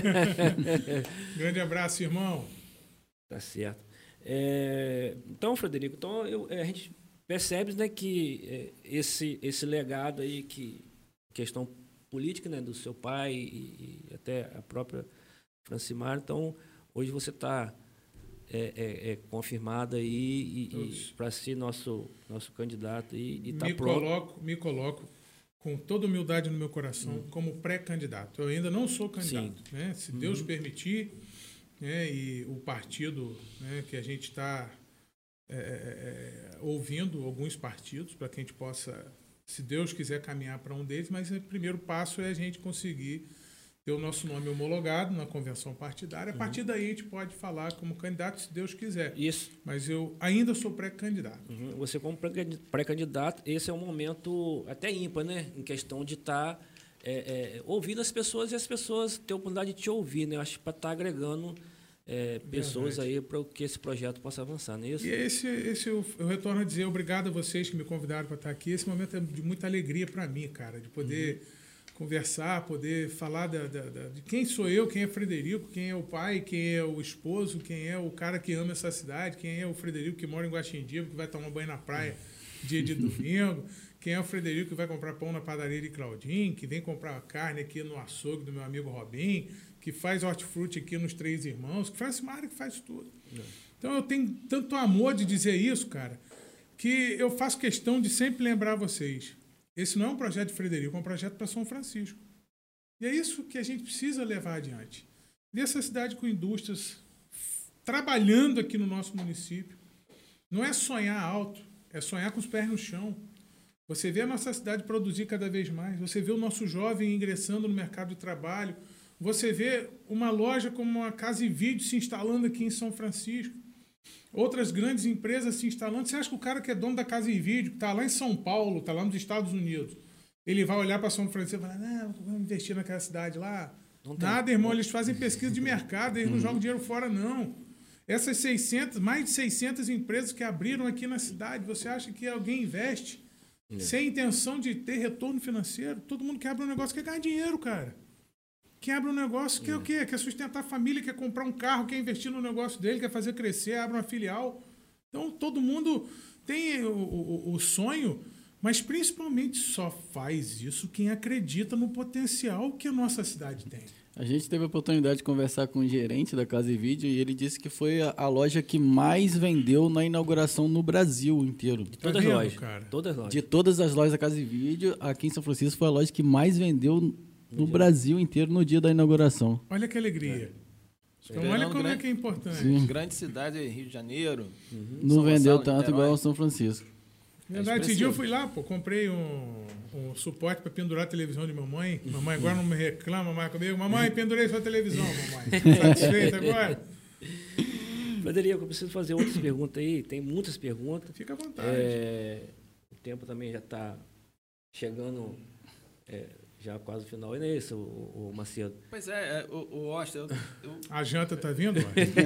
Grande abraço, irmão.
Tá certo. Então, Frederico, a gente percebe, né, que esse legado aí, que questão política, né, do seu pai e até a própria Francimar, então hoje você está confirmado aí para ser nosso candidato e está pronto.
Me coloco com toda humildade no meu coração como pré-candidato. Eu ainda não sou candidato, né? Se Deus permitir, né, e o partido, né, que a gente está ouvindo alguns partidos para que a gente possa, se Deus quiser, caminhar para um deles, mas o primeiro passo é a gente conseguir ter o nosso nome homologado na convenção partidária. A partir daí a gente pode falar como candidato, se Deus quiser.
Isso.
Mas eu ainda sou pré-candidato.
Você como pré-candidato, esse é um momento até ímpar, né? Em questão de estar ouvindo as pessoas e as pessoas ter a oportunidade de te ouvir, né? Eu acho que para estar agregando pessoas aí para que esse projeto possa avançar, não é isso?
E eu retorno a dizer obrigado a vocês que me convidaram para estar aqui. Esse momento é de muita alegria para mim, cara, de poder conversar, poder falar de quem sou eu, quem é Frederico, quem é o pai, quem é o esposo, quem é o cara que ama essa cidade, quem é o Frederico que mora em Guaxindiba, que vai tomar banho na praia dia de domingo, quem é o Frederico que vai comprar pão na padaria de Claudinho, que vem comprar carne aqui no açougue do meu amigo Robin, que faz hortifruti aqui nos Três Irmãos, que Francimar que faz tudo. Então eu tenho tanto amor de dizer isso, cara, que eu faço questão de sempre lembrar vocês. Esse não é um projeto de Frederico, é um projeto para São Francisco. E é isso que a gente precisa levar adiante. Dessa cidade com indústrias trabalhando aqui no nosso município. Não é sonhar alto, é sonhar com os pés no chão. Você vê a nossa cidade produzir cada vez mais. Você vê o nosso jovem ingressando no mercado de trabalho. Você vê uma loja como a Casa e Vídeo se instalando aqui em São Francisco. Outras grandes empresas se instalando. Você acha que o cara que é dono da Casa e Vídeo, que está lá em São Paulo, está lá nos Estados Unidos, ele vai olhar para São Francisco e falar, não, vamos investir naquela cidade lá? Nada, irmão, eles fazem pesquisa de mercado, eles não jogam dinheiro fora, não. Essas mais de 600 empresas que abriram aqui na cidade, você acha que alguém investe sem intenção de ter retorno financeiro? Todo mundo que abre um negócio quer ganhar dinheiro, cara. Quem abre um negócio quer o quê? Quer sustentar a família, quer comprar um carro, quer investir no negócio dele, quer fazer crescer, abre uma filial. Então, todo mundo tem o sonho, mas principalmente só faz isso quem acredita no potencial que a nossa cidade tem.
A gente teve a oportunidade de conversar com o gerente da Casa e Vídeo e ele disse que foi a loja que mais vendeu na inauguração no Brasil inteiro.
De todas as lojas, cara. Todas as lojas.
De todas as lojas da Casa e Vídeo, aqui em São Francisco foi a loja que mais vendeu no Brasil inteiro no dia da inauguração.
Olha que alegria. Então, olha como é que é importante.
Sim.
Grande cidade, Rio de Janeiro.
Não vendeu tanto igual ao São Francisco.
Na verdade, esse dia eu fui lá, comprei um suporte para pendurar a televisão de mamãe. Mamãe agora não me reclama mais comigo. Mamãe, pendurei sua televisão, mamãe. Satisfeita agora?
Frederico, eu preciso fazer outras perguntas aí. Tem muitas perguntas.
Fica à vontade.
O tempo também já está chegando... Já quase o final. E não é isso, o Macedo?
Pois é, o Oster,
A janta tá vindo?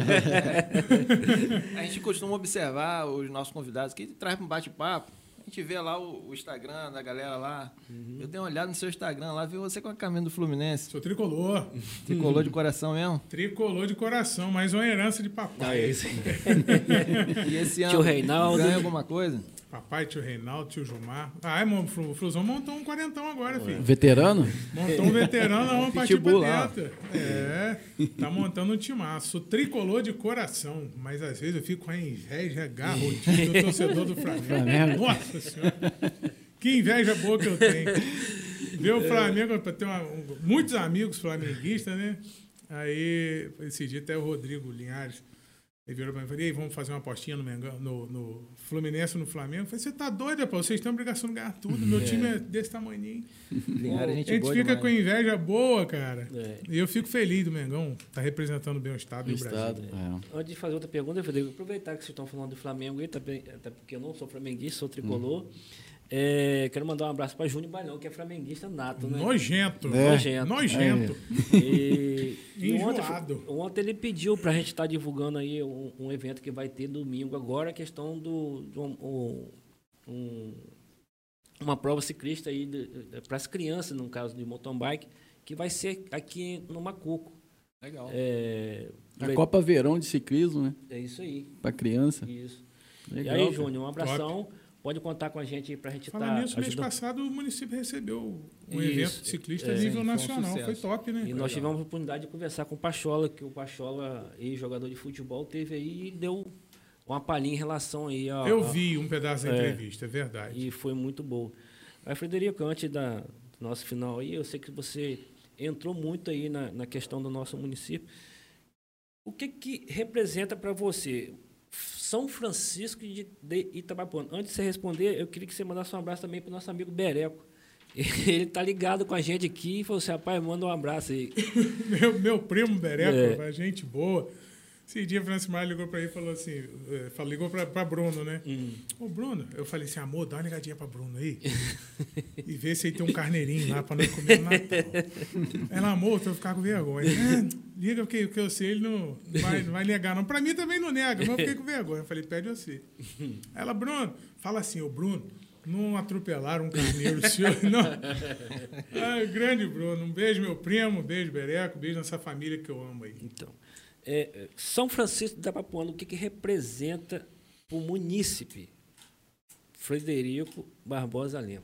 a gente costuma observar os nossos convidados que traz para um bate-papo. A gente vê lá o Instagram da galera lá. Eu dei uma olhada no seu Instagram lá, vi você com a camisa do Fluminense.
Sou tricolor.
Tricolor de coração mesmo?
Tricolor de coração, mais uma herança de papai.
É isso aí.
E esse ano
Tio Reinaldo.
ganha alguma coisa?
Papai, tio Reinaldo, tio Gilmar. O Flusão montou um quarentão agora, filho.
Veterano?
Montou um veterano, nós vamos partir
Pitbull
pra
lá.
dentro. Tá montando um timaço. Sou tricolor de coração, mas às vezes eu fico com a inveja garrotinha do torcedor do Flamengo. Nossa Senhora, que inveja boa que eu tenho. Ver o Flamengo, para ter muitos amigos flamenguistas, né? Aí, esse dia até o Rodrigo Linhares, ele virou para mim e falou, vamos fazer uma apostinha no Fluminense no Flamengo. Eu falei, você tá doido, pô? Vocês têm obrigação de ganhar tudo. Meu time é desse tamanhinho.
Linhares,
A
gente
gente
boa
fica
demais.
com inveja boa, cara.
É.
E eu fico feliz do Mengão tá representando bem o Estado e o
Estado.
Brasil.
É.
Antes de fazer outra pergunta, Frederico, aproveitar que vocês estão falando do Flamengo aí, até porque eu não sou flamenguista, sou tricolor. Quero mandar um abraço para Júnior Balhão, que é flamenguista nato, né?
Nojento.
Nojento.
Nojento.
E
Enjoado.
ontem ele pediu para a gente estar divulgando aí um evento que vai ter domingo agora, a questão uma prova ciclista aí para as crianças, no caso de mountain bike, que vai ser aqui no Macuco.
Legal.
A Copa Verão de Ciclismo, né?
É isso aí.
Para criança.
Isso.
Legal,
e aí,
cara.
Júnior, um abração. Pode contar com a gente para a gente estar
Falando nisso, mês
ajudando.
passado o município recebeu um
Isso.
evento ciclista a
Sim,
nível
foi um
nacional.
sucesso.
Foi top, né?
E nós tivemos a oportunidade de conversar com o Pachola, que o Pachola, ex-jogador de futebol, teve aí e deu uma palhinha em relação aí a...
Eu vi um pedaço da entrevista, é verdade.
E foi muito bom. Aí, Frederico, antes do nosso final aí, eu sei que você entrou muito aí na questão do nosso município. O que representa para você São Francisco de Itabapoana? Antes de você responder, eu queria que você mandasse um abraço também para o nosso amigo Bereco. Ele tá ligado com a gente aqui e falou assim, rapaz, manda um abraço aí.
Meu primo Bereco, gente boa. Esse dia, Francimar ligou para ele e falou assim, ligou para Bruno, né? Ô, Bruno, eu falei assim, amor, dá uma ligadinha para Bruno aí e vê se aí tem um carneirinho lá para nós comer no Natal. Ela, amor, tu vai ficar com vergonha. Liga, porque eu sei, ele não vai negar, não. Para mim também não nega, mas eu fiquei com vergonha. Eu falei, pede você. Ela, Bruno, fala assim, ô, Bruno, não atropelaram um carneiro, senhor, não. Grande Bruno, um beijo, meu primo, um beijo, Bereco, um beijo nessa família que eu amo aí.
Então, São Francisco de Itabapoana, o que representa para o munícipe Frederico Barbosa Lima?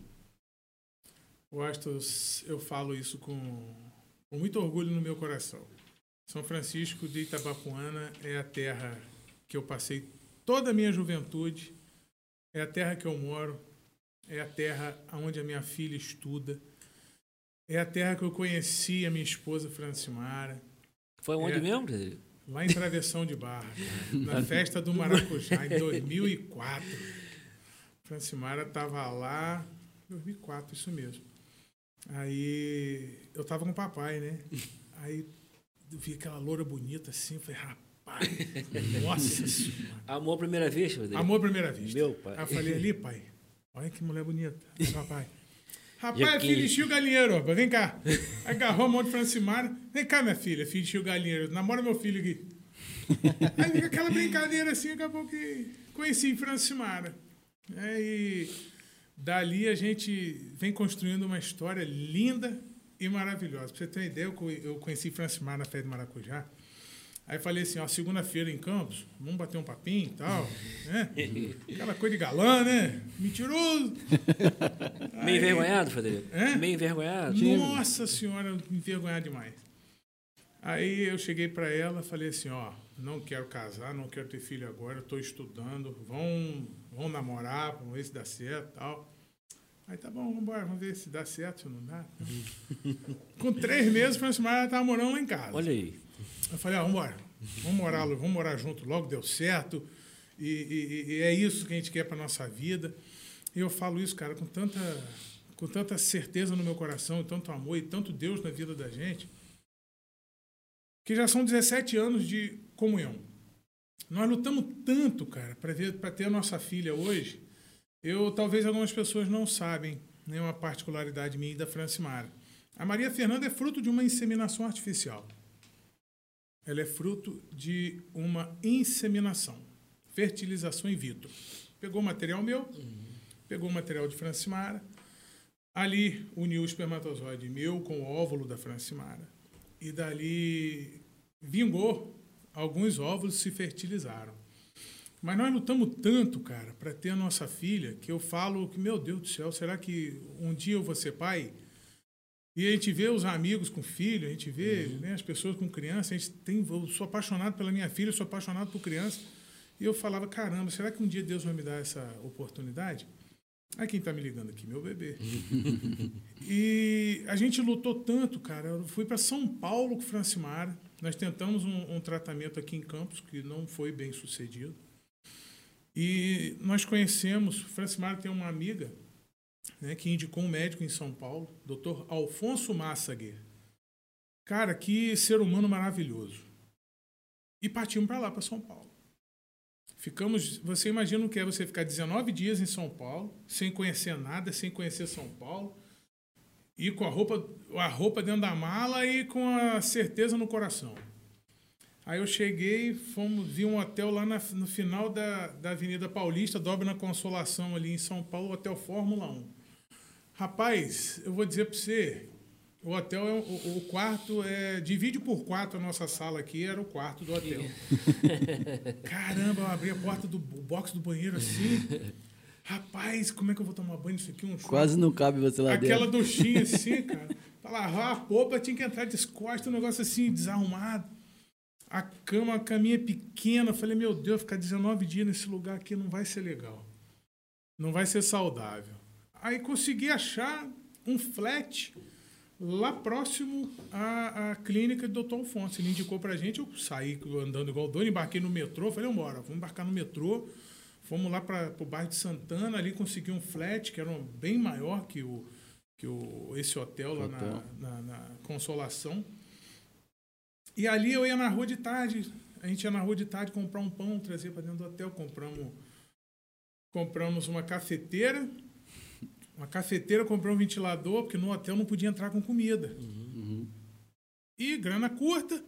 Eu falo isso com muito orgulho no meu coração. São Francisco de Itabapoana é a terra que eu passei toda a minha juventude, é a terra que eu moro, é a terra onde a minha filha estuda, é a terra que eu conheci a minha esposa Francimara.
Foi onde mesmo, Frederico?
Lá em Travessão de Barra, na festa do Maracujá, em 2004. Francimara estava lá, 2004, isso mesmo. Aí eu estava com o papai, né? Aí eu vi aquela loura bonita assim, eu falei, rapaz, nossa senhora.
Amor à primeira vez, Frederico?
Amor à primeira vista.
Meu pai.
Aí eu falei, ali, pai, olha que mulher bonita. Aí, papai.
E
Rapaz,
aqui?
filho de Chico Galinheiro, rapaz, vem cá. Agarrou a mão de Francimara. Vem cá, minha filha, filho de Chico Galinheiro, namora meu filho aqui. Aí fica aquela brincadeira assim, acabou que conheci Francimara. E dali a gente vem construindo uma história linda e maravilhosa. Pra você ter uma ideia, eu conheci Francimara na festa do Maracujá. Aí falei assim, ó, segunda-feira em Campos, vamos bater um papinho e tal, né? Aquela coisa de galã, né? Mentiroso.
Meio envergonhado, Frederico?
É?
Meio envergonhado?
Nossa senhora, envergonhado demais. Aí eu cheguei para ela, falei assim, ó, não quero casar, não quero ter filho agora, estou estudando, vão namorar, vamos ver se dá certo e tal. Aí tá bom, vamos embora, vamos ver se dá certo, se não dá. Com 3 meses, o Francimar estava morando lá em casa.
Olha aí.
Eu falei, vamos embora, vamos morar junto, logo deu certo, e é isso que a gente quer para nossa vida. E eu falo isso, cara, com tanta certeza no meu coração, e tanto amor, e tanto Deus na vida da gente, que já são 17 anos de comunhão. Nós lutamos tanto, cara, para ter a nossa filha hoje. Talvez algumas pessoas não sabem nenhuma particularidade minha e da Francimara. A Maria Fernanda é fruto de uma inseminação artificial. Ela é fruto de uma inseminação, fertilização in vitro. Pegou o material meu, pegou o material de Francimara, ali uniu o espermatozoide meu com o óvulo da Francimara. E dali vingou, alguns óvulos se fertilizaram. Mas nós lutamos tanto, cara, para ter a nossa filha, que eu falo que, meu Deus do céu, será que um dia eu vou ser pai? E a gente vê os amigos com filho, a gente vê né, as pessoas com criança, eu sou apaixonado pela minha filha, eu sou apaixonado por criança. E eu falava, caramba, será que um dia Deus vai me dar essa oportunidade? Aí quem está me ligando aqui? Meu bebê. E a gente lutou tanto, cara. Eu fui para São Paulo com Francimara. Nós tentamos um tratamento aqui em Campos, que não foi bem sucedido. E nós conhecemos, Francimara tem uma amiga, né, que indicou um médico em São Paulo, Dr. Alfonso Massaguer. Cara, que ser humano maravilhoso. E partimos para lá, para São Paulo. Ficamos, você imagina o que é você ficar 19 dias em São Paulo, sem conhecer nada, sem conhecer São Paulo, e com a roupa dentro da mala e com a certeza no coração. Aí eu cheguei, vi um hotel lá no final da Avenida Paulista, dobra na Consolação ali em São Paulo, Hotel Fórmula 1. Rapaz, eu vou dizer para você, o hotel, o quarto, divide por 4 a nossa sala aqui, era o quarto do hotel. Caramba, eu abri a porta do box do banheiro assim. Rapaz, como é que eu vou tomar banho nisso aqui?
Quase não cabe você lá dentro.
Aquela duchinha assim, cara. Pra lavar a polpa, tinha que entrar descosta, um negócio assim, desarrumado. A caminha pequena. Eu falei, meu Deus, ficar 19 dias nesse lugar aqui não vai ser legal. Não vai ser saudável. Aí consegui achar um flat lá próximo à clínica do Dr. Alfonso. Ele indicou pra gente, eu saí andando igual doido, embarquei no metrô, falei, vamos embarcar no metrô. Fomos lá para o bairro de Santana, ali consegui um flat, que era bem maior que esse hotel lá na Consolação. E ali eu ia na rua de tarde, a gente ia na rua de tarde comprar um pão, trazer para dentro do hotel, compramos uma cafeteira, comprei um ventilador, porque no hotel não podia entrar com comida. E grana curta,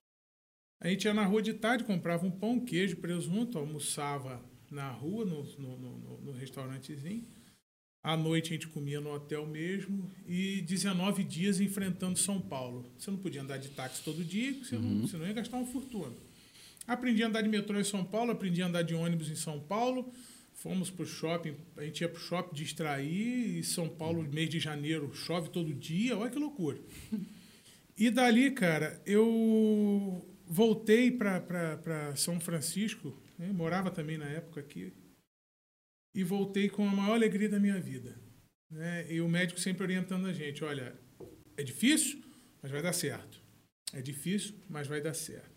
a gente ia na rua de tarde, comprava um pão, queijo, presunto, almoçava na rua, no restaurantezinho. À noite a gente comia no hotel mesmo. E 19 dias enfrentando São Paulo. Você não podia andar de táxi todo dia, você não ia gastar uma fortuna. Aprendi a andar de metrô em São Paulo, aprendi a andar de ônibus em São Paulo. Fomos pro shopping, a gente ia pro shopping distrair. E São Paulo, mês de janeiro, chove todo dia. Olha que loucura. E dali, cara, eu voltei para São Francisco, né? Morava também na época aqui, e voltei com a maior alegria da minha vida, né? E o médico sempre orientando a gente, olha, é difícil, mas vai dar certo. É difícil, mas vai dar certo.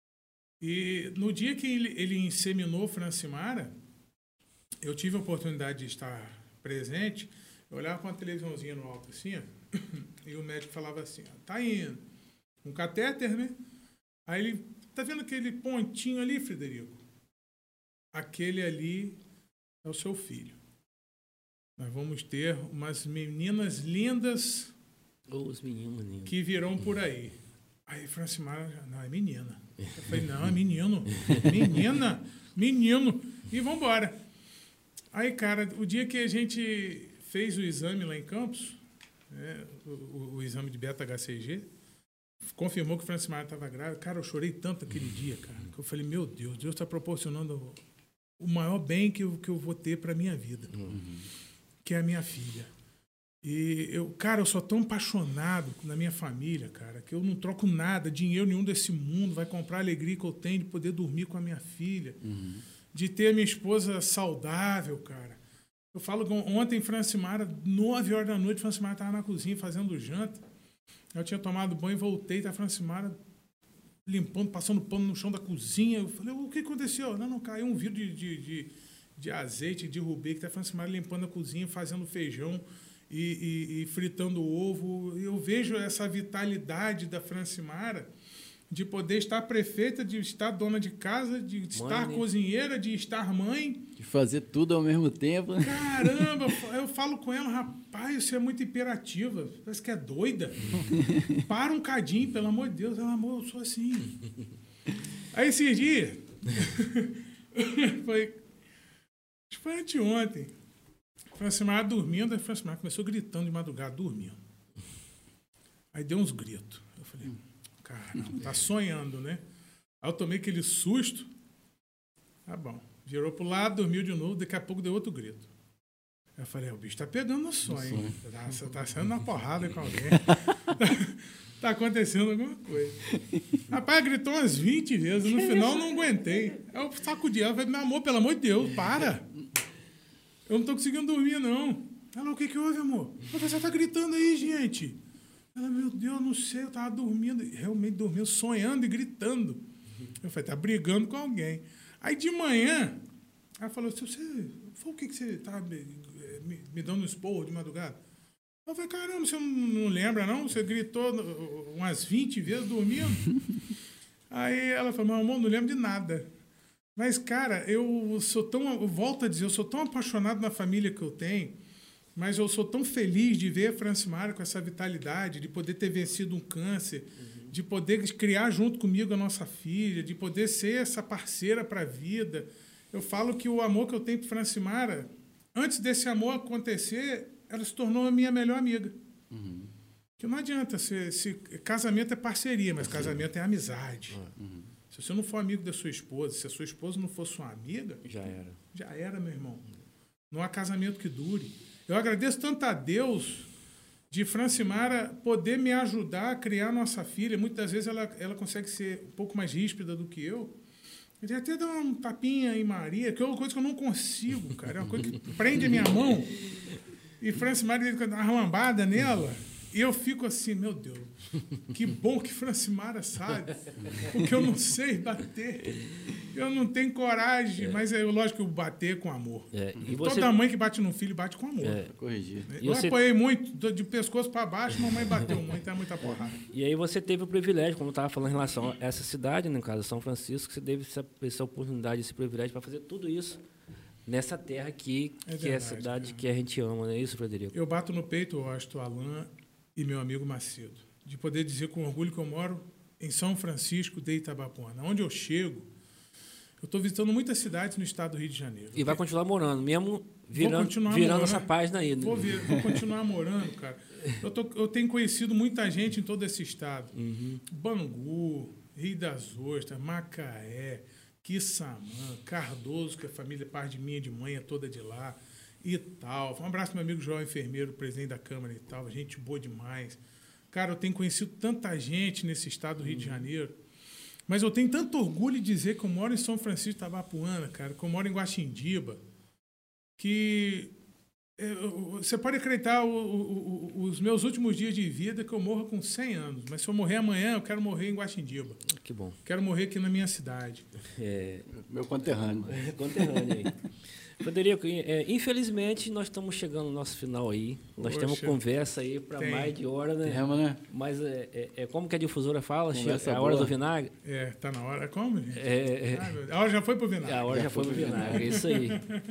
E no dia que ele inseminou Francimara, eu tive a oportunidade de estar presente. Eu olhava com uma televisãozinha no alto assim, ó, e o médico falava assim, ó, tá indo, um catéter, né? Aí ele, tá vendo aquele pontinho ali, Frederico? Aquele ali é o seu filho. Nós vamos ter umas meninas lindas
Os meninos lindos
que virão por aí. Aí Francimara, não, é menina. Eu falei, não, é menino. Menino. E vamos embora. Aí, cara, o dia que a gente fez o exame lá em Campos, né, o exame de beta-HCG, confirmou que o Francimara estava grávida. Cara, eu chorei tanto aquele dia, cara, que eu falei, meu Deus está proporcionando o maior bem que eu vou ter para minha vida, que é a minha filha. E eu sou tão apaixonado na minha família, cara, que eu não troco nada, dinheiro nenhum desse mundo vai comprar a alegria que eu tenho de poder dormir com a minha filha, de ter a minha esposa saudável, cara. Eu falo que ontem, Francimara, 9 horas da noite, Francimara estava na cozinha fazendo janta. Eu tinha tomado banho, voltei, tá a Francimara limpando, passando pano no chão da cozinha. Eu falei, o que aconteceu? Não, caiu um vidro de azeite, derrubei, que tá a Francimara limpando a cozinha, fazendo feijão e fritando ovo. Eu vejo essa vitalidade da Francimara de poder estar prefeita, de estar dona de casa, de estar cozinheira, de estar mãe.
De fazer tudo ao mesmo tempo.
Caramba, eu falo com ela, rapaz, você é muito imperativa, parece que é doida. Para um cadinho, pelo amor de Deus. Ela, amor, eu sou assim. Aí esses dias, acho que foi anteontem, a Francimar dormindo, a Francimar começou gritando de madrugada, dormindo. Aí deu uns gritos. Eu falei, caramba, tá sonhando, né? Aí eu tomei aquele susto. Tá bom. Virou pro lado, dormiu de novo, daqui a pouco deu outro grito. Eu falei, o bicho tá pegando no sonho. Você tá saindo na porrada com alguém. Tá acontecendo alguma coisa. Rapaz, gritou umas 20 vezes. No final, não aguentei. Eu sacudi ela. Falei, meu amor, pelo amor de Deus, para. Eu não tô conseguindo dormir, não. Ela, o que houve, amor? Você tá gritando aí, gente. Ela, meu Deus, não sei, eu tava dormindo. Realmente dormindo, sonhando e gritando. Eu falei, tá brigando com alguém. Aí, de manhã, ela falou, o que você tá me dando um esporro de madrugada? Eu falei, caramba, você não lembra, não? Você gritou umas 20 vezes dormindo? Aí ela falou, meu amor, não lembro de nada. Mas, cara, eu volto a dizer, eu sou tão apaixonado na família que eu tenho, mas eu sou tão feliz de ver a Francimara com essa vitalidade, de poder ter vencido um câncer, de poder criar junto comigo a nossa filha, de poder ser essa parceira para a vida. Eu falo que o amor que eu tenho por Francimara, antes desse amor acontecer, ela se tornou a minha melhor amiga. Que não adianta, casamento é parceria, mas casamento é amizade. Se você não for amigo da sua esposa, se a sua esposa não for sua amiga... Já era. Já era, meu irmão. Não há casamento que dure. Eu agradeço tanto a Deus de Francimara poder me ajudar a criar nossa filha. Muitas vezes ela consegue ser um pouco mais ríspida do que eu. Ele até dá um tapinha em Maria, que é uma coisa que eu não consigo, cara. É uma coisa que prende a minha mão. E Francimara dá uma arrambada nela. E eu fico assim, meu Deus, que bom que Francimara sabe, porque eu não sei bater. Eu não tenho coragem, mas é lógico que eu bater com amor. E toda mãe que bate no filho bate com amor.
Corrigir.
Eu apoiei muito, de pescoço para baixo, mamãe bateu muito, é muita porrada.
E aí você teve o privilégio, como eu estava falando em relação a essa cidade, no caso São Francisco, você teve essa oportunidade, esse privilégio para fazer tudo isso nessa terra aqui, que é a cidade que a gente ama, não é isso, Frederico?
Eu bato no peito, eu acho, Alain e meu amigo Macedo, de poder dizer com orgulho que eu moro em São Francisco de Itabapoana. Onde eu chego, eu estou visitando muitas cidades no estado do Rio de Janeiro.
E vai continuar morando, mesmo virando essa página aí.
Vou continuar morando, cara. Eu tenho conhecido muita gente em todo esse estado. Bangu, Rio das Ostras, Macaé, Quissamã, Cardoso, que a família, parte de minha e de mãe, é toda de lá. E tal. Um abraço pro meu amigo João Enfermeiro, presidente da Câmara e tal. Gente boa demais. Cara, eu tenho conhecido tanta gente nesse estado do Rio de Janeiro. Mas eu tenho tanto orgulho de dizer que eu moro em São Francisco de Itabapoana, cara, que eu moro em Guaxindiba, que você pode acreditar os meus últimos dias de vida que eu morro com 100 anos. Mas se eu morrer amanhã, eu quero morrer em Guaxindiba.
Que bom.
Quero morrer aqui na minha cidade.
Meu conterrâneo.
Conterrâneo aí. Frederico, infelizmente nós estamos chegando no nosso final aí. Nós temos conversa aí para mais de hora, né?
Né?
Mas como que a difusora fala? É a hora do vinagre?
Tá na hora. Como, gente? A hora já foi pro vinagre.
A hora já foi pro vinagre, é isso aí.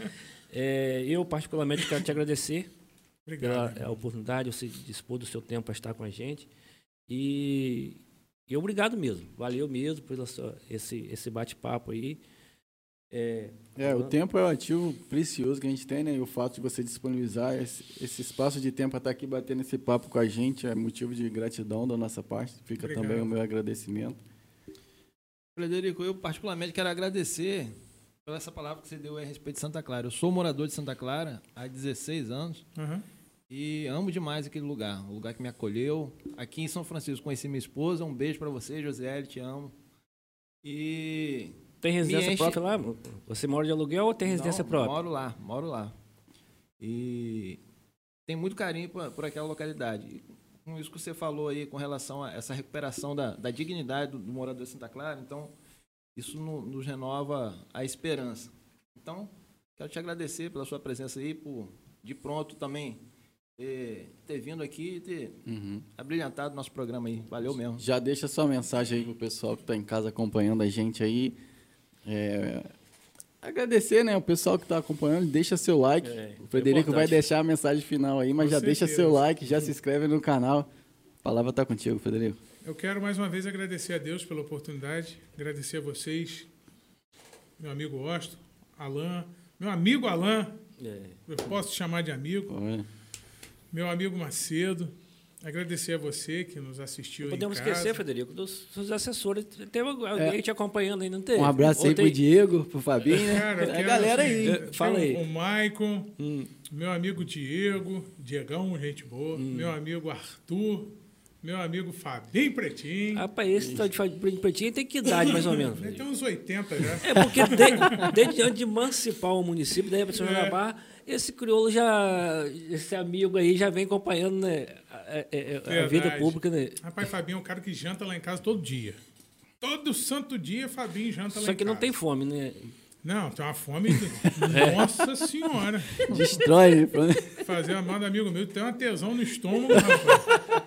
Eu, particularmente, quero te agradecer pela oportunidade, você dispor do seu tempo para estar com a gente. E obrigado mesmo. Valeu mesmo por esse bate-papo aí.
O tempo é um ativo precioso que a gente tem, né? E o fato de você disponibilizar esse espaço de tempo para estar aqui batendo esse papo com a gente é motivo de gratidão da nossa parte. Fica também o meu agradecimento.
Frederico, eu particularmente quero agradecer pela essa palavra que você deu a respeito de Santa Clara. Eu sou morador de Santa Clara há 16 anos e amo demais aquele lugar, o lugar que me acolheu. Aqui em São Francisco conheci minha esposa. Um beijo para você, Josiele, te amo. E...
Tem residência própria lá? Você mora de aluguel ou tem residência própria?
Moro lá. E tem muito carinho por aquela localidade. E com isso que você falou aí, com relação a essa recuperação da dignidade do morador de Santa Clara, então, isso nos renova a esperança. Então, quero te agradecer pela sua presença aí, por de pronto também ter vindo aqui e ter abrilhantado nosso programa aí. Valeu mesmo.
Já deixa sua mensagem aí pro pessoal que está em casa acompanhando a gente aí. Agradecer, né, o pessoal que está acompanhando, deixa seu like. O Frederico vai deixar a mensagem final aí, mas
Com
já
certeza.
deixa seu like, já se inscreve no canal. A palavra está contigo, Frederico.
Eu quero mais uma vez agradecer a Deus pela oportunidade, agradecer a vocês, meu amigo Osto, Alan, meu amigo Alan, eu posso te chamar de amigo, meu amigo Macedo, agradecer a você que nos assistiu em casa.
Podemos esquecer, Frederico, dos seus assessores. Tem alguém te acompanhando aí, não tem?
Um abraço aí pro Diego, pro Fabinho, né?
Cara, eu
A
quero,
galera
assim,
aí.
Fala aí.
O Maicon, meu amigo Diegão, gente boa, meu amigo Arthur, meu amigo Fabinho Pretinho.
Rapaz, esse tal de Pretinho tem que idade, mais ou menos?
Ele tem uns 80 já.
É porque desde antes de emancipar o município, daí para São João da Barra, esse crioulo esse amigo aí já vem acompanhando, né, a vida pública, né?
Rapaz, Fabinho é um cara que janta lá em casa todo dia. Todo santo dia, Fabinho janta lá em casa.
Só que não tem fome, né?
Não, tem uma fome. Nossa Senhora.
Destrói.
Fazer a mão do amigo meu, tem uma tesão no estômago, rapaz.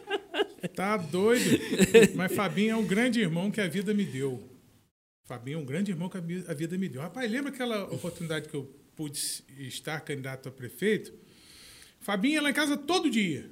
Tá doido. Mas Fabinho é um grande irmão que a vida me deu. Fabinho é um grande irmão que a vida me deu. Rapaz, lembra aquela oportunidade que eu pude estar candidato a prefeito? Fabinho ia lá em casa todo dia.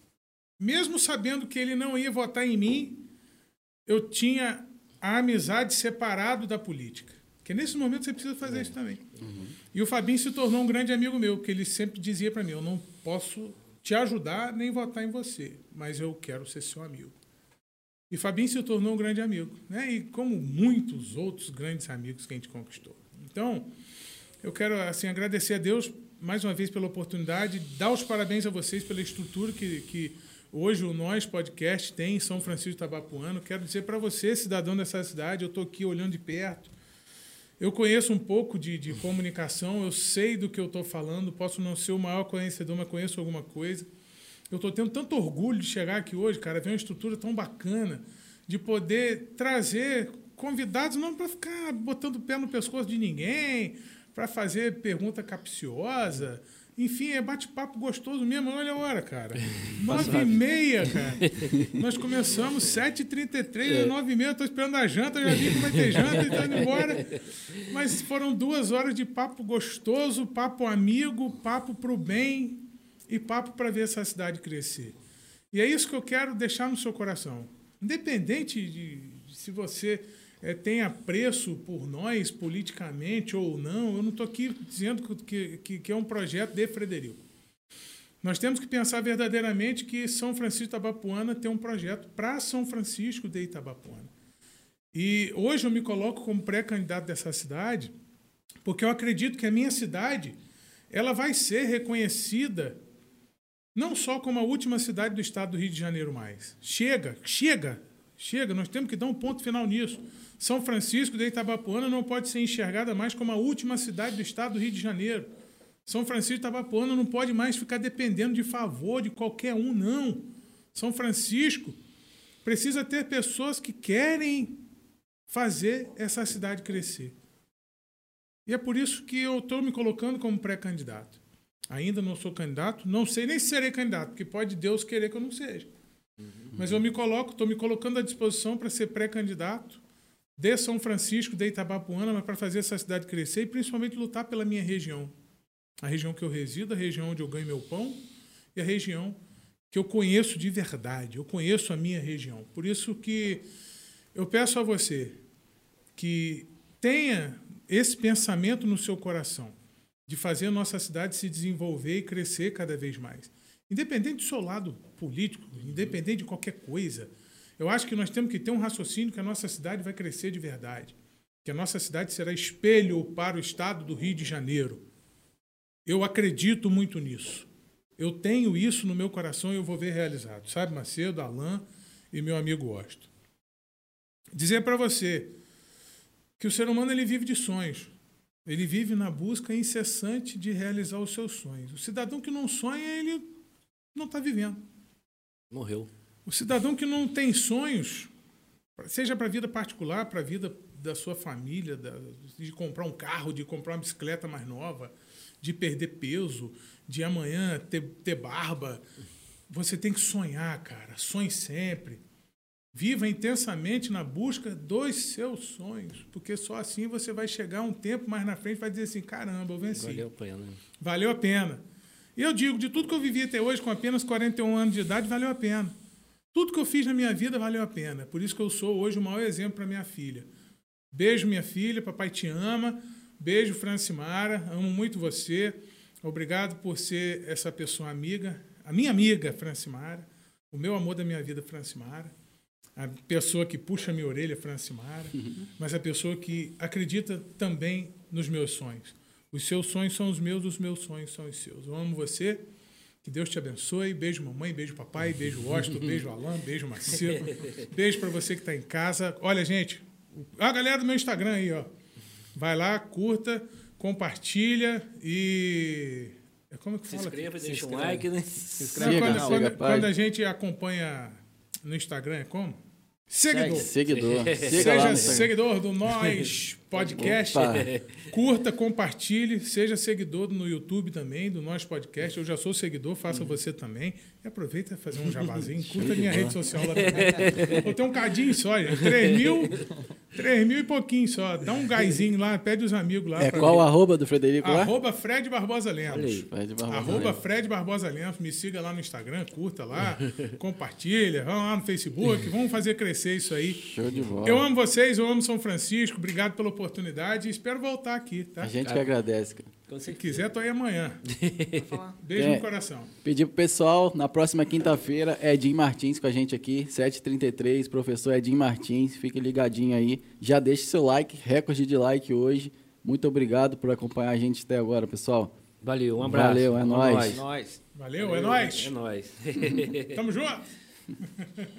Mesmo sabendo que ele não ia votar em mim, eu tinha a amizade separado da política. Porque nesse momento você precisa fazer isso também. E o Fabinho se tornou um grande amigo meu, porque ele sempre dizia para mim, eu não posso te ajudar nem votar em você, mas eu quero ser seu amigo. E Fabinho se tornou um grande amigo, né? E como muitos outros grandes amigos que a gente conquistou. Então, eu quero assim, agradecer a Deus mais uma vez pela oportunidade, dar os parabéns a vocês pela estrutura que hoje o Nós Podcast tem em São Francisco de Itabapuana. Quero dizer para você, cidadão dessa cidade, eu estou aqui olhando de perto. Eu conheço um pouco de comunicação, eu sei do que eu estou falando, posso não ser o maior conhecedor, mas conheço alguma coisa. Eu estou tendo tanto orgulho de chegar aqui hoje, cara, ver uma estrutura tão bacana, de poder trazer convidados, não para ficar botando o pé no pescoço de ninguém, para fazer pergunta capciosa. Enfim, é bate-papo gostoso mesmo. Olha a hora, cara. 9h30, cara. Nós começamos 7h33, 9h30. Estou esperando a janta, já vi que vai ter janta e está indo embora. Mas foram 2 horas de papo gostoso, papo amigo, papo para o bem e papo para ver essa cidade crescer. E é isso que eu quero deixar no seu coração. Independente de se você tem apreço por nós politicamente ou não, eu não estou aqui dizendo que é um projeto de Frederico. Nós temos que pensar verdadeiramente que São Francisco de Itabapuana tem um projeto para São Francisco de Itabapuana. E hoje eu me coloco como pré-candidato dessa cidade, porque eu acredito que a minha cidade ela vai ser reconhecida não só como a última cidade do estado do Rio de Janeiro mais. Chega, nós temos que dar um ponto final nisso. São Francisco de Itabapuana não pode ser enxergada mais como a última cidade do estado do Rio de Janeiro. São Francisco de Itabapuana não pode mais ficar dependendo de favor de qualquer um, não. São Francisco precisa ter pessoas que querem fazer essa cidade crescer. E é por isso que eu estou me colocando como pré-candidato. Ainda não sou candidato, não sei nem se serei candidato, porque pode Deus querer que eu não seja. Mas eu estou me colocando à disposição para ser pré-candidato de São Francisco, de Itabapuana, mas para fazer essa cidade crescer e principalmente lutar pela minha região. A região que eu resido, a região onde eu ganho meu pão e a região que eu conheço de verdade. Eu conheço a minha região. Por isso que eu peço a você que tenha esse pensamento no seu coração de fazer a nossa cidade se desenvolver e crescer cada vez mais. Independente do seu lado político, independente de qualquer coisa, eu acho que nós temos que ter um raciocínio que a nossa cidade vai crescer de verdade, que a nossa cidade será espelho para o estado do Rio de Janeiro. Eu acredito muito nisso. Eu tenho isso no meu coração e eu vou ver realizado. Sabe, Macedo, Alan e meu amigo Osto. Dizer para você que o ser humano ele vive de sonhos. Ele vive na busca incessante de realizar os seus sonhos. O cidadão que não sonha, ele não está vivendo.
Morreu.
O cidadão que não tem sonhos, seja para a vida particular, para a vida da sua família, de comprar um carro, de comprar uma bicicleta mais nova, de perder peso, de amanhã ter barba. Você tem que sonhar, cara. Sonhe sempre. Viva intensamente na busca dos seus sonhos, porque só assim você vai chegar um tempo mais na frente e vai dizer assim, caramba, eu venci.
Valeu a pena.
Valeu a pena. E eu digo, de tudo que eu vivi até hoje, com apenas 41 anos de idade, valeu a pena. Tudo que eu fiz na minha vida valeu a pena. Por isso que eu sou hoje o maior exemplo para minha filha. Beijo, minha filha, papai te ama. Beijo, Francimara, amo muito você. Obrigado por ser essa pessoa amiga, a minha amiga, Francimara, o meu amor da minha vida, Francimara, a pessoa que puxa a minha orelha, Francimara, mas a pessoa que acredita também nos meus sonhos. Os seus sonhos são os meus sonhos são os seus. Eu amo você, que Deus te abençoe. Beijo, mamãe, beijo, papai, beijo, Washington, beijo, Alan, beijo, Marcelo. Beijo para você que está em casa. Olha, gente, a galera do meu Instagram aí, ó. Vai lá, curta, compartilha e... Como é que fala?
Se inscreva, deixa um like, né?
Se inscreve no canal.
Quando a gente acompanha no Instagram, é como? Seguidor.
Seguidor.
Seja seguidor do Nós Podcast.
Opa.
Curta, compartilhe. Seja seguidor no YouTube também, do Nós Podcast. Eu já sou seguidor, faça você também. E aproveita para fazer um jabazinho. Curta a minha rede social lá também. Eu tenho um cadinho só, gente. 3 mil e pouquinho só. Dá um gásinho lá, pede os amigos lá.
Qual o arroba do Frederico lá?
Arroba Fred Barbosa Lemos.
Fred Barbosa
Arroba
Lemos.
Fred Barbosa Lemos. Me siga lá no Instagram, curta lá, compartilha, vamos lá no Facebook, vamos fazer crescer isso aí.
Show de bola.
Eu amo vocês, eu amo São Francisco, obrigado pela oportunidade e espero voltar aqui, tá?
A gente que agradece, cara.
Se quiser, tô aí amanhã. Beijo no coração.
Pedir pro pessoal, na próxima quinta-feira, Edinho Martins com a gente aqui, 7h33, professor Edinho Martins, fique ligadinho aí. Já deixe seu like, recorde de like hoje. Muito obrigado por acompanhar a gente até agora, pessoal.
Valeu, um abraço.
Valeu, é nóis.
Nós.
Valeu, é nóis.
É nóis.
Tamo junto.